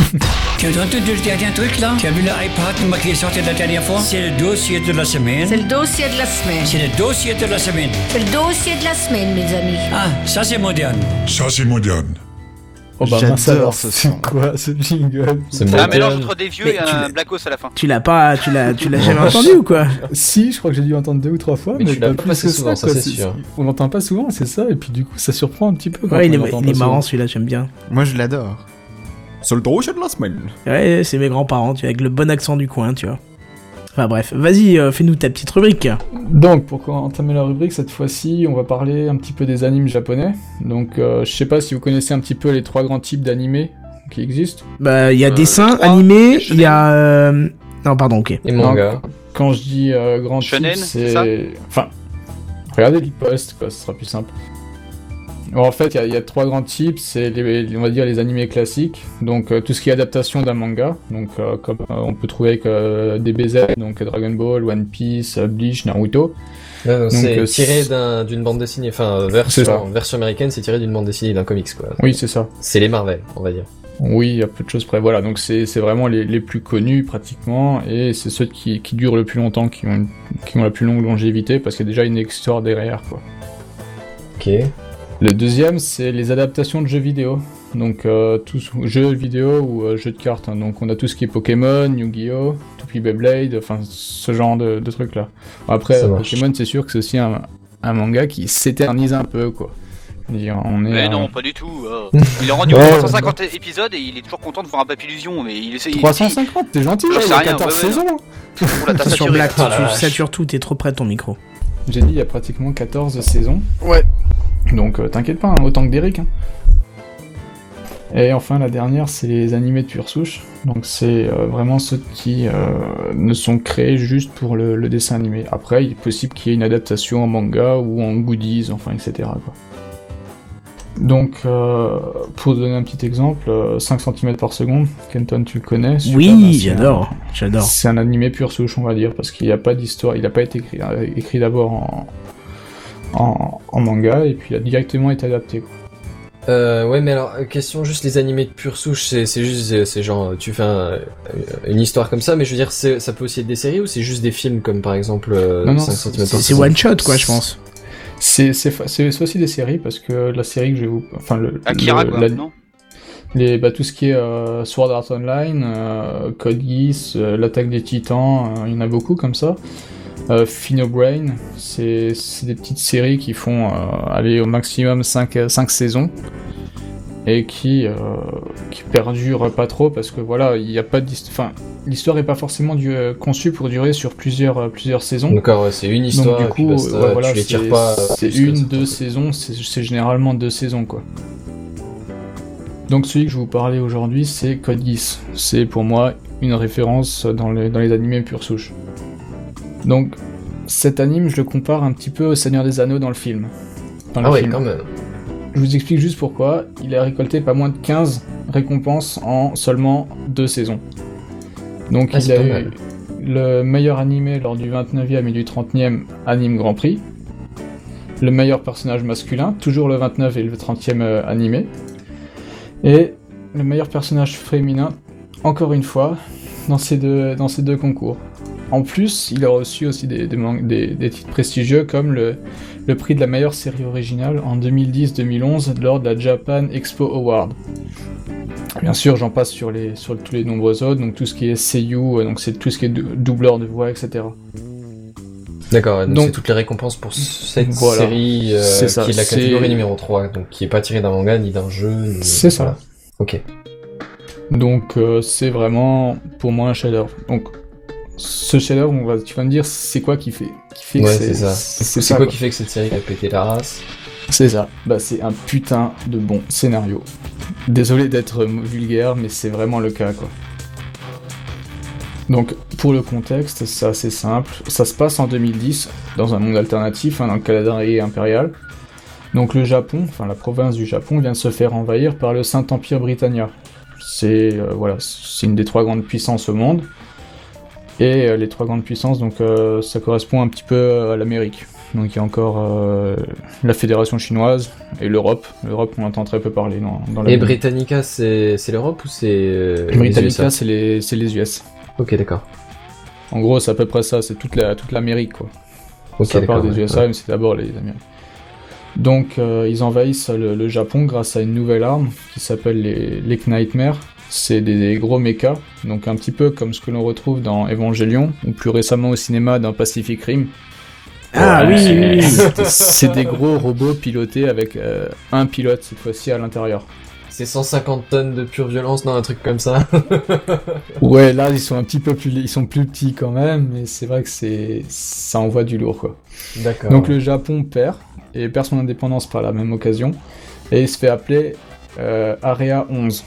Tu as entendu le dernier truc là? Tu as vu l'iPad qui est sorti la dernière fois? C'est le dossier de la semaine. C'est le dossier de la semaine. C'est le dossier de la semaine. C'est le dossier de la semaine, mes amis. Ah, ça c'est moderne. Ça, c'est moderne. Oh bah J'adore mince alors, ce c'est son. quoi ce jingle? C'est Un moderne. mélange entre des vieux Mais et tu un l'as- Blackos à la fin. Tu l'as pas, tu l'as, tu l'as jamais entendu ou quoi? Si, je crois que j'ai dû entendre deux ou trois fois, Mais mais, tu l'as pas pas plus passé que souvent, ça, ça, quoi. c'est sûr. On l'entend pas souvent, c'est ça, et puis du coup ça surprend un petit peu. Quand Ouais, il est, on l'entend il est pas marrant souvent. celui-là, j'aime bien. Moi je l'adore. C'est le dossier de la semaine. Ouais, c'est mes grands-parents, tu vois, avec le bon accent du coin, tu vois. Enfin bref, vas-y, euh, fais-nous ta petite rubrique. Donc, pour entamer la rubrique, cette fois-ci, on va parler un petit peu des animes japonais. Donc, euh, je sais pas si vous connaissez un petit peu les trois grands types d'animés qui existent. Bah, il y a Euh, dessin, trois, animé, et il y a... euh, Non, pardon, ok. Et manga. Quand je dis euh, grand Shonen, type, c'est ça c'est... Enfin, regardez les posts, quoi, ce sera plus simple. Alors, en fait, il y, a- il y a trois grands types, c'est les, on va dire les animés classiques, donc euh, tout ce qui est adaptation d'un manga, donc euh, comme euh, on peut trouver avec euh, D B Z, donc Dragon Ball, One Piece, euh, Bleach, Naruto. Ouais, donc c'est euh, tiré c'est- d'un, d'une bande dessinée, enfin euh, C'est version, ça. version américaine, c'est tiré d'une bande dessinée, d'un comics quoi. Oui, c'est ça. C'est les Marvel, on va dire. Oui, il y a peu de choses près. Voilà, donc c'est c'est vraiment les, les plus connus pratiquement, et c'est ceux qui, qui durent le plus longtemps, qui ont, une- qui ont la plus longue longévité, parce qu'il y a déjà une histoire derrière, quoi. Ok. Le deuxième, c'est les adaptations de jeux vidéo. Donc, euh, tous jeux vidéo ou euh, jeux de cartes. hein. Donc, on a tout ce qui est Pokémon, Yu-Gi-Oh!, Toupie Beyblade, enfin, ce genre de, de trucs-là. Bon, après, Ça euh, marche. Pokémon, c'est sûr que c'est aussi un, un manga qui s'éternise un peu, quoi. Je veux dire, on est Mais à- non, pas du tout. euh. Il a rendu Ouais, trois cent cinquante épisodes et il est toujours content de voir un papillusion, mais il essaie. trois cent cinquante, t'es gentil, J'en là, il sais y a rien, quatorze ouais, ouais, saisons. Oula, t'as Sur saturé. Black, Ah, la tu vache. satures tout, t'es trop près de ton micro. J'ai dit, il y a pratiquement quatorze saisons. Ouais. Donc, euh, t'inquiète pas, hein, autant que d'Eric. Hein. Et enfin, la dernière, c'est les animés de pure souche. Donc, c'est euh, vraiment ceux qui euh, ne sont créés juste pour le, le dessin animé. Après, il est possible qu'il y ait une adaptation en manga ou en goodies, enfin, et cetera. Quoi. Donc, euh, pour donner un petit exemple, euh, cinq centimètres par seconde, Kenton, tu le connais. Super, bah, Oui, c'est un- j'adore, j'adore. C'est un animé pure souche, on va dire, parce qu'il n'y a pas d'histoire, il n'a pas été écrit, euh, écrit d'abord en, en, en manga, et puis il a directement été adapté. Quoi. Euh, ouais, mais alors, euh, question juste les animés de pure souche, c'est, c'est juste, euh, c'est genre, tu fais un- une histoire comme ça, mais je veux dire, c'est, ça peut aussi être des séries ou c'est juste des films comme par exemple euh, Non, non, cinq c'est- centimètres C'est par c'est saison. one shot, quoi, je pense. C'est, c'est, fa- c'est c'est aussi des séries, parce que la série que je vais vous... Enfin, le, Akira, le- quoi, la- non les, bah, tout ce qui est euh, Sword Art Online, euh, Code Geass, euh, l'Attaque des Titans, euh, il y en a beaucoup comme ça. Euh, Phenobrain, c'est, c'est des petites séries qui font euh, aller au maximum cinq saisons et qui, euh, qui perdurent pas trop parce que voilà, il n'y a pas d'histoire. Enfin, l'histoire est pas forcément du, euh, conçue pour durer sur plusieurs, euh, plusieurs saisons. D'accord, ouais, c'est une histoire, Donc, du et puis coup, basta, ouais, voilà, tu les tires c'est, pas. euh, c'est plus que une, ça. deux saisons, c'est, c'est généralement deux saisons quoi. Donc celui que je vais vous parler aujourd'hui, c'est Code Geass. C'est pour moi une référence dans les, dans les animés pure souche. Donc cet anime, je le compare un petit peu au Seigneur des Anneaux dans le film. Dans le Ah ouais, film. quand même. Je vous explique juste pourquoi. Il a récolté pas moins de quinze récompenses en seulement deux saisons. Donc Ah, il c'est a pas eu mal. le meilleur animé lors du vingt-neuvième et du trentième Anime Grand Prix. Le meilleur personnage masculin, toujours le vingt-neuf et le trentième euh, animé. Et le meilleur personnage féminin, encore une fois, dans ces deux, dans ces deux concours. En plus, il a reçu aussi des, des, man- des, des titres prestigieux comme le, le prix de la meilleure série originale en deux mille dix deux mille onze lors de la Japan Expo Award. Bien sûr, j'en passe sur, les, sur tous les nombreux autres, donc tout ce qui est seiyuu, euh, donc c'est tout ce qui est dou- doubleur de voix, et cetera. D'accord, ouais, donc, Donc- c'est toutes les récompenses pour cette Voilà. série euh, C'est ça, qui est de la c'est- catégorie numéro trois, donc qui est pas tirée d'un manga ni d'un jeu. ni- C'est ça. voilà. Ok. Donc euh, c'est vraiment pour moi un chef-d'œuvre. Donc ce chef-d'œuvre, on va, tu vas me dire c'est quoi qui fait, qui fait que Ouais, c'est, c'est ça. C'est, C'est, ça, quoi quoi. qui fait que cette série a pété la race? C'est ça. Bah c'est un putain de bon scénario. Désolé d'être vulgaire, mais c'est vraiment le cas quoi. Donc pour le contexte, c'est assez simple. Ça se passe en deux mille dix dans un monde alternatif, hein, dans le calendrier impérial. Donc le Japon, enfin la province du Japon, vient de se faire envahir par le Saint-Empire Britannia. C'est euh, voilà, c'est une des trois grandes puissances au monde. Et euh, les trois grandes puissances, donc euh, ça correspond un petit peu à l'Amérique. Donc il y a encore euh, la Fédération chinoise et l'Europe. L'Europe, on entend très peu parler dans, dans la. Et Britannica, c'est, c'est l'Europe ou c'est euh, les U S Britannica, A? c'est les, c'est les U S. Ok, d'accord. En gros, c'est à peu près ça. C'est toute la, toute l'Amérique, quoi. Ok, ça part d'accord, des ouais, U S A, ouais. mais c'est d'abord les Amériques. Donc, euh, ils envahissent le, le Japon grâce à une nouvelle arme qui s'appelle les, les Knightmare. C'est des, des gros mechas, donc un petit peu comme ce que l'on retrouve dans Evangelion, ou plus récemment au cinéma dans Pacific Rim. Ah Ouais, oui, c'est- oui, oui. c'est- C'est des gros robots pilotés avec euh, un pilote cette fois-ci à l'intérieur. C'est cent cinquante tonnes de pure violence, non, un truc comme ça. Ouais, là ils sont un petit peu plus, ils sont plus petits quand même, mais c'est vrai que c'est, ça envoie du lourd quoi. D'accord. Donc le Japon perd et perd son indépendance par la même occasion et il se fait appeler euh, Area onze.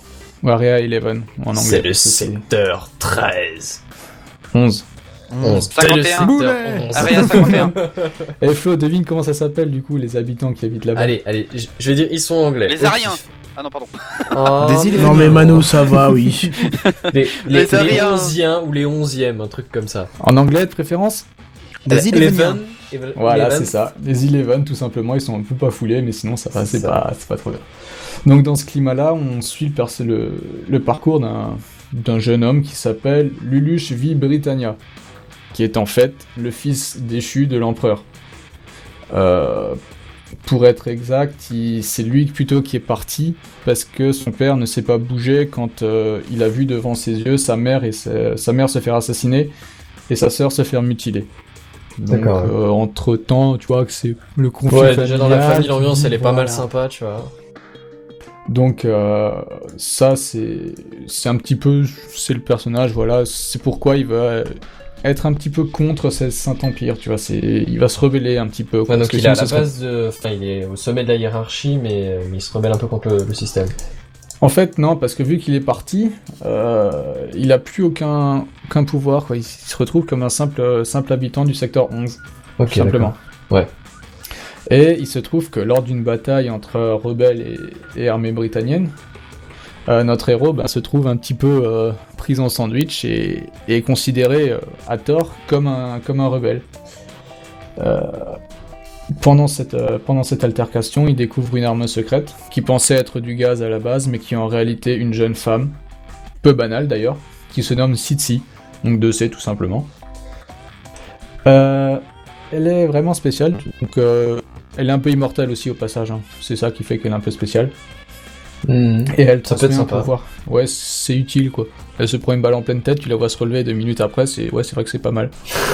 Ou Area onze en anglais. C'est le parce que c'est secteur treize. onze. onze. cinquante et un. Area cinquante et un. Et Flo, devine comment ça s'appelle du coup, les habitants qui habitent là-bas. Allez, allez, je je vais dire, ils sont anglais. Les Ariens. Ah non, pardon. Oh, Des îles- Non mais Mano, ça va, oui. les, les, Les les Ariens. onziens ou les onzièmes, un truc comme ça. En anglais de préférence. Des îles Eleven. Voilà, Eleven. c'est ça. Les Eleven, tout simplement, ils sont un peu pas foulés, mais sinon ça va, C'est c'est ça. pas, c'est pas trop bien. Donc dans ce climat-là, on suit le, perso- le, le parcours d'un, d'un jeune homme qui s'appelle Lulush V. Britannia, qui est en fait le fils déchu de l'empereur. Euh, pour être exact, il- c'est lui plutôt qui est parti parce que son père ne s'est pas bougé quand euh, il a vu devant ses yeux sa mère et sa, sa mère se faire assassiner et sa sœur se faire mutiler. Donc, D'accord. euh, entre temps, tu vois que c'est le conflit Ouais, déjà dans la familial, famille, l'ambiance qui- elle est pas mal voilà. sympa, tu vois. Donc euh, ça c'est c'est un petit peu c'est le personnage, voilà, c'est pourquoi il va être un petit peu contre ce Saint-Empire, tu vois, c'est il va se rebeller un petit peu. Ouais, parce donc que il est à sinon, la ça serait- base de. Enfin, il est au sommet de la hiérarchie, mais, mais il se rebelle un peu contre le, le système. En fait non, parce que vu qu'il est parti, euh, il a plus aucun aucun pouvoir, quoi. Il se retrouve comme un simple simple habitant du secteur onze, Ok, tout simplement. d'accord. Ouais. Et il se trouve que lors d'une bataille entre rebelles et, et armée britannienne, euh, notre héros bah, se trouve un petit peu euh, pris en sandwich et, et est considéré euh, à tort comme un, comme un rebelle. Euh, pendant, cette, euh, pendant cette altercation, il découvre une arme secrète qui pensait être du gaz à la base, mais qui est en réalité une jeune femme, peu banale d'ailleurs, qui se nomme Sitsi, donc deux C tout simplement. Euh, elle est vraiment spéciale, donc euh, elle est un peu immortelle aussi au passage, hein. C'est ça qui fait qu'elle est un peu spéciale. Mmh. Et elle Ça peut être transmet un sympa. pouvoir. Ouais, c'est utile quoi. Elle se prend une balle en pleine tête, tu la vois se relever deux minutes après, c'est ouais, c'est vrai que c'est pas mal.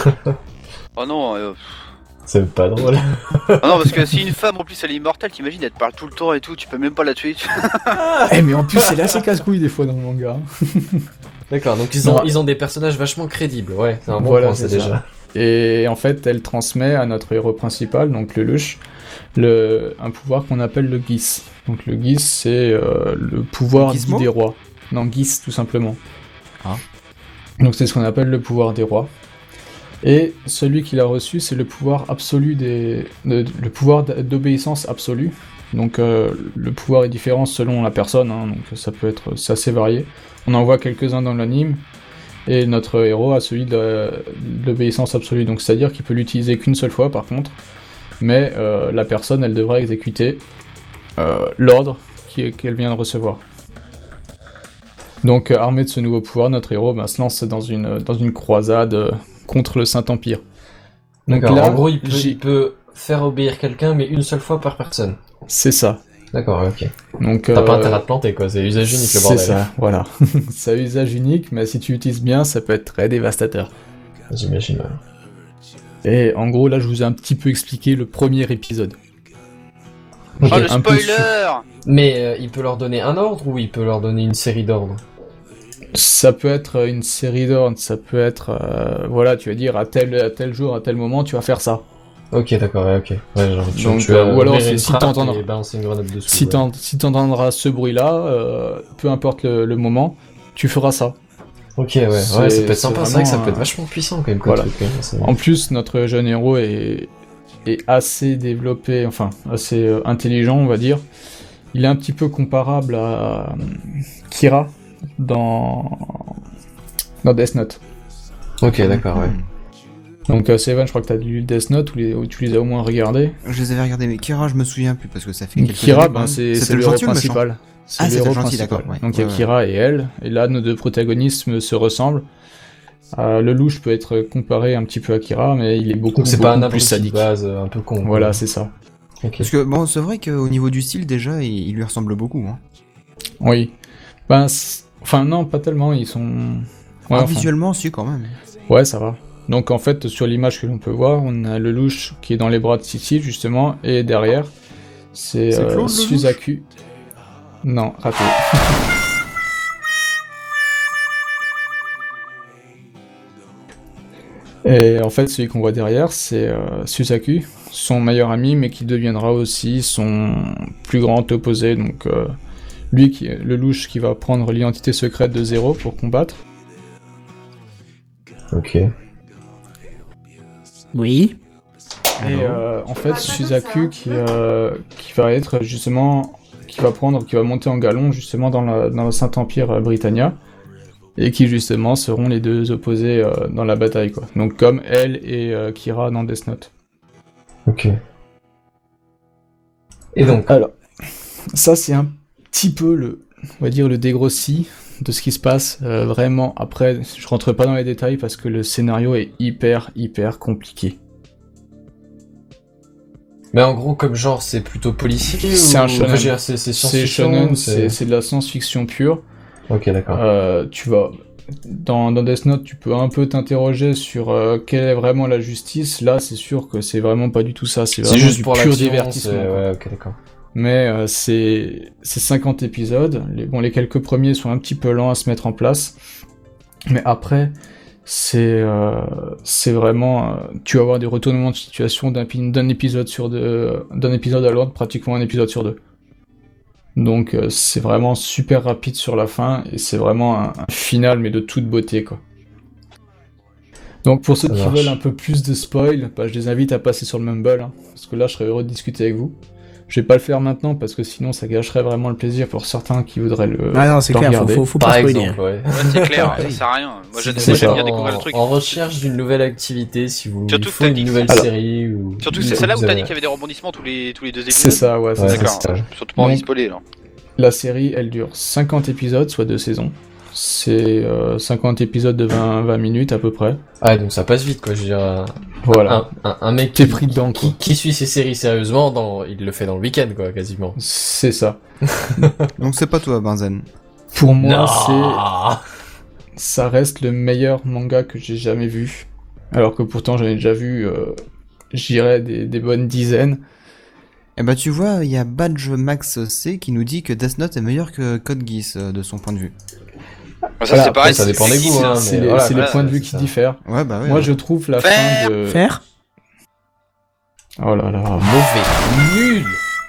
Oh non, euh... C'est pas drôle. ah non, parce que si une femme en plus elle est immortelle, t'imagines, elle te parle tout le temps et tout, tu peux même pas la tuer. Eh mais en plus, c'est là assez casse-couille des fois dans le manga. hein. D'accord, donc ils ont, Non. ils ont des personnages vachement crédibles, ouais, c'est un bon Voilà, point, c'est c'est ça. déjà. Et en fait, elle transmet à notre héros principal, donc le Lush, le, un pouvoir qu'on appelle le Gis. Donc le Gis, c'est euh, le pouvoir dit Gizmo des rois. Non, Gis, tout simplement. Ah. Donc c'est ce qu'on appelle le pouvoir des rois. Et celui qu'il a reçu, c'est le pouvoir absolu des... de- le pouvoir d- d'obéissance absolue. Donc euh, le pouvoir est différent selon la personne, hein, donc ça peut être... c'est assez varié. On en voit quelques-uns dans l'anime. Et notre héros a celui de, de l'obéissance absolue, donc c'est-à-dire qu'il peut l'utiliser qu'une seule fois par contre, mais euh, la personne elle devra exécuter euh, l'ordre qui- qu'elle vient de recevoir. Donc euh, armé de ce nouveau pouvoir, notre héros ben, se lance dans une, dans une croisade euh, contre le Saint-Empire. Donc D'accord, là, en gros, il peut, j'ai- il peut faire obéir quelqu'un, mais une seule fois par personne. c'est ça. D'accord, ok. Donc, T'as pas euh, intérêt à te planter, quoi, c'est usage unique le c'est bordel. ça, voilà. C'est un usage unique, mais si tu l'utilises bien, ça peut être très dévastateur. J'imagine, ouais. Et en gros, là, je vous ai un petit peu expliqué le premier épisode. Ok, Oh le un peu spoiler. Mais euh, il peut leur donner un ordre ou il peut leur donner une série d'ordres? Ça peut être une série d'ordres, ça peut être, euh, voilà, tu vas dire à tel, à tel jour, à tel moment, tu vas faire ça. Ok, d'accord, ouais, ok. Ouais, genre, tu, Donc, tu vas euh, ou alors, ouvrir c'est une si trappe t'entends- et balancer une grenade dessous. Si ouais. t'en- si t'entendras ce bruit-là, euh, peu importe le, le moment, tu feras ça. Ok, ouais, ouais, C'est- ça peut être c'est sympa, c'est vrai que ça vraiment, peut être euh, vachement puissant quand même, comme voilà. truc. hein, c'est- En plus, notre jeune héros est, est assez développé, enfin, assez euh, intelligent, on va dire. Il est un petit peu comparable à euh, Kira dans, dans Death Note. Ok, d'accord, ouais. Donc, euh, Seven, je crois que t'as lu Death Note ou, les, ou tu les as au moins regardés. Je les avais regardés, mais Kira, je me souviens plus parce que ça fait quelques Kira, années, ben, quand c'est même. c'est C'était le héros gentil ou le méchant principal. C'est Ah, le c'était héros le gentil, principal. d'accord, ouais. Donc il y a Ouais, ouais. Kira et elle, et là nos deux protagonistes se ressemblent. Euh, le louche peut être comparé un petit peu à Kira, mais il est beaucoup, Donc c'est pas un beaucoup abruti plus de sadique. base, euh, un peu con. Voilà, quoi. c'est ça. Ok. Parce que bon, c'est vrai qu'au niveau du style, déjà, il, il lui ressemble beaucoup. Hein. Oui. Ben, c'est- enfin non, pas tellement. Ils sont. Ouais, Ah, enfin, visuellement, si, quand même. ouais, ça va. Donc en fait, sur l'image que l'on peut voir, on a le louche qui est dans les bras de City justement, et derrière, c'est C'est euh, Claude, le Suzaku. Non, raté. Et en fait, celui qu'on voit derrière, c'est euh, Suzaku, son meilleur ami, mais qui deviendra aussi son plus grand opposé. Donc, euh, lui qui est le louche qui va prendre l'identité secrète de Zero pour combattre. Ok. Oui. Et euh, en fait, Suzaku qui, euh, qui va être justement, qui va prendre, qui va monter en galon justement dans, la, dans le Saint-Empire euh, Britannia, et qui justement seront les deux opposés euh, dans la bataille, quoi. Donc comme elle et euh, Kira dans Death Note. Ok. Et donc, alors, ça c'est un petit peu le, on va dire le dégrossi de ce qui se passe. Euh, vraiment, après, je rentre pas dans les détails parce que le scénario est hyper hyper compliqué. Mais en gros, comme genre, c'est plutôt policier C'est ou... un shonen. Enfin, c'est, c'est C'est science-fiction. shonen, c'est... c'est, c'est de la science-fiction pure. Ok, d'accord. Euh, tu vas dans, dans Death Note, tu peux un peu t'interroger sur euh, quelle est vraiment la justice. Là, c'est sûr que c'est vraiment pas du tout ça. C'est, C'est vraiment juste du pour pur l'action, divertissement. c'est... quoi. Ouais, ok, d'accord. Mais euh, c'est c'est cinquante épisodes. Les, bon, les quelques premiers sont un petit peu lents à se mettre en place. Mais après, c'est euh, c'est vraiment... Euh, tu vas avoir des retournements de situation d'un, d'un épisode sur deux, d'un épisode à l'autre, pratiquement un épisode sur deux. Donc euh, c'est vraiment super rapide sur la fin, et c'est vraiment un, un final, mais de toute beauté, quoi. Donc pour ceux Ça qui marche. veulent un peu plus de spoil, bah, je les invite à passer sur le Mumble, hein, parce que là je serais heureux de discuter avec vous. Je vais pas le faire maintenant parce que sinon ça gâcherait vraiment le plaisir pour certains qui voudraient le Ah non, c'est le clair, faut, regarder. faut, faut Par pas spoiler. exemple, ouais. Ouais, c'est clair, ça sert à rien. Moi, je- C'est moi, j'aime ça, bien en- découvrir le truc. En recherche d'une nouvelle activité, si vous Surtout il que faut t'as une dit que nouvelle c'est- série ou... Surtout que c'est ou celle-là où vous t'as avez- dit qu'il y avait des rebondissements tous les, tous les deux épisodes. C'est ça, ouais, c'est Ouais, ça. D'accord, c'est ça. surtout pas envie de Donc- spoiler, là. La série, elle dure cinquante épisodes, soit deux saisons. C'est euh, cinquante épisodes de vingt, vingt minutes à peu près. Ah, donc ça passe vite, quoi, je veux dire... euh, Voilà. Un, un, un mec T'es qui, pris dedans, qui, quoi. qui suit ses séries sérieusement, dans, il le fait dans le week-end, quoi, quasiment. C'est ça. Donc c'est pas toi, Benzen. Pour moi, Non. c'est... ça reste le meilleur manga que j'ai jamais vu. Alors que pourtant, j'en ai déjà vu, euh, j'irais, des, des bonnes dizaines. Eh bah tu vois, il y a Badge Max C qui nous dit que Death Note est meilleur que Code Geass euh, de son point de vue. Ça, Voilà, c'est pareil, ça c'est- dépend c'est des qui, goûts, ça hein, c'est mais les, voilà, c'est les voilà, points de vue c'est qui ça. diffèrent. Ouais, bah ouais. Moi, ouais. je trouve la Faire. fin de... Faire Oh là là. Mauvais. Nul.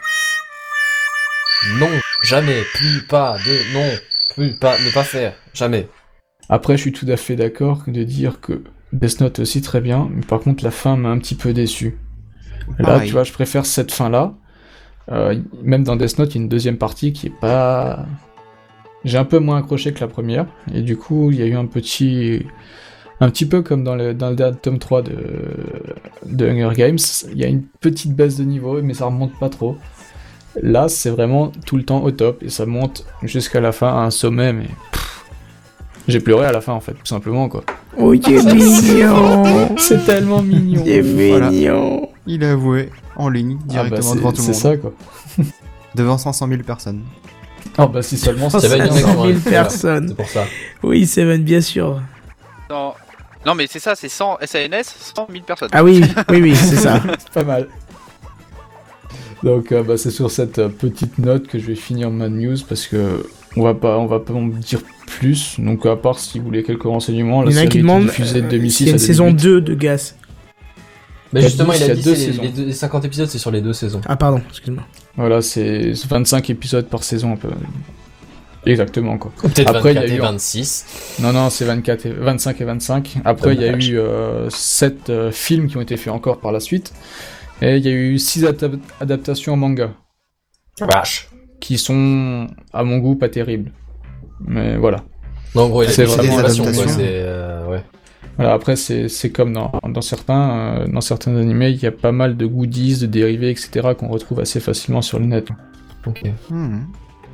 Non. Jamais. Plus pas. De... Non. Plus pas. Ne pas faire. Jamais. Après, je suis tout à fait d'accord de dire que Death Note est aussi très bien, mais par contre, la fin m'a un petit peu déçu. Là, Pareil. tu vois, je préfère cette fin-là. Euh, même dans Death Note, il y a une deuxième partie qui est pas... J'ai un peu moins accroché que la première, et du coup, il y a eu un petit... Un petit peu comme dans le, dans le tome trois de, de Hunger Games, il y a une petite baisse de niveau, mais ça remonte pas trop. Là, c'est vraiment tout le temps au top, et ça monte jusqu'à la fin à un sommet, mais... pff, j'ai pleuré à la fin, en fait, tout simplement, quoi. Oh, il est mignon. C'est tellement mignon. Il est Voilà. mignon. Il a avoué en ligne, Ah bah, directement c'est- devant tout le c'est monde. ça, quoi. Devant cinq cent mille personnes. Ah bah si seulement Oh, Ça va être c'était bien cinq qu'on cent va mille le faire. personnes. C'est pour ça. Oui, Seven, bien sûr. Non, non, mais c'est ça, c'est cent S A N S, cent mille personnes. Ah oui, oui, oui, c'est ça. pas mal. Donc euh, bah, c'est sur cette euh, petite note que je vais finir ma news parce que on va pas on va pas en dire plus. Donc à part si vous voulez quelques renseignements, la Il y en a série qui est demandent diffusée de euh, deux mille s'il six y a à une saison deux mille huit. deux de Gas. Mais Il y a justement, dit, il il y a a dit deux c'est les, saisons. les, deux- les cinquante épisodes, c'est sur les deux saisons. Ah pardon, excuse-moi. Voilà, c'est vingt-cinq épisodes par saison un peu. Exactement quoi. Ou peut-être Après, il y a vingt-quatre et eu- vingt-six. Non non, c'est vingt-quatre et vingt-cinq et vingt-cinq. Après il y a Dommage. eu euh, sept films qui ont été faits encore par la suite. Et il y a eu six adaptations en manga. Vache. Qui sont, à mon goût, pas terribles. Mais voilà. Non, en gros, il a C'est dit vraiment des adaptations, quoi. adaptations. C'est, euh, ouais. Voilà, après, c'est, c'est comme dans, dans certains, euh, dans certains animés, il y a pas mal de goodies, de dérivés, et cetera qu'on retrouve assez facilement sur le net. Ok. Hmm.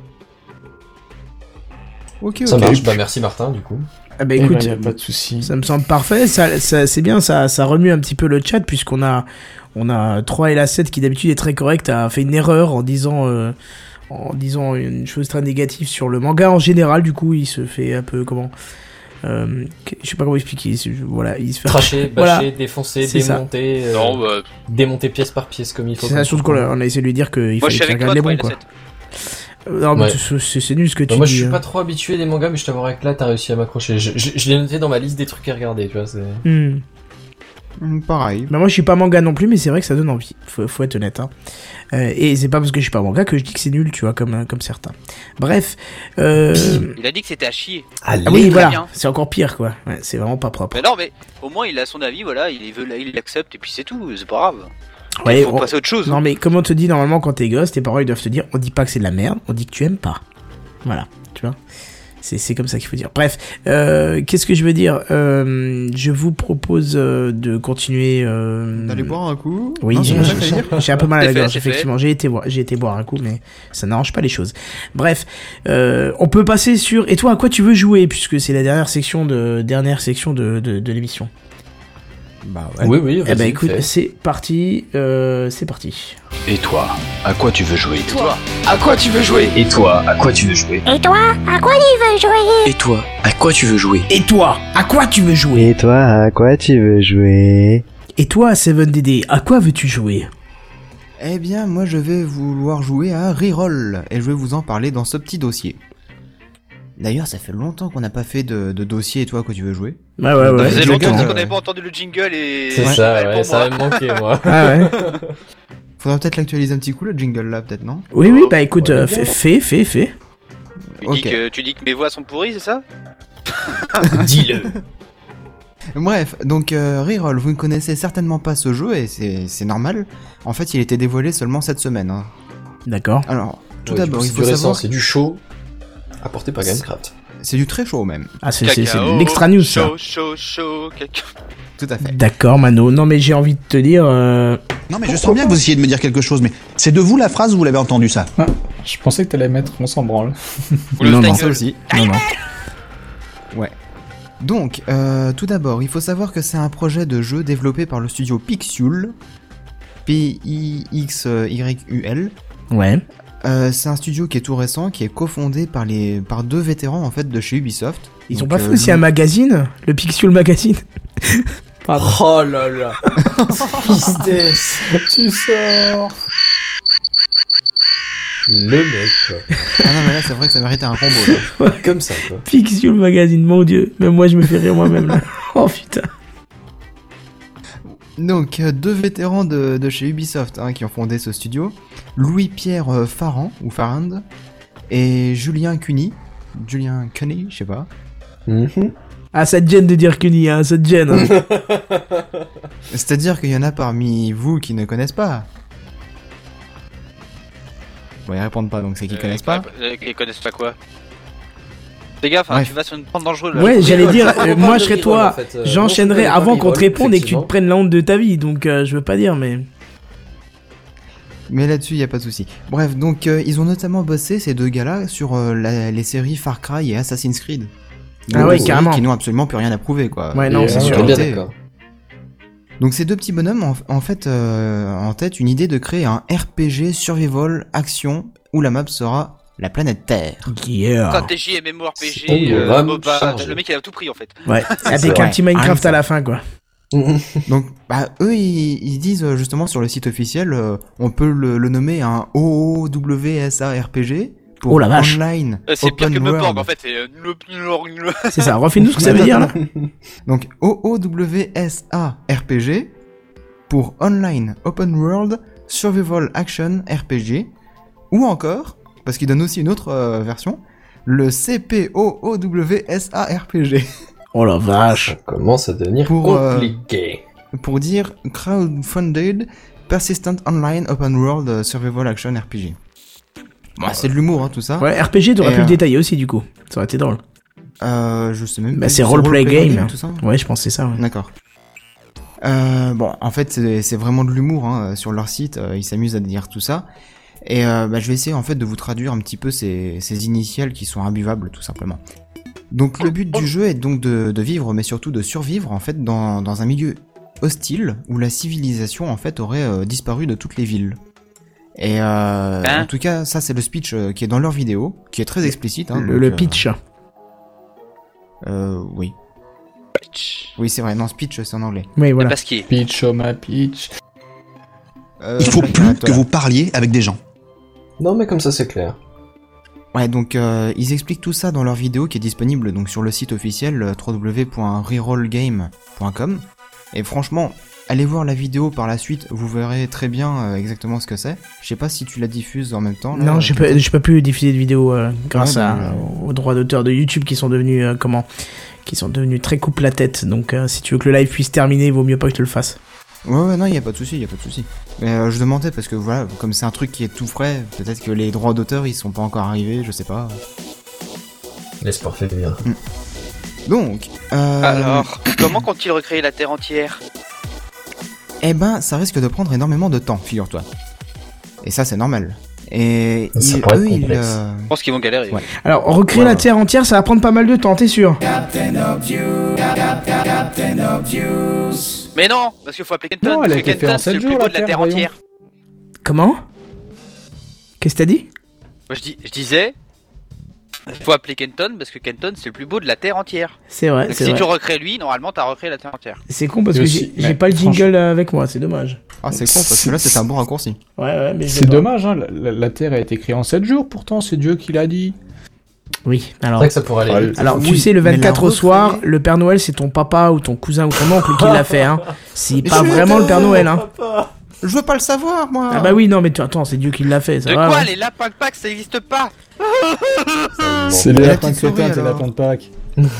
Ok, ok. Ça marche. Bah, merci Martin, du coup. Ah bah Eh écoute, ben, y a pas de souci. ça me semble parfait. Ça, ça, c'est bien, ça, ça remue un petit peu le chat puisqu'on a, on a trois L A sept qui d'habitude est très correct a fait une erreur en disant, euh, en disant une chose très négative sur le manga en général. Du coup, il se fait un peu comment, euh, je sais pas comment expliquer. c'est- je- Voilà, il se fait. Tracher, Voilà. bâcher, défoncer, C'est ça. démonter. euh, Non, bah, Démonter pièce par pièce comme il faut. C'est ça, surtout qu'on a, on a essayé de lui dire qu'il moi fallait je suis qu'il avec regarde toi, les toi, bons L A quoi. sept. Euh, Non, mais Ouais. c'est- c'est c'est nul ce que Bah, tu moi, dis. je suis hein. pas trop habitué des mangas, mais je t'avouerai que là, t'as réussi à m'accrocher. Je, je, je l'ai noté dans ma liste des trucs à regarder, tu vois. C'est... Hmm. Hum, Pareil. Bah moi je suis pas manga non plus, mais c'est vrai que ça donne envie. Faut, faut être honnête. Hein. Euh, et c'est pas parce que je suis pas manga que je dis que c'est nul, tu vois, comme comme certains. Bref. Euh... Il a dit que c'était à chier. Ah oui, voilà. C'est encore pire, quoi. Ouais, c'est vraiment pas propre. Mais non, mais au moins il a son avis, voilà, il veut, il l'accepte et puis c'est tout. C'est pas grave. Ouais, il faut on... passer à autre chose. Non mais comme on te dit normalement quand t'es gosse, tes parents ils doivent te dire, on dit pas que c'est de la merde, on dit que tu aimes pas. Voilà, tu vois. C'est, c'est comme ça qu'il faut dire. Bref, euh, qu'est-ce que je veux dire euh, Je vous propose euh, de continuer... Euh... D'aller boire un coup. Oui, non, j'ai, j'ai, j'ai un peu mal à la fait, gorge, effectivement. J'ai été, j'ai été boire un coup, mais ça n'arrange pas les choses. Bref, euh, on peut passer sur... Et toi, à quoi tu veux jouer, puisque c'est la dernière section de, dernière section de, de, de l'émission. Bah ouais. Oui, oui, eh ben écoute, fait. c'est parti, euh, c'est parti. Et toi, à quoi tu veux jouer? Et toi, à quoi tu veux jouer? Et toi, à quoi tu veux jouer? Et toi, à quoi tu veux jouer? Et toi, à quoi tu veux jouer? Et toi, à quoi tu veux jouer? Et toi, à quoi tu veux jouer? Et toi, seven D D, à quoi veux-tu jouer? Eh bien, moi je vais vouloir jouer à Reroll, et je vais vous en parler dans ce petit dossier. D'ailleurs, ça fait longtemps qu'on n'a pas fait de, de dossier, et toi, à quoi tu veux jouer? Ouais, ouais, ouais. Ça faisait longtemps euh... qu'on n'avait pas entendu le jingle et... C'est ouais. ça, ouais, ça va me manquer, moi. Ah ouais. Faudra peut-être l'actualiser un petit coup, le jingle là, peut-être, non? Oui, oui, bah écoute, euh, fais, fais, fais, fais. Tu, okay. dis que, tu dis que mes voix sont pourries, c'est ça? Dis-le. Bref, donc euh, Reroll, vous ne connaissez certainement pas ce jeu, et c'est, c'est normal. En fait, il était dévoilé seulement cette semaine. Hein. D'accord. Alors, tout ouais, d'abord, il faut récent, savoir... c'est du chaud, apporté par Gamecraft. C'est du très chaud, même. Ah, c'est, c'est, c'est l'extra news, ça. Chaud, chaud, chaud, caca. Tout à fait. D'accord, Mano. Non, mais j'ai envie de te dire... Euh... Non, mais je sens bien que vous essayez de me dire quelque chose, mais c'est de vous la phrase ou vous l'avez entendu ça? Ah, je pensais que t'allais mettre on s'en branle. Non, non, ça aussi. Non, non. Ouais. Donc, euh, tout d'abord, il faut savoir que c'est un projet de jeu développé par le studio Pixul. P I X Y U L. Ouais. Euh, c'est un studio qui est tout récent, qui est cofondé par les par deux vétérans en fait de chez Ubisoft. Ils Donc, ont pas euh, fait aussi un magazine, le Pixul Magazine? Pardon. Oh là là. Tristesse. Tu sors. Le mec, quoi. Ah non mais là c'est vrai que ça méritait un combo là. Comme ça, quoi. Pixul Magazine, mon dieu. Même moi je me fais rire moi-même là. Oh putain. Donc, euh, deux vétérans de, de chez Ubisoft hein, qui ont fondé ce studio, Louis-Pierre euh, Farrand, ou Farrand, et Julien Cuny, Julien Cuny, je sais pas. Mm-hmm. Ah, ça te gêne de dire Cuny, hein, ça te gêne. Hein. C'est-à-dire qu'il y en a parmi vous qui ne connaissent pas. Bon, ils répondent pas, donc c'est qu'ils euh, connaissent pas. Euh, ils connaissent pas quoi? Fais gaffe, hein, tu vas sur une pente dangereuse là. Ouais, j'allais dire, euh, moi je serais toi, en fait. euh, j'enchaînerais avant qu'on te réponde et que tu te prennes la honte de ta vie, donc euh, je veux pas dire, mais... Mais là-dessus, y a pas de souci. Bref, donc euh, ils ont notamment bossé, ces deux gars-là, sur euh, la, les séries Far Cry et Assassin's Creed. Donc, ah ouais, carrément. Qui n'ont absolument plus rien à prouver, quoi. Ouais, non, et c'est euh, sûr. Bien d'accord. Donc ces deux petits bonhommes ont en fait euh, en tête une idée de créer un R P G survival action où la map sera la planète Terre. Yeah. Stratégie et mémoire R P G, oh, euh, MOBA, le mec il a tout pris en fait. Ouais, avec un petit Minecraft à la fin quoi. Donc bah eux ils, ils disent justement sur le site officiel euh, on peut le, le nommer un O O W S A R P G pour oh la vache. Online. Euh, c'est pire que world. Meborg en fait. C'est, euh... c'est ça, refais-nous ce que ça veut dire là. Donc O O W S A R P G pour Online Open World Survival Action R P G ou encore, parce qu'il donne aussi une autre euh, version, le C P O O W S A R P G. Oh la vache. Ça commence à devenir pour, compliqué. Euh, pour dire Crowdfunded Persistent Online Open World Survival Action R P G. Bah, c'est de l'humour, hein, tout ça. Ouais, R P G, t'aurais pu euh... le détailler aussi, du coup. Ça aurait été drôle. Euh, je sais même pas. Bah, c'est roleplay game. game tout ça. Ouais, je pense que c'est ça, ouais. D'accord. Euh, bon, en fait, c'est, c'est vraiment de l'humour, hein. Sur leur site, euh, ils s'amusent à dire tout ça. Et, euh, bah, je vais essayer, en fait, de vous traduire un petit peu ces, ces initiales qui sont imbuvables, tout simplement. Donc, le but du jeu est donc de, de vivre, mais surtout de survivre, en fait, dans, dans un milieu hostile où la civilisation, en fait, aurait euh, disparu de toutes les villes. Et euh, hein en tout cas, ça c'est le speech euh, qui est dans leur vidéo, qui est très explicite. Hein, le, donc, le pitch. Euh, euh, oui. Pitch. Oui, c'est vrai. Non, speech c'est en anglais. Oui, voilà. Pitch, oh ma pitch. Euh, Il faut plus que vous parliez avec des gens. Non, mais comme ça c'est clair. Ouais, donc euh, ils expliquent tout ça dans leur vidéo qui est disponible donc sur le site officiel w w w point rerollgame point com. Et franchement, allez voir la vidéo par la suite, vous verrez très bien euh, exactement ce que c'est. Je sais pas si tu la diffuses en même temps. Là, non, j'ai pas, j'ai pas pu diffuser de vidéo euh, grâce ouais, à, bah, aux droits d'auteur de YouTube qui sont devenus euh, comment qui sont devenus très coupe la tête. Donc euh, si tu veux que le live puisse terminer, il vaut mieux pas que je te le fasse. Ouais, ouais, non, il y a pas de souci, il y a pas de souci. Mais euh, je demandais parce que voilà, comme c'est un truc qui est tout frais, peut-être que les droits d'auteur ils sont pas encore arrivés, je sais pas. L'espoir fait bien. Mm. Donc, euh... alors, comment comptent-ils recréer la Terre entière? Eh ben, ça risque de prendre énormément de temps, figure-toi. Et ça, c'est normal. Et ça ils, pourrait eux, être ils, complexe. euh... Je pense qu'ils vont galérer. Ouais. Alors recréer Voilà. la Terre entière, ça va prendre pas mal de temps, t'es sûr? Mais non, parce qu'il faut appeler Kenton. Non, parce elle a que été faite en Kenton, c'est sept le plus jours, beau la de la Terre, Terre voyons. entière. Comment? Qu'est-ce que t'as dit? Moi, je, dis, je disais, il faut appeler Kenton parce que Kenton, c'est le plus beau de la Terre entière. C'est vrai, Donc, c'est si vrai. tu recrées lui, normalement, t'as recréé la Terre entière. C'est con parce Et que aussi, j'ai, j'ai mais pas le franchement- jingle avec moi, c'est dommage. Ah, c'est con, parce que là, c'est un bon raccourci. Ouais, ouais, mais je l'ai C'est pas. dommage, hein, la, la- la Terre a été créée en sept jours, pourtant, c'est Dieu qui l'a dit. Oui, C'est alors. vrai que ça pourrait aller Ah, vite. Alors, tu Oui, sais, le mais la vingt-quatre au recréer- soir, le Père Noël, c'est ton papa ou ton cousin ou ton oncle qui l'a fait, hein. C'est pas Je vraiment te- le Père Noël, hein. Je veux pas le savoir, moi. Ah bah oui, non, mais tu, attends, c'est Dieu qui l'a fait, ça De va. quoi hein. les lapins de Pâques, ça existe pas? C'est Mais les la lapins de petite souris, Crétin, tes alors. lapins de Pâques.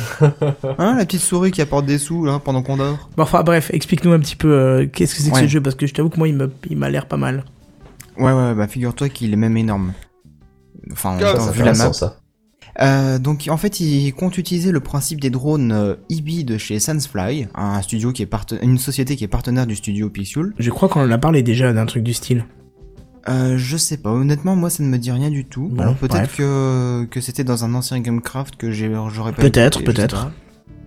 Hein, la petite souris qui apporte des sous, là, pendant qu'on dort. Bon, enfin, bref, explique-nous un petit peu euh, qu'est-ce que c'est que Ouais. ce jeu, parce que je t'avoue que moi, il, me, il m'a l'air pas mal. Ouais, ouais, bah figure-toi qu'il est même énorme. Enfin, Ah, dans- Ça vu fait la un map. sens, ça. Euh, donc en fait, ils comptent utiliser le principe des drones euh, E B de chez Sansfly, un studio qui est parte- une société qui est partenaire du studio Pixel. Je crois qu'on en a parlé déjà d'un truc du style. Euh, je sais pas, honnêtement, moi ça ne me dit rien du tout. Bon, Alors peut-être bref. que que c'était dans un ancien Gamecraft que j'ai j'aurais pas. Peut-être, écouté, je sais peut-être. pas.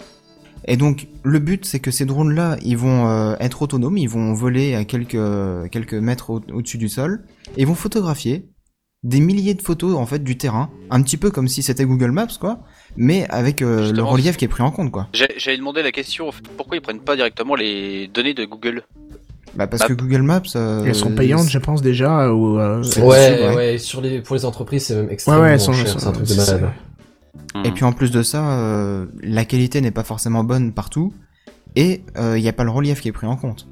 Et donc le but c'est que ces drones-là, ils vont euh, être autonomes, ils vont voler à quelques quelques mètres au- au-dessus du sol, et ils vont photographier des milliers de photos en fait du terrain, un petit peu comme si c'était Google Maps quoi, mais avec euh, le Justement, relief qui est pris en compte quoi. J'ai- J'avais demandé la question, en fait, pourquoi ils prennent pas directement les données de Google? Bah parce Bah, que Google Maps. euh, Elles sont payantes, je pense, déjà, ou... euh, C'est Ouais, sûr, ouais, ouais. sur les, pour les entreprises, c'est même extrêmement Ouais, ouais, elles sont- cher, sont- c'est un truc de c'est- malade. Et puis en plus de ça, euh, la qualité n'est pas forcément bonne partout, et il n'y a pas le relief qui est pris en compte.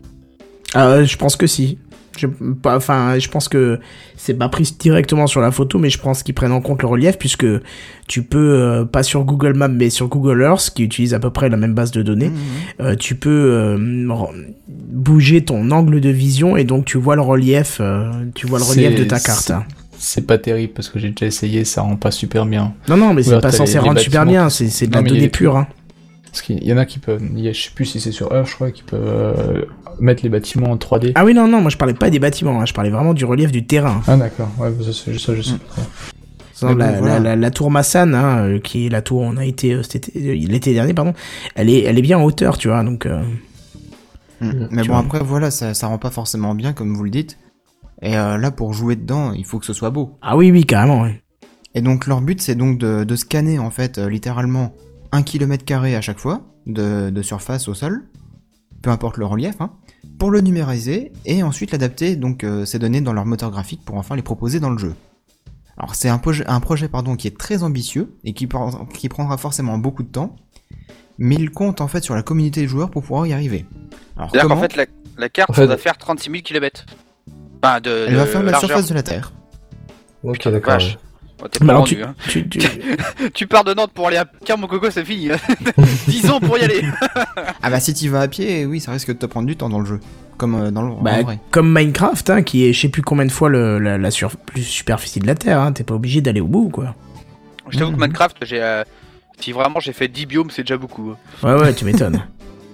Ah, je pense que si. Je, pas- enfin, je pense que c'est pas pris directement sur la photo, mais je pense qu'ils prennent en compte le relief, puisque tu peux, euh, pas sur Google Maps, mais sur Google Earth, qui utilise à peu près la même base de données, Mmh. euh, tu peux euh, re- bouger ton angle de vision, et donc tu vois le relief, euh, tu vois le relief C'est- de ta carte. c'est- hein. C'est pas terrible parce que j'ai déjà essayé, ça rend pas super bien. Non, non, mais c'est Ouais, pas t'as censé les- les rendre super bâtiments bien, qui- c'est, c'est de Non, la mais il y a donnée des- pure. Hein. Parce qu'il y en a qui peuvent, il y a- je sais plus si c'est sur Earth, je crois, qui peuvent euh, mettre les bâtiments en trois D. Ah oui, non, non, moi je parlais pas des bâtiments, hein, je parlais vraiment du relief du terrain. Ah d'accord, ouais, ça, c'est- ça je sais pas trop. Par exemple, Mais bon, la, voilà. la, la, la tour Massan, hein, euh, qui est la tour où on a été euh, cet été- euh, l'été dernier, pardon, elle est, elle est bien en hauteur, tu vois, donc... Euh... Mmh. Mais Tu bon vois. après voilà, ça, ça rend pas forcément bien comme vous le dites. Et euh, là pour jouer dedans, il faut que ce soit beau. Ah oui, oui, carrément, oui. Et donc leur but c'est donc de, de scanner en fait euh, littéralement un kilomètre carré à chaque fois de, de surface au sol, peu importe le relief, hein, pour le numériser et ensuite l'adapter donc euh, ces données dans leur moteur graphique pour enfin les proposer dans le jeu. Alors c'est un, projet- un projet pardon qui est très ambitieux et qui, por- qui prendra forcément beaucoup de temps, mais il compte en fait sur la communauté de joueurs pour pouvoir y arriver. Alors C'est-à-dire comment qu'en fait, la, la carte En fait- va faire trente-six mille kilomètres. Enfin, de, Elle de va faire la largeur. surface de la Terre. Ok, Putain, d'accord. vache. ouais. Oh, t'es Mais pas alors, rendu, tu, hein. tu, tu... Tu pars de Nantes pour aller à Car mon coco, c'est fini. dix ans pour y aller. Ah bah si tu vas à pied, oui, ça risque de te prendre du temps dans le jeu, comme euh, dans le en bah, vrai. comme Minecraft, hein, qui est je sais plus combien de fois le, la, la sur, plus superficie de la Terre, hein, t'es pas obligé d'aller au bout, quoi. Je t'avoue Mhm. que Minecraft, j'ai, euh, si vraiment j'ai fait dix biomes, c'est déjà beaucoup. Ouais, ouais, tu m'étonnes.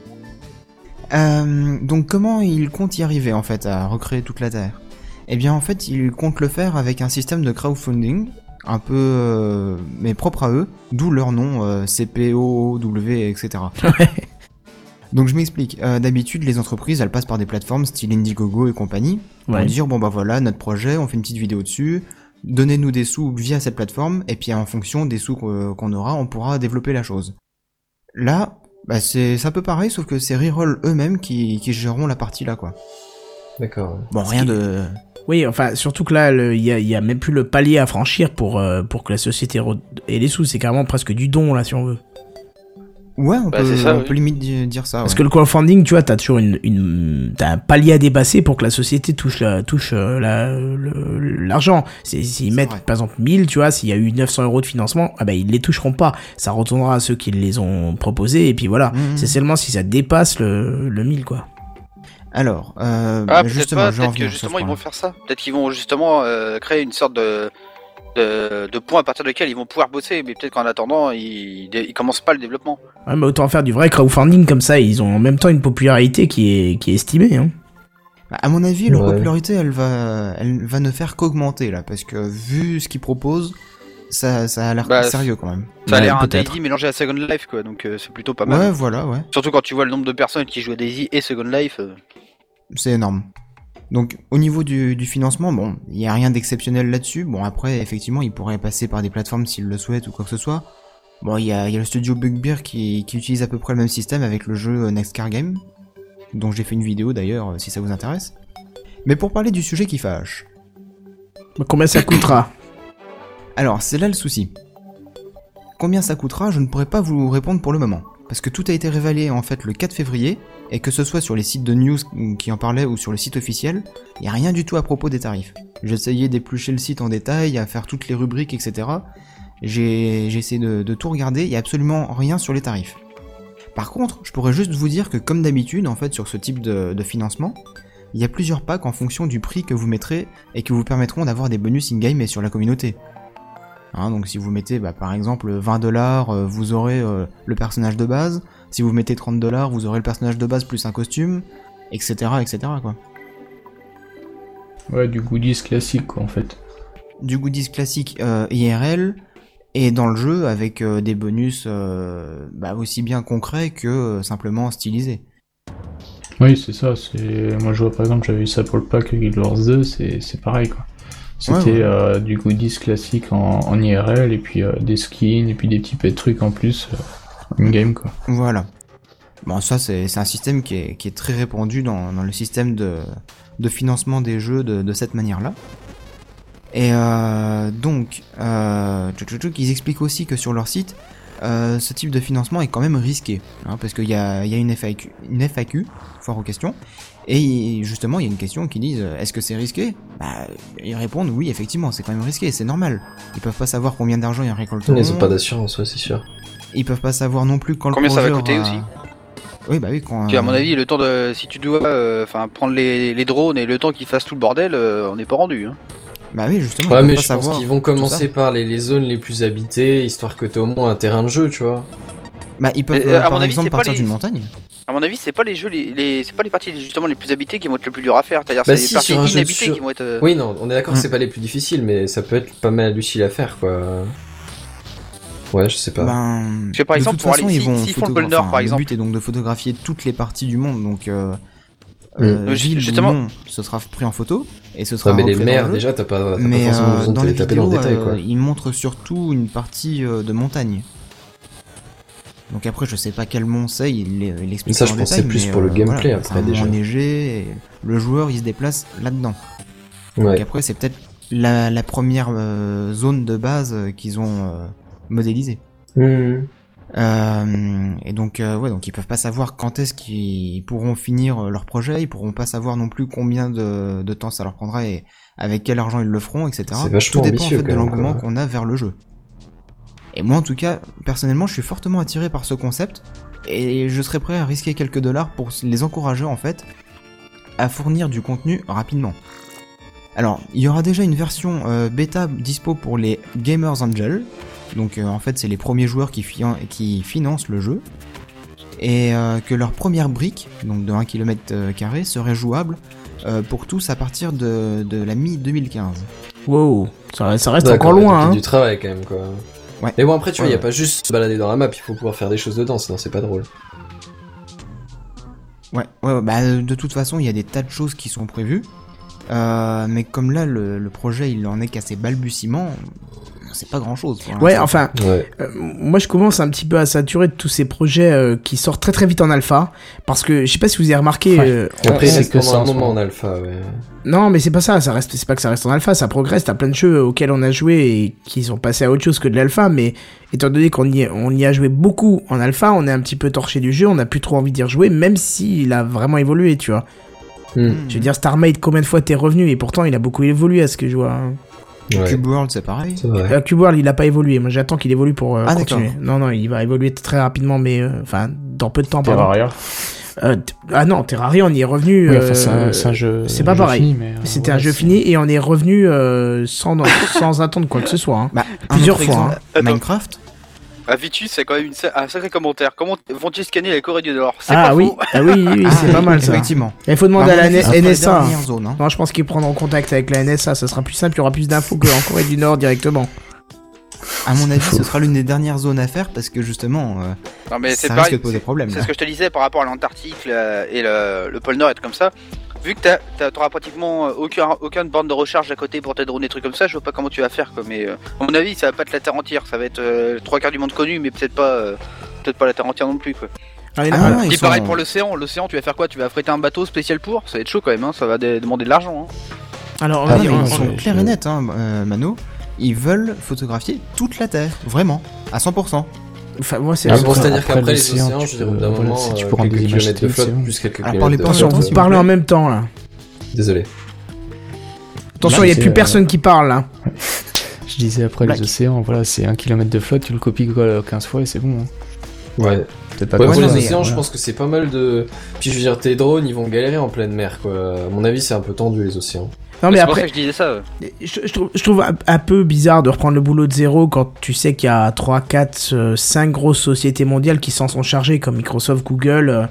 Euh, donc comment ils comptent y arriver en fait à recréer toute la Terre? Eh bien en fait ils comptent le faire avec un système de crowdfunding un peu euh, mais propre à eux, d'où leur nom euh, C P O W et cetera. Donc je m'explique. Euh, d'habitude les entreprises elles passent par des plateformes style Indiegogo et compagnie pour Ouais. dire bon bah voilà notre projet, on fait une petite vidéo dessus, donnez-nous des sous via cette plateforme et puis en fonction des sous qu'on qu'on aura on pourra développer la chose. Là bah c'est c'est un peu pareil sauf que c'est Reroll eux-mêmes qui, qui géreront la partie là quoi. D'accord. ouais. Bon rien de... Oui, enfin, surtout que là, il y a, y a même plus le palier à franchir pour, euh, pour que la société re- ait les sous, c'est carrément presque du don, là, si on veut. Ouais, on, Bah, peut, c'est ça, on oui. peut limite di- dire ça. Parce ouais. que le crowdfunding, tu vois, t'as toujours une, une, t'as un palier à dépasser pour que la société touche la, touche euh, la, le- l'argent. C'est, s'ils C'est mettent, vrai. par exemple, mille, tu vois, s'il y a eu neuf cents euros de financement, ah ben, ils les toucheront pas. Ça retournera à ceux qui les ont proposés, et puis voilà. Mmh. C'est seulement si ça dépasse le, le mille, quoi. Alors, euh, Ah, bah, peut-être justement, pas, je vais en peut-être que venir sur ce justement ils point-là. vont faire ça. Peut-être qu'ils vont justement euh, créer une sorte de, de, de point à partir duquel ils vont pouvoir bosser, mais peut-être qu'en attendant, ils, ils commencent pas le développement. Ouais, mais autant faire du vrai crowdfunding comme ça, ils ont en même temps une popularité qui est, qui est estimée, hein. Bah, à mon avis, leur Ouais. popularité, elle va, elle va ne faire qu'augmenter là, parce que vu ce qu'ils proposent, ça, ça a l'air Bah, sérieux quand même. Ça a Ouais, l'air un peut-être. Daisy mélangé à Second Life, quoi, donc euh, c'est plutôt pas mal. Ouais, voilà, ouais, Surtout quand tu vois le nombre de personnes qui jouent à Daisy et Second Life. euh. c'est énorme. Donc, au niveau du, du financement, bon, il y a rien d'exceptionnel là-dessus. Bon, après, effectivement, ils pourraient passer par des plateformes s'ils le souhaitent ou quoi que ce soit. Bon, il y a, il y a le studio Bugbear qui, qui utilise à peu près le même système avec le jeu Next Car Game, dont j'ai fait une vidéo d'ailleurs, si ça vous intéresse. Mais pour parler du sujet qui fâche. Mais combien ça coûtera? Alors, c'est là le souci. Combien ça coûtera, je ne pourrais pas vous répondre pour le moment. Parce que tout a été révélé en fait le quatre février, et que ce soit sur les sites de news qui en parlaient ou sur le site officiel, il n'y a rien du tout à propos des tarifs. J'ai essayé d'éplucher le site en détail, à faire toutes les rubriques, et cetera. J'ai, j'ai essayé de, de tout regarder, il n'y a absolument rien sur les tarifs. Par contre, je pourrais juste vous dire que comme d'habitude, en fait, sur ce type de, de financement, il y a plusieurs packs en fonction du prix que vous mettrez et qui vous permettront d'avoir des bonus in-game et sur la communauté. Hein, donc si vous mettez bah, par exemple vingt dollars, euh, vous aurez euh, le personnage de base. Si vous mettez trente dollars, vous aurez le personnage de base plus un costume, et cetera, et cetera quoi. Ouais, du goodies classique, quoi, en fait. Du goodies classique euh, I R L, et dans le jeu avec euh, des bonus euh, bah, aussi bien concrets que euh, simplement stylisés. Oui, c'est ça. C'est moi, je vois par exemple, j'avais eu ça pour le pack Guild Wars deux, c'est c'est pareil, quoi. C'était Ouais, ouais. euh, du goodies classique en, en I R L, et puis euh, des skins, et puis des petits petits trucs en plus, euh, in-game, quoi. Voilà. Bon, ça, c'est c'est un système qui est, qui est très répandu dans, dans le système de, de financement des jeux de, de cette manière-là. Et euh, donc, euh, tchouc, tchouc, tchouc, ils expliquent aussi que sur leur site, euh, ce type de financement est quand même risqué, hein, parce qu'il y a, il y a une F A Q, une F A Q, foire aux questions, et justement, il y a une question qui dit est-ce que c'est risqué? Bah, ils répondent oui, effectivement, c'est quand même risqué, c'est normal. Ils peuvent pas savoir combien d'argent ils récolteront. Ils ont pas d'assurance, ouais, c'est sûr. Ils peuvent pas savoir non plus quand Combien le ça va projet coûter aura- aussi. Oui, bah oui, quand. Puis à mon euh, avis, le temps de, si tu dois, enfin, prendre les, les drones et le temps qu'ils fassent tout le bordel, euh, on n'est pas rendu. Hein. Bah oui, justement. Ouais, ils peuvent mais pas je pense savoir qu'ils vont tout commencer ça. par les, les zones les plus habitées, histoire que t'aies au moins un terrain de jeu, tu vois. Bah, ils peuvent, Mais, euh, à mon par avis, exemple, c'est pas partir les- d'une montagne. À mon avis, c'est pas les jeux, les, les- c'est pas les parties justement les plus habitées qui vont être le plus dur à faire. C'est-à-dire, Bah c'est si, les parties sur un jeu inhabitées sur- qui vont être. euh, Oui, non, on est d'accord que Mm. c'est pas les plus difficiles, mais ça peut être pas mal utile à faire, quoi. Ouais, je sais pas. Ben, Parce que, par de exemple, toute pour façon, aller- ils si- vont s'ils font le photogra- pôle Nord, enfin, par le exemple. but est donc de photographier toutes les parties du monde, donc euh, Mm. euh, Euh, ville justement- ou non, ce sera pris en photo et ce sera Ouais, mais les repris dans mers, le jeu. déjà, t'as pas, t'as pas Mais forcément euh, besoin dans de les te taper dans vidéos, le détail, quoi. euh, ils montrent surtout une partie euh, de montagne. Donc après, je sais pas quel mont c'est, il, il explique Ça, en je pensais détail, plus mais, pour le euh, gameplay, voilà, après, c'est un déjà. mont enneigé, et le joueur il se déplace là-dedans. Donc Ouais. après, c'est peut-être la, la première euh, zone de base euh, qu'ils ont euh, modélisée. Mhm. Euh, et donc, euh, ouais, donc ils peuvent pas savoir quand est-ce qu'ils pourront finir euh, leur projet, ils pourront pas savoir non plus combien de, de temps ça leur prendra et avec quel argent ils le feront, et cetera. C'est vachement Tout dépend en ambitieux, fait de quand même, l'engouement quoi. qu'on a vers le jeu. Et moi, en tout cas, personnellement, je suis fortement attiré par ce concept et je serais prêt à risquer quelques dollars pour les encourager en fait à fournir du contenu rapidement. Alors, il y aura déjà une version euh, bêta dispo pour les Gamers Angel. Donc euh, en fait, c'est les premiers joueurs qui, fi- qui financent le jeu. Et euh, que leur première brique, donc de un kilomètre carré, serait jouable euh, pour tous à partir de, de la mi deux mille quinze. Wow, ça, ça reste D'accord, encore il y a loin, hein. du travail, quand même, quoi. Ouais. Mais bon, après, tu vois, Ouais, y a ouais. pas juste se balader dans la map, il faut pouvoir faire des choses dedans, sinon c'est pas drôle. Ouais, ouais, ouais, bah de toute façon, il y a des tas de choses qui sont prévues. Euh, mais comme là, le, le projet, il en est qu'à ses balbutiements, c'est pas grand-chose. Ouais, enfin, ouais. Euh, moi je commence un petit peu à saturer de tous ces projets euh, qui sortent très très vite en alpha, parce que je sais pas si vous avez remarqué. Ouais. Euh, Après, c'est que ça un moment en alpha. Ouais. Non, mais c'est pas ça. Ça reste, c'est pas que ça reste en alpha, ça progresse. T'as plein de jeux auxquels on a joué et qui sont passés à autre chose que de l'alpha, mais étant donné qu'on y, on y a joué beaucoup en alpha, on est un petit peu torché du jeu, on a plus trop envie d'y rejouer, même s'il a vraiment évolué, tu vois. Mm. Je veux dire, Starmade, combien de fois t'es revenu, et pourtant il a beaucoup évolué à ce que je vois. Ouais. Cube World, c'est pareil. C'est euh, Cube World, il a pas évolué. Moi, j'attends qu'il évolue pour euh, ah, continuer. D'accord. Non, non, il va évoluer très rapidement, mais enfin, euh, dans peu de temps. Terraria. Euh, t- ah non, Terraria, on y est revenu. Oui, euh, enfin, c'est, un, c'est un jeu. C'est pas un pareil. Jeu fini, mais, euh, C'était ouais, un jeu c'est... fini et on est revenu euh, sans sans attendre quoi que ce soit. Hein. Bah, plusieurs fois. Hein. Minecraft. Ah, Vitus, c'est quand même une, un sacré commentaire. Comment vont-ils scanner la Corée du Nord? C'est ah, pas oui. faux. Ah oui, oui, oui ah, c'est pas mal ça. Effectivement. Il faut demander ah, à la N S A. Zone, hein. Non, je pense qu'ils prendront contact avec la N S A. Ça sera plus simple. Il y aura plus d'infos qu'en Corée du Nord directement. À mon avis, ce sera l'une des dernières zones à faire parce que justement, euh, non, mais ça c'est risque pareil, de poser problème. C'est là. ce que je te disais par rapport à l'Antarctique et le, le pôle Nord et tout comme ça. Vu que t'as, t'as, t'auras pratiquement aucun, aucune borne de recharge à côté pour tes drones et trucs comme ça, je vois pas comment tu vas faire quoi. Mais euh, à mon avis, ça va pas être la Terre entière, ça va être euh, trois quarts du monde connu, mais peut-être pas, euh, peut-être pas la Terre entière non plus quoi. Ah, et ah, sont... pareil pour l'océan, l'océan, tu vas faire quoi? Tu vas affréter un bateau spécial pour? Ça va être chaud quand même, hein. Ça va dé- demander de l'argent. Hein. Alors, ah, on, ils on, sont on, clairs je... et nets, hein, euh, Mano. Ils veulent photographier toute la Terre, vraiment, à cent pour cent. Enfin, moi, c'est ah, bon, c'est-à-dire qu'après les océans, je veux dire, d'un moment, si tu prends quelques kilomètres de flotte, plus quelques kilomètres de flotte. Vous parlez en même temps, là. Désolé. Attention, il n'y a plus euh... personne qui parle, là. Je disais après Black. Les océans, voilà, c'est un kilomètre de flotte, tu le copies quinze fois et c'est bon. Hein. Ouais. Pas ouais, pour les océans, voilà. Je pense que c'est pas mal de... Puis je veux dire, tes drones, ils vont galérer en pleine mer, quoi. À mon avis, c'est un peu tendu, les océans. Non, mais, mais après, pour ça que je disais ça. Ouais. Je, je, trouve, je trouve un, un peu bizarre de reprendre le boulot de zéro quand tu sais qu'il y a trois, quatre, cinq grosses sociétés mondiales qui s'en sont chargées, comme Microsoft, Google,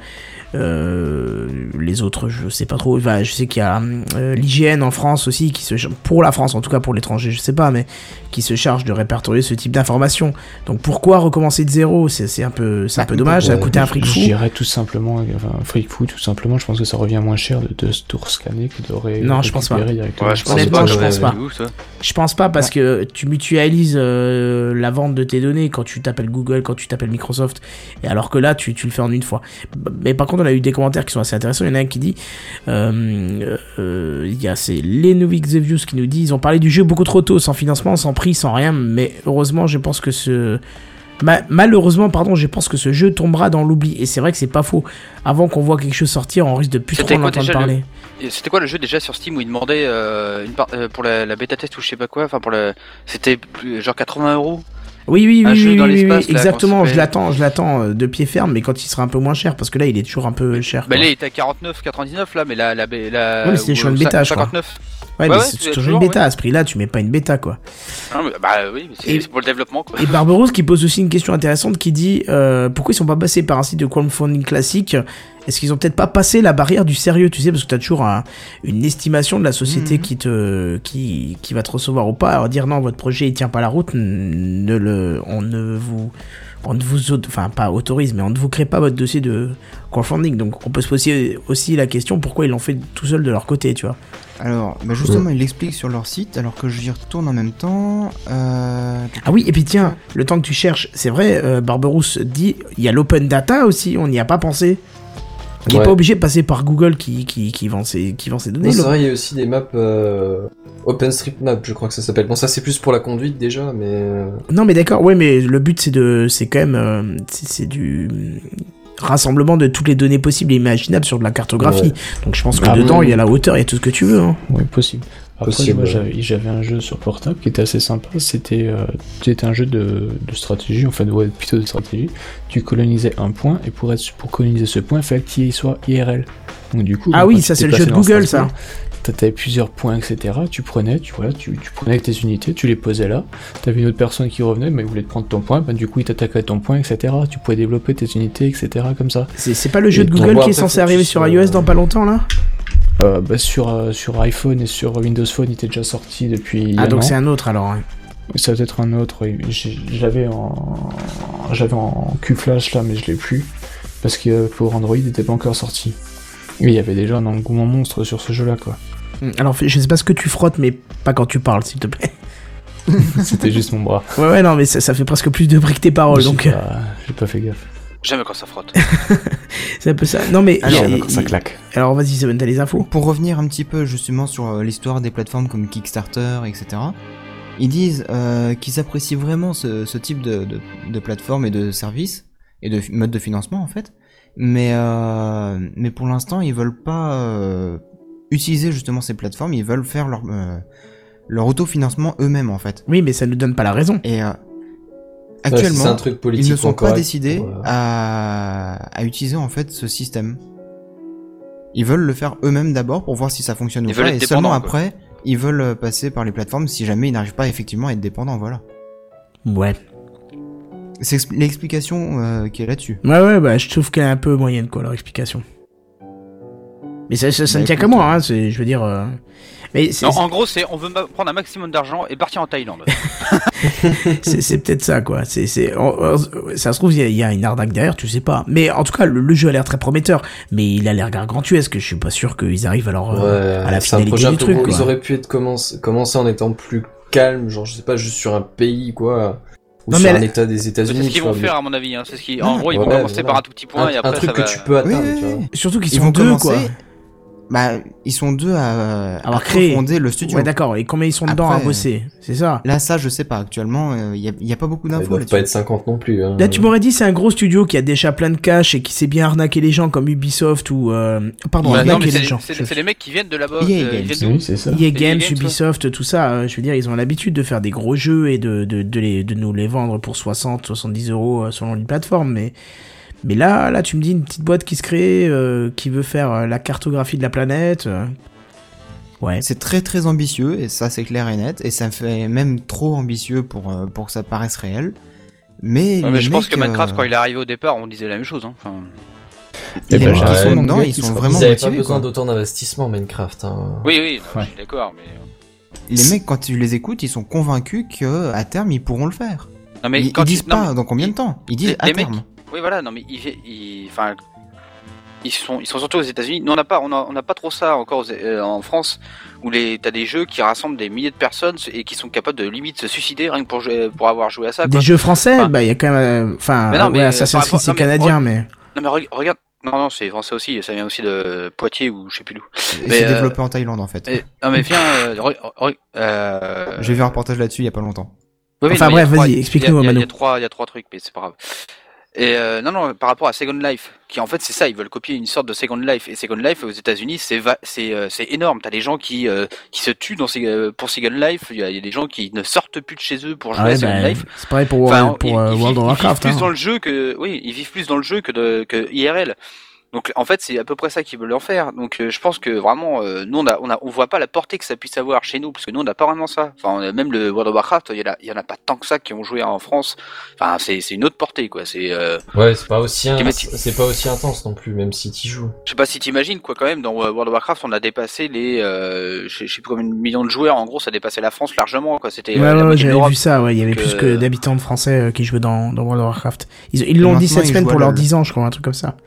euh, les autres, je sais pas trop. Enfin, je sais qu'il y a euh, l'I G N en France aussi, qui se, pour la France, en tout cas pour l'étranger, je sais pas, mais qui se charge de répertorier ce type d'informations. Donc pourquoi recommencer de zéro? C'est, c'est un peu, c'est un peu dommage, ouais, ça a coûté un fric fou. Je dirais tout simplement, enfin, un fric fou, tout simplement. Je pense que ça revient moins cher de, de tout scanner que de ré- Non, je pense pas. Directement. Ouais, je Honnêtement, je pense pas. Où, je pense pas parce ouais. que tu mutualises euh, la vente de tes données quand tu t'appelles Google, quand tu t'appelles Microsoft, et alors que là, tu, tu le fais en une fois. Mais par contre, on a eu des commentaires qui sont assez intéressants. Il y en a un qui dit, euh, euh, il y a c'est Lenovic The Views qui nous dit, ils ont parlé du jeu beaucoup trop tôt, sans financement, sans prix, sans rien. Mais heureusement, je pense que ce Ma- malheureusement, pardon, je pense que ce jeu tombera dans l'oubli. Et c'est vrai que c'est pas faux. Avant qu'on voit quelque chose sortir, on risque de plus C'était trop en entendre parler. Le... C'était quoi le jeu déjà sur Steam où il demandait euh, une par... euh, pour la, la bêta test ou je sais pas quoi, enfin pour la, c'était genre quatre-vingts euros. Oui, oui, un oui, jeu oui, dans oui, l'espace, oui là, exactement. Je l'attends, je l'attends de pied ferme, mais quand il sera un peu moins cher, parce que là, il est toujours un peu cher. Bah quoi. Là, il est à quarante-neuf quatre-vingt-dix-neuf là, mais la, la, la, ouais, mais c'était sur une bêta, je crois. cinquante-neuf. Ouais, ouais, mais c'est, c'est toujours une bêta, ouais. À ce prix-là, tu mets pas une bêta, quoi. Non, mais, bah oui, mais c'est, et, c'est pour le développement, quoi. Et Barberousse qui pose aussi une question intéressante qui dit euh, pourquoi ils sont pas passés par un site de crowdfunding classique? Est-ce qu'ils ont peut-être pas passé la barrière du sérieux, tu sais, parce que t'as toujours un, une estimation de la société mmh. qui te, qui, qui va te recevoir ou pas. Alors dire non, votre projet il tient pas la route, ne le, on ne vous, on ne vous, enfin pas autorise, mais on ne vous crée pas votre dossier de crowdfunding. Donc on peut se poser aussi la question pourquoi ils l'ont fait tout seul de leur côté, tu vois. Alors, bah justement, ils l'expliquent sur leur site, alors que j'y retourne en même temps. Euh... Ah oui, et puis tiens, le temps que tu cherches, c'est vrai, euh, Barberousse dit, il y a l'open data aussi, on n'y a pas pensé. On n'est ouais. pas obligé de passer par Google qui, qui, qui, vend, ses, qui vend ses données. Non, c'est vrai, il y a aussi des maps euh, OpenStreetMap, je crois que ça s'appelle. Bon, ça c'est plus pour la conduite déjà, mais... Non, mais d'accord, ouais, mais le but c'est de, c'est quand même, euh, c'est, c'est du rassemblement de toutes les données possibles et imaginables sur de la cartographie. Ouais. Donc je pense que ah, dedans, il oui. y a la hauteur, il y a tout ce que tu veux. Hein. Oui, possible. Après, possible, moi, ouais. j'avais, j'avais un jeu sur portable qui était assez sympa. C'était, euh, c'était un jeu de, de stratégie, en fait, ouais, plutôt de stratégie. Tu colonisais un point, et pour, être, pour coloniser ce point, il fallait qu'il soit I R L. Donc, du coup, ah oui, ça c'est le jeu de Google, ça. T'avais plusieurs points, et cetera. Tu prenais, tu, voilà, tu, tu prenais tes unités, tu les posais là. T'avais une autre personne qui revenait, mais il voulait te prendre ton point. Ben, du coup, il t'attaquait ton point, et cetera. Tu pouvais développer tes unités, et cetera. Comme ça. C'est, c'est pas le jeu et de Google qui est censé arriver sur euh... iOS dans pas longtemps, là? Euh, bah sur, euh, sur iPhone et sur Windows Phone, il était déjà sorti depuis. Ah, donc an. c'est un autre alors, ouais. Ça doit être un autre, oui. J'avais en. J'avais en Q-Flash là, mais je l'ai plus. Parce que pour Android, il n'était pas encore sorti. Et il y avait déjà un engouement monstre sur ce jeu là, quoi. Alors, je sais pas ce que tu frottes, mais pas quand tu parles, s'il te plaît. C'était juste mon bras. Ouais, ouais, non, mais ça, ça fait presque plus de bruit que tes paroles, J'ai donc. pas, j'ai pas fait gaffe. Jamais quand ça frotte. C'est un peu ça. Non, mais. Alors, il- quand ça il- claque. Alors, vas-y, Seven, t'as les infos. Pour revenir un petit peu justement sur euh, l'histoire des plateformes comme Kickstarter, et cetera, ils disent euh, qu'ils apprécient vraiment ce, ce type de, de, de plateforme et de service, et de fi- mode de financement en fait, mais, euh, mais pour l'instant ils veulent pas euh, utiliser justement ces plateformes, ils veulent faire leur, euh, leur autofinancement eux-mêmes en fait. Oui, mais ça ne donne pas la raison. Et euh, Ouais, actuellement, c'est un truc ils ne politiquement sont pas correct. décidés Voilà. à, à utiliser en fait ce système. Ils veulent le faire eux-mêmes d'abord pour voir si ça fonctionne Ils ou veulent pas, être et seulement dépendants, quoi. après, ils veulent passer par les plateformes si jamais ils n'arrivent pas effectivement à être dépendants, voilà. Ouais. C'est expl- l'explication euh, qui est là-dessus. Ouais, ouais, bah, je trouve qu'elle est un peu moyenne, quoi, leur explication. Mais ça, ça, ça Bah, ne tient qu'à écoute, moi, hein, c'est, je veux dire. euh, Mais c'est, Non, en gros, c'est on veut ma- prendre un maximum d'argent et partir en Thaïlande. c'est, c'est peut-être ça, quoi. C'est, c'est, on- on- ça se trouve, il y, a- il y a une arnaque derrière, tu sais pas. Mais en tout cas, le, le jeu a l'air très prometteur. Mais il a l'air gargantuesque. Je suis pas sûr qu'ils arrivent à, leur, euh, Ouais, à la c'est un finalité projet un du peu truc, gros. quoi. Ils auraient pu être commencé, commencer en étant plus calme, genre je sais pas, juste sur un pays quoi, ou Non, sur mais un la- état des C'est États-Unis. ce qu'ils tu vont vois, faire mais- à mon avis. Hein. C'est ce qui, Ouais. en gros, ils vont Ouais, commencer voilà. par un tout petit point un, et un après truc ça que va. tu peux atteindre, Oui, tu vois. oui, oui. Surtout qu'ils Ils sont vont deux, commencer. quoi. Bah, ils sont deux à, Avoir à créé. fonder le studio. Ouais, d'accord. Et combien ils sont dedans Après, à bosser? C'est ça. Là, ça, je sais pas. Actuellement, il y, a, y a pas beaucoup Ils d'infos doivent là-dessus. pas être cinquante non plus. Hein. Là, tu m'aurais dit, c'est un gros studio qui a déjà plein de cash et qui sait bien arnaquer les gens comme Ubisoft ou, euh... pardon, Bah, non, arnaquer mais c'est les gens. c'est- Je- c'est les mecs qui viennent de là-bas. E A euh, ils Games. viennent d'où Oui, c'est ça. E A E A Games, Games, Ubisoft, tout ça, euh, je veux dire, ils ont l'habitude de faire des gros jeux et de, de, de, les, de nous les vendre pour soixante, soixante-dix euros euh, selon une plateforme. Mais, mais là, là, tu me dis une petite boîte qui se crée, euh, qui veut faire euh, la cartographie de la planète. euh, Ouais. C'est très très ambitieux, et ça c'est clair et net, et ça fait même trop ambitieux pour, euh, pour que ça paraisse réel. Mais, Ouais, mais les je pense mecs, que Minecraft, euh, quand il est arrivé au départ, on disait la même chose. Hein. Enfin, Eh les ben, mecs qui j'ai sont un dedans, gars ils qui sont sera- vraiment Ils avaient pas motivés, besoin quoi. d'autant d'investissement Minecraft. Hein. oui, oui, non, Ouais. je suis d'accord, mais. euh, Les mecs, quand tu les écoutes, ils sont convaincus que à terme ils pourront le faire. Non, mais ils, quand ils tu- disent non, pas mais- dans combien de temps, ils disent les- à les mecs- terme. Oui, voilà, non, mais ils, ils, enfin, ils sont, ils sont surtout aux États-Unis. Nous, on n'a pas, on a, on n'a pas trop ça encore aux- euh, en France, où les, t'as des jeux qui rassemblent des milliers de personnes et qui sont capables de limite se suicider rien que pour jouer, pour avoir joué à ça. Des Quoi. jeux français, Enfin, bah, il y a quand même, euh, enfin, Mais non, ouais, mais, Assassin's par Creed, rapport- c'est non, mais canadien, re- mais. Non, mais re- regarde, non, non, c'est français aussi. Ça vient aussi de Poitiers ou je sais plus d'où. Et Mais, c'est euh, développé en Thaïlande en fait. Et- non, mais viens, euh, re- re- euh, J'ai vu un reportage là-dessus il y a pas longtemps. Oui, oui, Enfin, non, mais il y a bref, trois- vas-y, il y a- explique-nous, il y a- Il y Manu. a trois, il y a trois trucs, mais c'est pas grave. Et euh, non, non, par rapport à Second Life, qui en fait c'est ça, ils veulent copier une sorte de Second Life. Et Second Life aux États-Unis, c'est va- c'est euh, c'est énorme. T'as des gens qui euh, qui se tuent dans ces, euh, pour Second Life. Il y, a, il y a des gens qui ne sortent plus de chez eux pour jouer Ah à ouais, Second bah, Life. c'est pareil pour, Enfin, World- pour ils- euh, ils World vivent- of Warcraft. Ils vivent plus hein. dans le jeu que oui, ils vivent plus dans le jeu que de que I R L. Donc en fait c'est à peu près ça qu'ils veulent en faire. Donc euh, je pense que vraiment euh, nous on a on a on voit pas la portée que ça puisse avoir chez nous parce que nous on n'a pas vraiment ça. Enfin on a même le World of Warcraft, il y en a il y en a pas tant que ça qui ont joué en France. Enfin c'est c'est une autre portée quoi. C'est euh, Ouais, c'est pas aussi, un... T'imagines- c'est pas aussi intense non plus, même si t'y joues. je sais pas si t'imagines quoi quand même dans World of Warcraft on a dépassé les euh, je sais je sais plus combien de millions de joueurs en gros ça dépassait la France largement quoi. C'était Ouais, euh, la ouais, moitié de j'avais l'Europe. vu ça, ouais, il y avait Donc, plus euh, que d'habitants de français euh, qui jouaient dans, dans World of Warcraft. Ils ils l'ont maintenant, dit cette ils semaine jouent à pour leurs LoL. dix ans, je crois, un truc comme ça.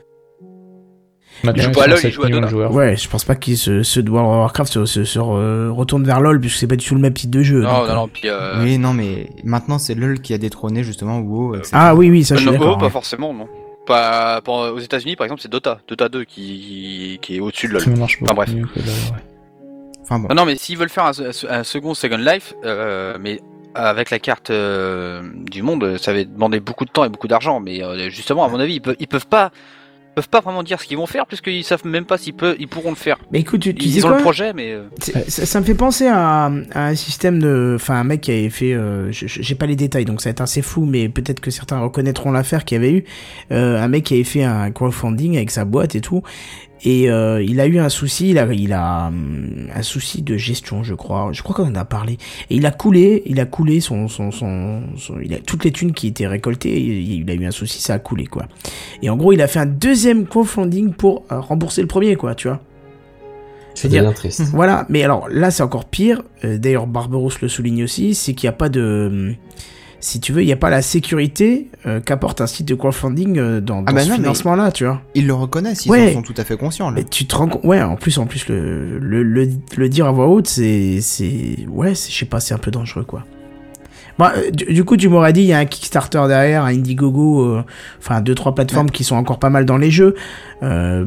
Maintenant, Ils jouent ils pas à sont LoL, ils sept jouent à millions de Dota. joueurs. Ouais, je pense pas qu'ils se, ceux de World of Warcraft se, se, se re- retournent vers LoL, puisque c'est pas du tout le même type de jeu. Non donc, non euh, non puis euh, Oui, non, mais maintenant c'est LoL qui a détrôné justement WoW. et cetera. Ah oui, oui, ça je suis non, d'accord. oh, pas ouais. forcément non. Pas, pas- aux États-Unis par exemple c'est Dota Dota deux qui qui est au-dessus de LoL. Ça marche Enfin, beaucoup bref. mieux que LoL, ouais. Enfin bon. Non, non, mais s'ils veulent faire un, un second Second Life, euh, mais avec la carte euh, du monde, ça va demander beaucoup de temps et beaucoup d'argent. Mais euh, justement, à mon avis, ils peuvent, ils peuvent pas, ils peuvent pas vraiment dire ce qu'ils vont faire puisqu'ils savent même pas s'ils peuvent, ils pourront le faire. Mais écoute, tu, tu Ils sais ont quoi le projet, mais euh, C'est- Ça, ça me fait penser à, à un système de... Enfin, un mec qui avait fait... Euh, je- je- j'ai pas les détails, donc ça va être assez flou, mais peut-être que certains reconnaîtront l'affaire qu'il y avait eu. Euh, un mec qui avait fait un crowdfunding avec sa boîte et tout. Et euh, il a eu un souci, il a, il a hum, un souci de gestion, je crois. Je crois qu'on en a parlé. Et il a coulé, il a coulé son, son, son, son- il a toutes les thunes qui étaient récoltées. Il, il a eu un souci, ça a coulé quoi. Et en gros, il a fait un deuxième crowdfunding pour euh, rembourser le premier quoi, tu vois. C'est dire- bien triste. Voilà, mais alors là c'est encore pire. Euh, D'ailleurs, Barberousse le souligne aussi, c'est qu'il n'y a pas de, si tu veux, il n'y a pas la sécurité euh, qu'apporte un site de crowdfunding euh, dans, dans Ah bah ce non, mais- financement-là, tu vois. Ils le reconnaissent, ils Ouais. en sont tout à fait conscients là. Mais tu te rends compte, ouais, en plus, en plus le le, le, le dire à voix haute, c'est c'est ouais, c'est- je sais pas, c'est un peu dangereux quoi. Bah, du, du coup, tu m'aurais dit, il y a un Kickstarter derrière, un Indiegogo, euh, enfin deux trois plateformes ouais. qui sont encore pas mal dans les jeux. Euh,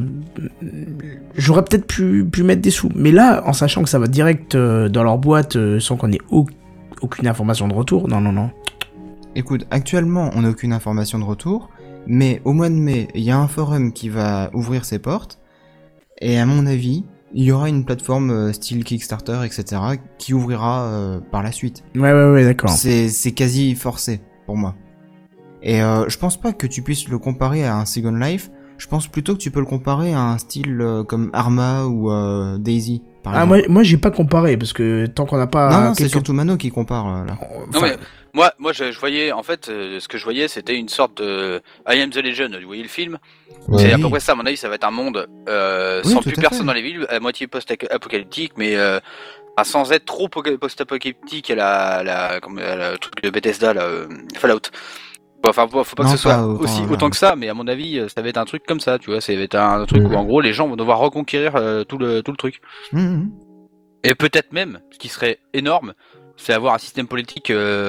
j'aurais peut-être pu, pu mettre des sous. Mais là, en sachant que ça va direct euh, dans leur boîte euh, sans qu'on ait au- aucune information de retour, non, non, non. Écoute, actuellement, on n'a aucune information de retour, mais au mois de mai, il y a un forum qui va ouvrir ses portes, et à mon avis, il y aura une plateforme euh, style Kickstarter, et cetera, qui ouvrira euh, par la suite. Ouais, ouais, ouais, d'accord. C'est, c'est quasi forcé, pour moi. Et euh, je pense pas que tu puisses le comparer à un Second Life, je pense plutôt que tu peux le comparer à un style euh, comme Arma ou euh, Daisy, par ah, exemple. moi, moi, j'ai pas comparé, parce que tant qu'on n'a pas... Non, non, quelque... c'est surtout Mano qui compare, euh, là. Non, mais moi, moi, je, je voyais, en fait, euh, ce que je voyais, c'était une sorte de I Am the Legend. Vous voyez le film? Ouais. C'est à peu près ça, à mon avis, ça va être un monde euh, Oui, sans tout plus à personne fait. dans les villes, à moitié post-apocalyptique, mais euh, ah, sans être trop post-apocalyptique à la, la, comme à la, le truc de Bethesda, là, euh, Fallout. Bon, enfin, faut pas Non, que ce soit pas autant, aussi là. autant que ça, mais à mon avis, ça va être un truc comme ça, tu vois. Ça va être un truc Mmh. où, en gros, les gens vont devoir reconquérir euh, tout le tout le truc. Mmh. Et peut-être même, ce qui serait énorme, c'est avoir un système politique,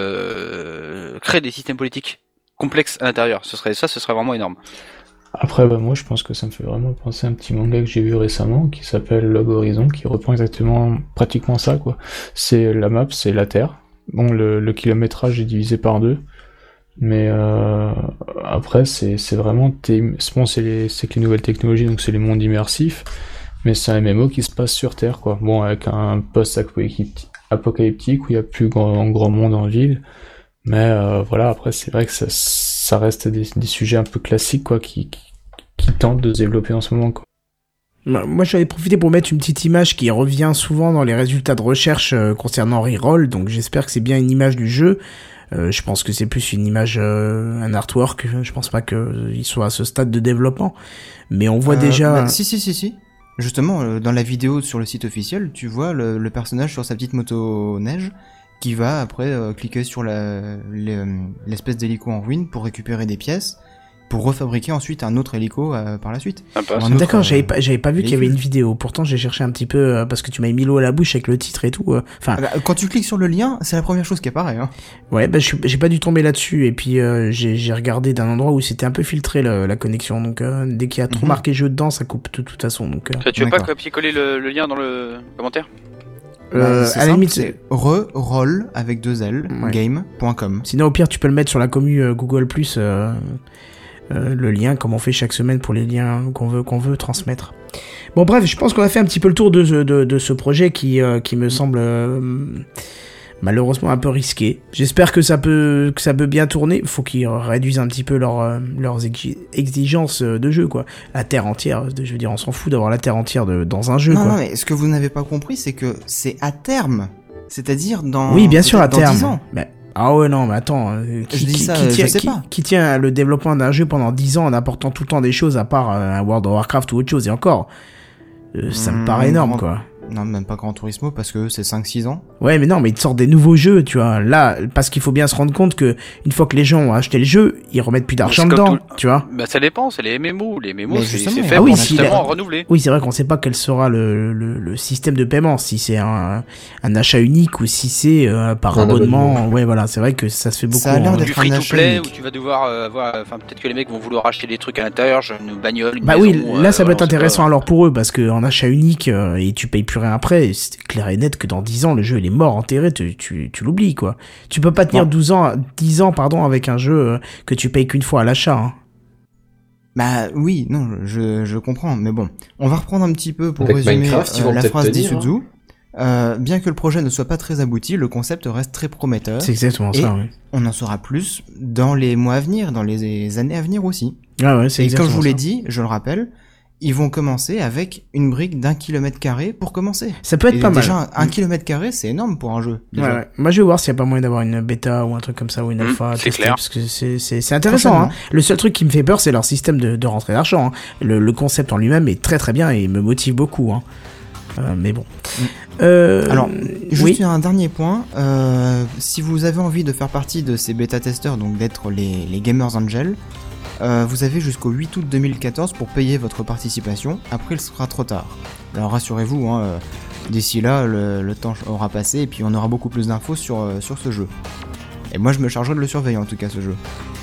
euh, créer des systèmes politiques complexes à l'intérieur. Ce serait ça, ce serait vraiment énorme. Après, bah, moi, je pense que ça me fait vraiment penser à un petit manga que j'ai vu récemment, qui s'appelle Log Horizon, qui reprend exactement, pratiquement ça, quoi. C'est la map, c'est la Terre. Bon, le, le kilométrage est divisé par deux. Mais euh, après, c'est, c'est vraiment... T'es, bon, c'est, les, c'est que les nouvelles technologies, donc c'est les mondes immersifs. Mais c'est un M M O qui se passe sur Terre, quoi. Bon, avec un post-apocalyptique où il y a plus grand, grand monde en ville. Mais euh, voilà, après, c'est vrai que ça, ça reste des, des sujets un peu classiques, quoi, qui, qui, qui tentent de se développer en ce moment, quoi. Moi, j'avais profité pour mettre une petite image qui revient souvent dans les résultats de recherche euh, concernant Reroll, donc j'espère que c'est bien une image du jeu. Euh, je pense que c'est plus une image, euh, un artwork, je pense pas qu'il soit à ce stade de développement. Mais on voit Euh, déjà... bah, si, si, si, si. Justement, euh, dans la vidéo sur le site officiel, tu vois le, le personnage sur sa petite moto neige qui va après euh, cliquer sur la, les, euh, l'espèce d'hélico en ruine pour récupérer des pièces, pour refabriquer ensuite un autre hélico euh, par la suite. Ah, Un autre, D'accord, euh, j'avais pas, j'avais pas vu qu'il y avait véhicule. une vidéo. Pourtant, j'ai cherché un petit peu, euh, parce que tu m'avais mis l'eau à la bouche avec le titre et tout. euh. Enfin, Ah bah, quand tu cliques sur le lien, c'est la première chose qui apparaît. Hein. ouais, bah, je suis- j'ai pas dû tomber là-dessus. Et puis, euh, j'ai, j'ai regardé d'un endroit où c'était un peu filtré la, la connexion. Donc, euh, dès qu'il y a trop Mhm. marqué jeu dedans, ça coupe de toute façon. Donc, euh, Ça, tu veux pas D'accord. copier-coller le, le lien dans le commentaire? euh, Bah, c'est à la simple, limite, c'est re-roll avec deux L, Ouais. game point com. sinon, au pire, tu peux le mettre sur la commu euh, Google Plus, euh, euh, le lien, comme on fait chaque semaine pour les liens qu'on veut, qu'on veut transmettre. Bon, bref, je pense qu'on a fait un petit peu le tour de, ce- de, de ce projet qui, euh, qui me semble euh, malheureusement un peu risqué. J'espère que ça peut, que ça peut bien tourner. Il faut qu'ils réduisent un petit peu leur, euh, leurs exi- exigences de jeu, quoi. La terre entière, je veux dire, on s'en fout d'avoir la terre entière de, dans un jeu, Non, quoi. non, mais ce que vous n'avez pas compris, c'est que c'est à terme. C'est-à-dire dans... Oui, bien sûr, à peut-être dans terme. dix ans. Mais, ah ouais, non, mais attends. euh, Qui, Je dis qui- ça, qui euh, je tient, sais qui- pas. qui tient le développement d'un jeu pendant dix ans en apportant tout le temps des choses à part euh, un World of Warcraft ou autre chose, et encore, euh, ça me Mmh, paraît énorme, grand- quoi. Non, même pas Gran Turismo, parce que c'est cinq six ans. Ouais, mais non, mais ils te sortent des nouveaux jeux, tu vois. Là, parce qu'il faut bien se rendre compte que une fois que les gens ont acheté le jeu, ils remettent plus d'argent C'est comme dedans, tout- tu vois. Bah, ça dépend, c'est les M M O. Les M M O, Mais c'est, justement, c'est fait ah oui, pour s'il justement a- renouveler. Oui, c'est vrai qu'on sait pas quel sera le, le, le système de paiement, si c'est un, un achat unique ou si c'est euh, par Un abonnement. abonnement. Ouais, voilà, c'est vrai que ça se fait beaucoup. Ça a l'air en- d'être Du un free-to-play achat où tu vas devoir euh, avoir, enfin peut-être que les mecs vont vouloir acheter des trucs à l'intérieur, genre une bagnole, une Bah maison, oui, là euh, ça peut voilà, être on sait intéressant pas. alors pour eux parce que en achat unique euh, et tu payes plus rien après, c'est clair et net que dans dix ans le jeu il est mort, enterré, tu, tu, tu l'oublies quoi. Tu peux pas tenir Non. douze ans, dix ans pardon avec un jeu euh, que tu payes qu'une fois à l'achat. Hein. Bah oui, non, je, je comprends, mais bon. On va reprendre un petit peu pour Avec résumer Minecraft, ils euh, vont la peut-être phrase te dire, d'Isuzu. Euh, bien que le projet ne soit pas très abouti, le concept reste très prometteur. C'est exactement Et ça, oui. on en saura plus dans les mois à venir, dans les années à venir aussi. Ah ouais, c'est Et exactement comme je vous l'ai ça. dit, je le rappelle, ils vont commencer avec une brique d'un kilomètre carré pour commencer. Ça peut être Et pas déjà, mal. un, un kilomètre carré, c'est énorme pour un jeu. Ouais, déjà. ouais. Moi je vais voir s'il y a pas moyen d'avoir une bêta ou un truc comme ça ou une Mmh, alpha. c'est tester, clair. Parce que c'est, c'est, c'est intéressant. Hein. Le seul truc qui me fait peur c'est leur système de, de rentrée d'argent. Hein. Le, le concept en lui-même est très très bien et me motive beaucoup. Hein. Euh, mais bon. Mm. Euh, Alors, juste oui. un dernier point. Euh, si vous avez envie de faire partie de ces bêta-testeurs, donc d'être les, les Gamers Angel, euh, vous avez jusqu'au huit août deux mille quatorze pour payer votre participation. Après, il sera trop tard. Alors rassurez-vous, hein, euh, d'ici là, le, le temps aura passé et puis on aura beaucoup plus d'infos sur, euh, sur ce jeu. Et moi je me chargerai de le surveiller en tout cas ce jeu.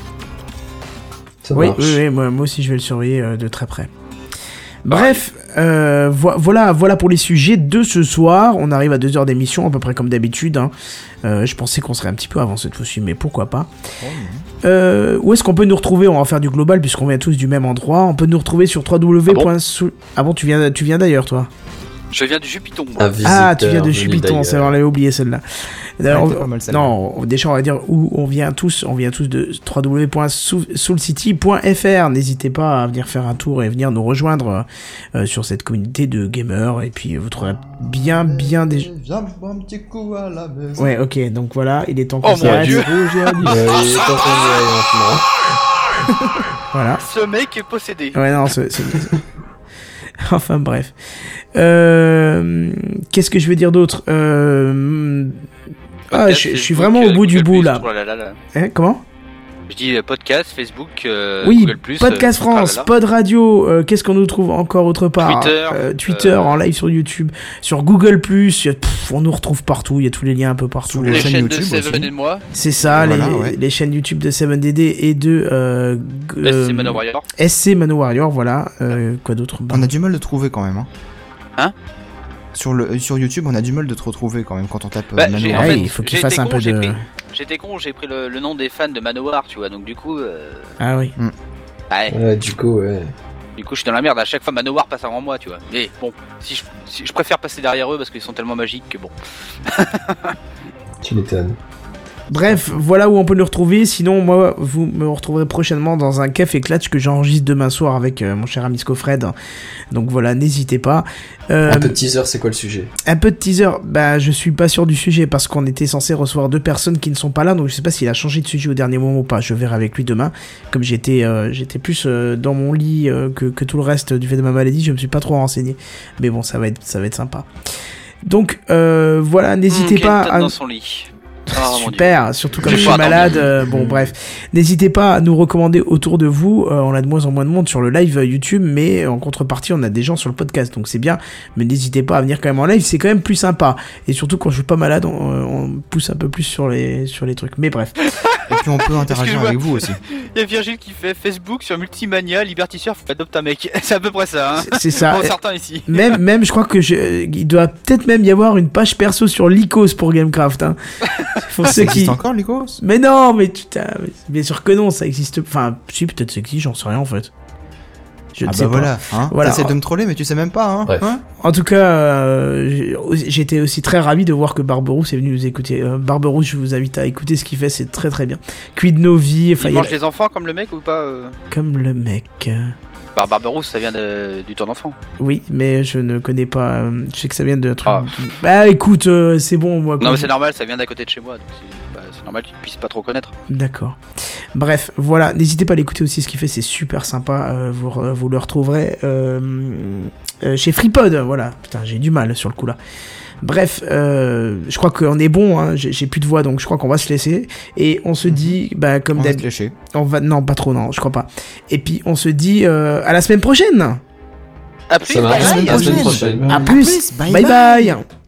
Ça Oui, marche. oui, oui, moi, moi aussi je vais le surveiller euh, de très près. Bref, euh, vo- voilà, voilà pour les sujets de ce soir. On arrive à deux heures d'émission, à peu près comme d'habitude. Hein. Euh, je pensais qu'on serait un petit peu avant cette fois-ci, mais pourquoi pas. Euh, où est-ce qu'on peut nous retrouver? On va faire du global puisqu'on vient tous du même endroit. On peut nous retrouver sur w w w. Ah bon, tu viens, tu viens d'ailleurs, toi? Je viens du Jupiton. Un Ah, tu viens de visiteur Jupiton, venu c'est vrai, on l'avait oublié celle-là. D'ailleurs, Ouais, c'est on- pas mal, celle-là. non, on- déjà on va dire où on vient tous, on vient tous de w w w point soul city point f r. N'hésitez pas à venir faire un tour et venir nous rejoindre euh, sur cette communauté de gamers et puis vous trouverez bien bien des. Viens boire un petit coup à la maison. Ouais, ok, donc voilà, il est temps Oh qu'on mon s'arrête. Dieu. Rouge et à Ouais, il est temps qu'on y aille lentement. Voilà. Ce mec est possédé. Ouais, non, c'est. c'est- Enfin bref. Euh, Qu'est-ce que je vais dire d'autre euh... Ah, Podcast, je, je suis Facebook, vraiment au euh, bout du Google bout Plus, là. oh là là là. Hein, comment? Je dis euh, podcast, Facebook, euh, Oui, Google Plus, Podcast euh, France, tralala. Pod Radio, euh, qu'est-ce qu'on nous trouve encore autre part? Twitter, Euh, Twitter, euh, en live sur YouTube, sur Google Plus, on nous retrouve partout, il y a tous les liens un peu partout. Sur les chaîne chaînes de YouTube Seven aussi. et de moi, C'est ça, Voilà, les, ouais. les chaînes YouTube de seven D D et de euh, g- S C euh, Mano Warrior. S C Mano Warrior, voilà. Euh, quoi d'autre? Bah, On a du mal de trouver quand même. Hein, Hein sur, le, sur YouTube, on a du mal de te retrouver quand même quand on tape euh, Bah, Mano j'ai- ouais, en Warrior. fait, il faut qu'il j'ai fasse été un con, peu j'ai de. pris- J'étais con, j'ai pris le, le nom des fans de Manowar, tu vois, donc du coup, euh, Ah oui. ouais, Ouais, du coup, ouais. du coup, je suis dans la merde. À chaque fois, Manowar passe avant moi, tu vois. Mais bon, si je, si je préfère passer derrière eux parce qu'ils sont tellement magiques que bon. Tu m'étonnes. Bref, voilà où on peut nous retrouver. Sinon, moi, vous me retrouverez prochainement dans un café clutch que j'enregistre demain soir avec euh, mon cher ami Scofred. Donc voilà, n'hésitez pas. Euh, Un peu de teaser, c'est quoi le sujet? un peu de teaser. Bah, je suis pas sûr du sujet parce qu'on était censé recevoir deux personnes qui ne sont pas là. Donc je sais pas s'il a changé de sujet au dernier moment ou pas. Je verrai avec lui demain. Comme j'étais, euh, j'étais plus euh, dans mon lit euh, que, que tout le reste du fait de ma maladie, je me suis pas trop renseigné. Mais bon, ça va être, ça va être sympa. Donc euh, voilà, n'hésitez Mmh, pas Kenton à dans son lit. Oh, mon Dieu. super, surtout comme J'ai je suis pas malade. dormi. euh, bon, bref, n'hésitez pas à nous recommander autour de vous. Euh, on a de moins en moins de monde sur le live euh, YouTube, mais en contrepartie, on a des gens sur le podcast, donc c'est bien. Mais n'hésitez pas à venir quand même en live, c'est quand même plus sympa. Et surtout quand je suis pas malade, on, on pousse un peu plus sur les sur les trucs. Mais bref, Et puis on peut interagir Excuse-moi. avec vous aussi. Il y a Virgile qui fait Facebook sur Multimania, Liberty Surf, adopte un mec. C'est à peu près ça, hein. c'est- c'est ça. Pour certains ici. Même, même, je crois que je, il doit peut-être même y avoir une page perso sur l'Icos pour Gamecraft. Hein. Pour Ça ceux qui. existe encore, Lycos? Mais non, mais putain, bien sûr que non, ça existe. Enfin, si, peut-être c'est qui, j'en sais rien en fait. Je Ah ne bah sais pas. voilà, hein. Voilà. T'essaies de me troller, mais tu sais même pas, hein. Bref. Hein En tout cas, euh, j'ai- j'étais aussi très ravi de voir que Barberousse est venu nous écouter. Euh, Barberousse, je vous invite à écouter ce qu'il fait, c'est très très bien. Quid nos vies, enfin, Il il y a- mange les enfants comme le mec ou pas euh comme le mec. euh, Bah, Barberousse, ça vient de- du temps d'enfant. Oui, mais je ne connais pas. euh, je sais que ça vient de truc. Ah. Bah écoute, euh, c'est bon, moi. Non, quand- mais c'est normal, ça vient d'à côté de chez moi, donc c'est bah, c'est normal qu'il puisse pas trop connaître. D'accord. Bref, voilà, n'hésitez pas à l'écouter aussi, ce qu'il fait, c'est super sympa. euh, vous, re- vous le retrouverez euh, euh, chez FreePod. Voilà, putain, j'ai du mal sur le coup là. Bref, euh, je crois qu'on est bon, hein, j'ai j'ai plus de voix, donc je crois qu'on va se laisser. Et on se dit, bah comme On va se d'habitude. lâcher. On va, non, pas trop, non, je crois pas. Et puis on se dit euh, à la semaine prochaine. À plus, Ça marche. bye. À la semaine prochaine. À plus. Bye Bye bye.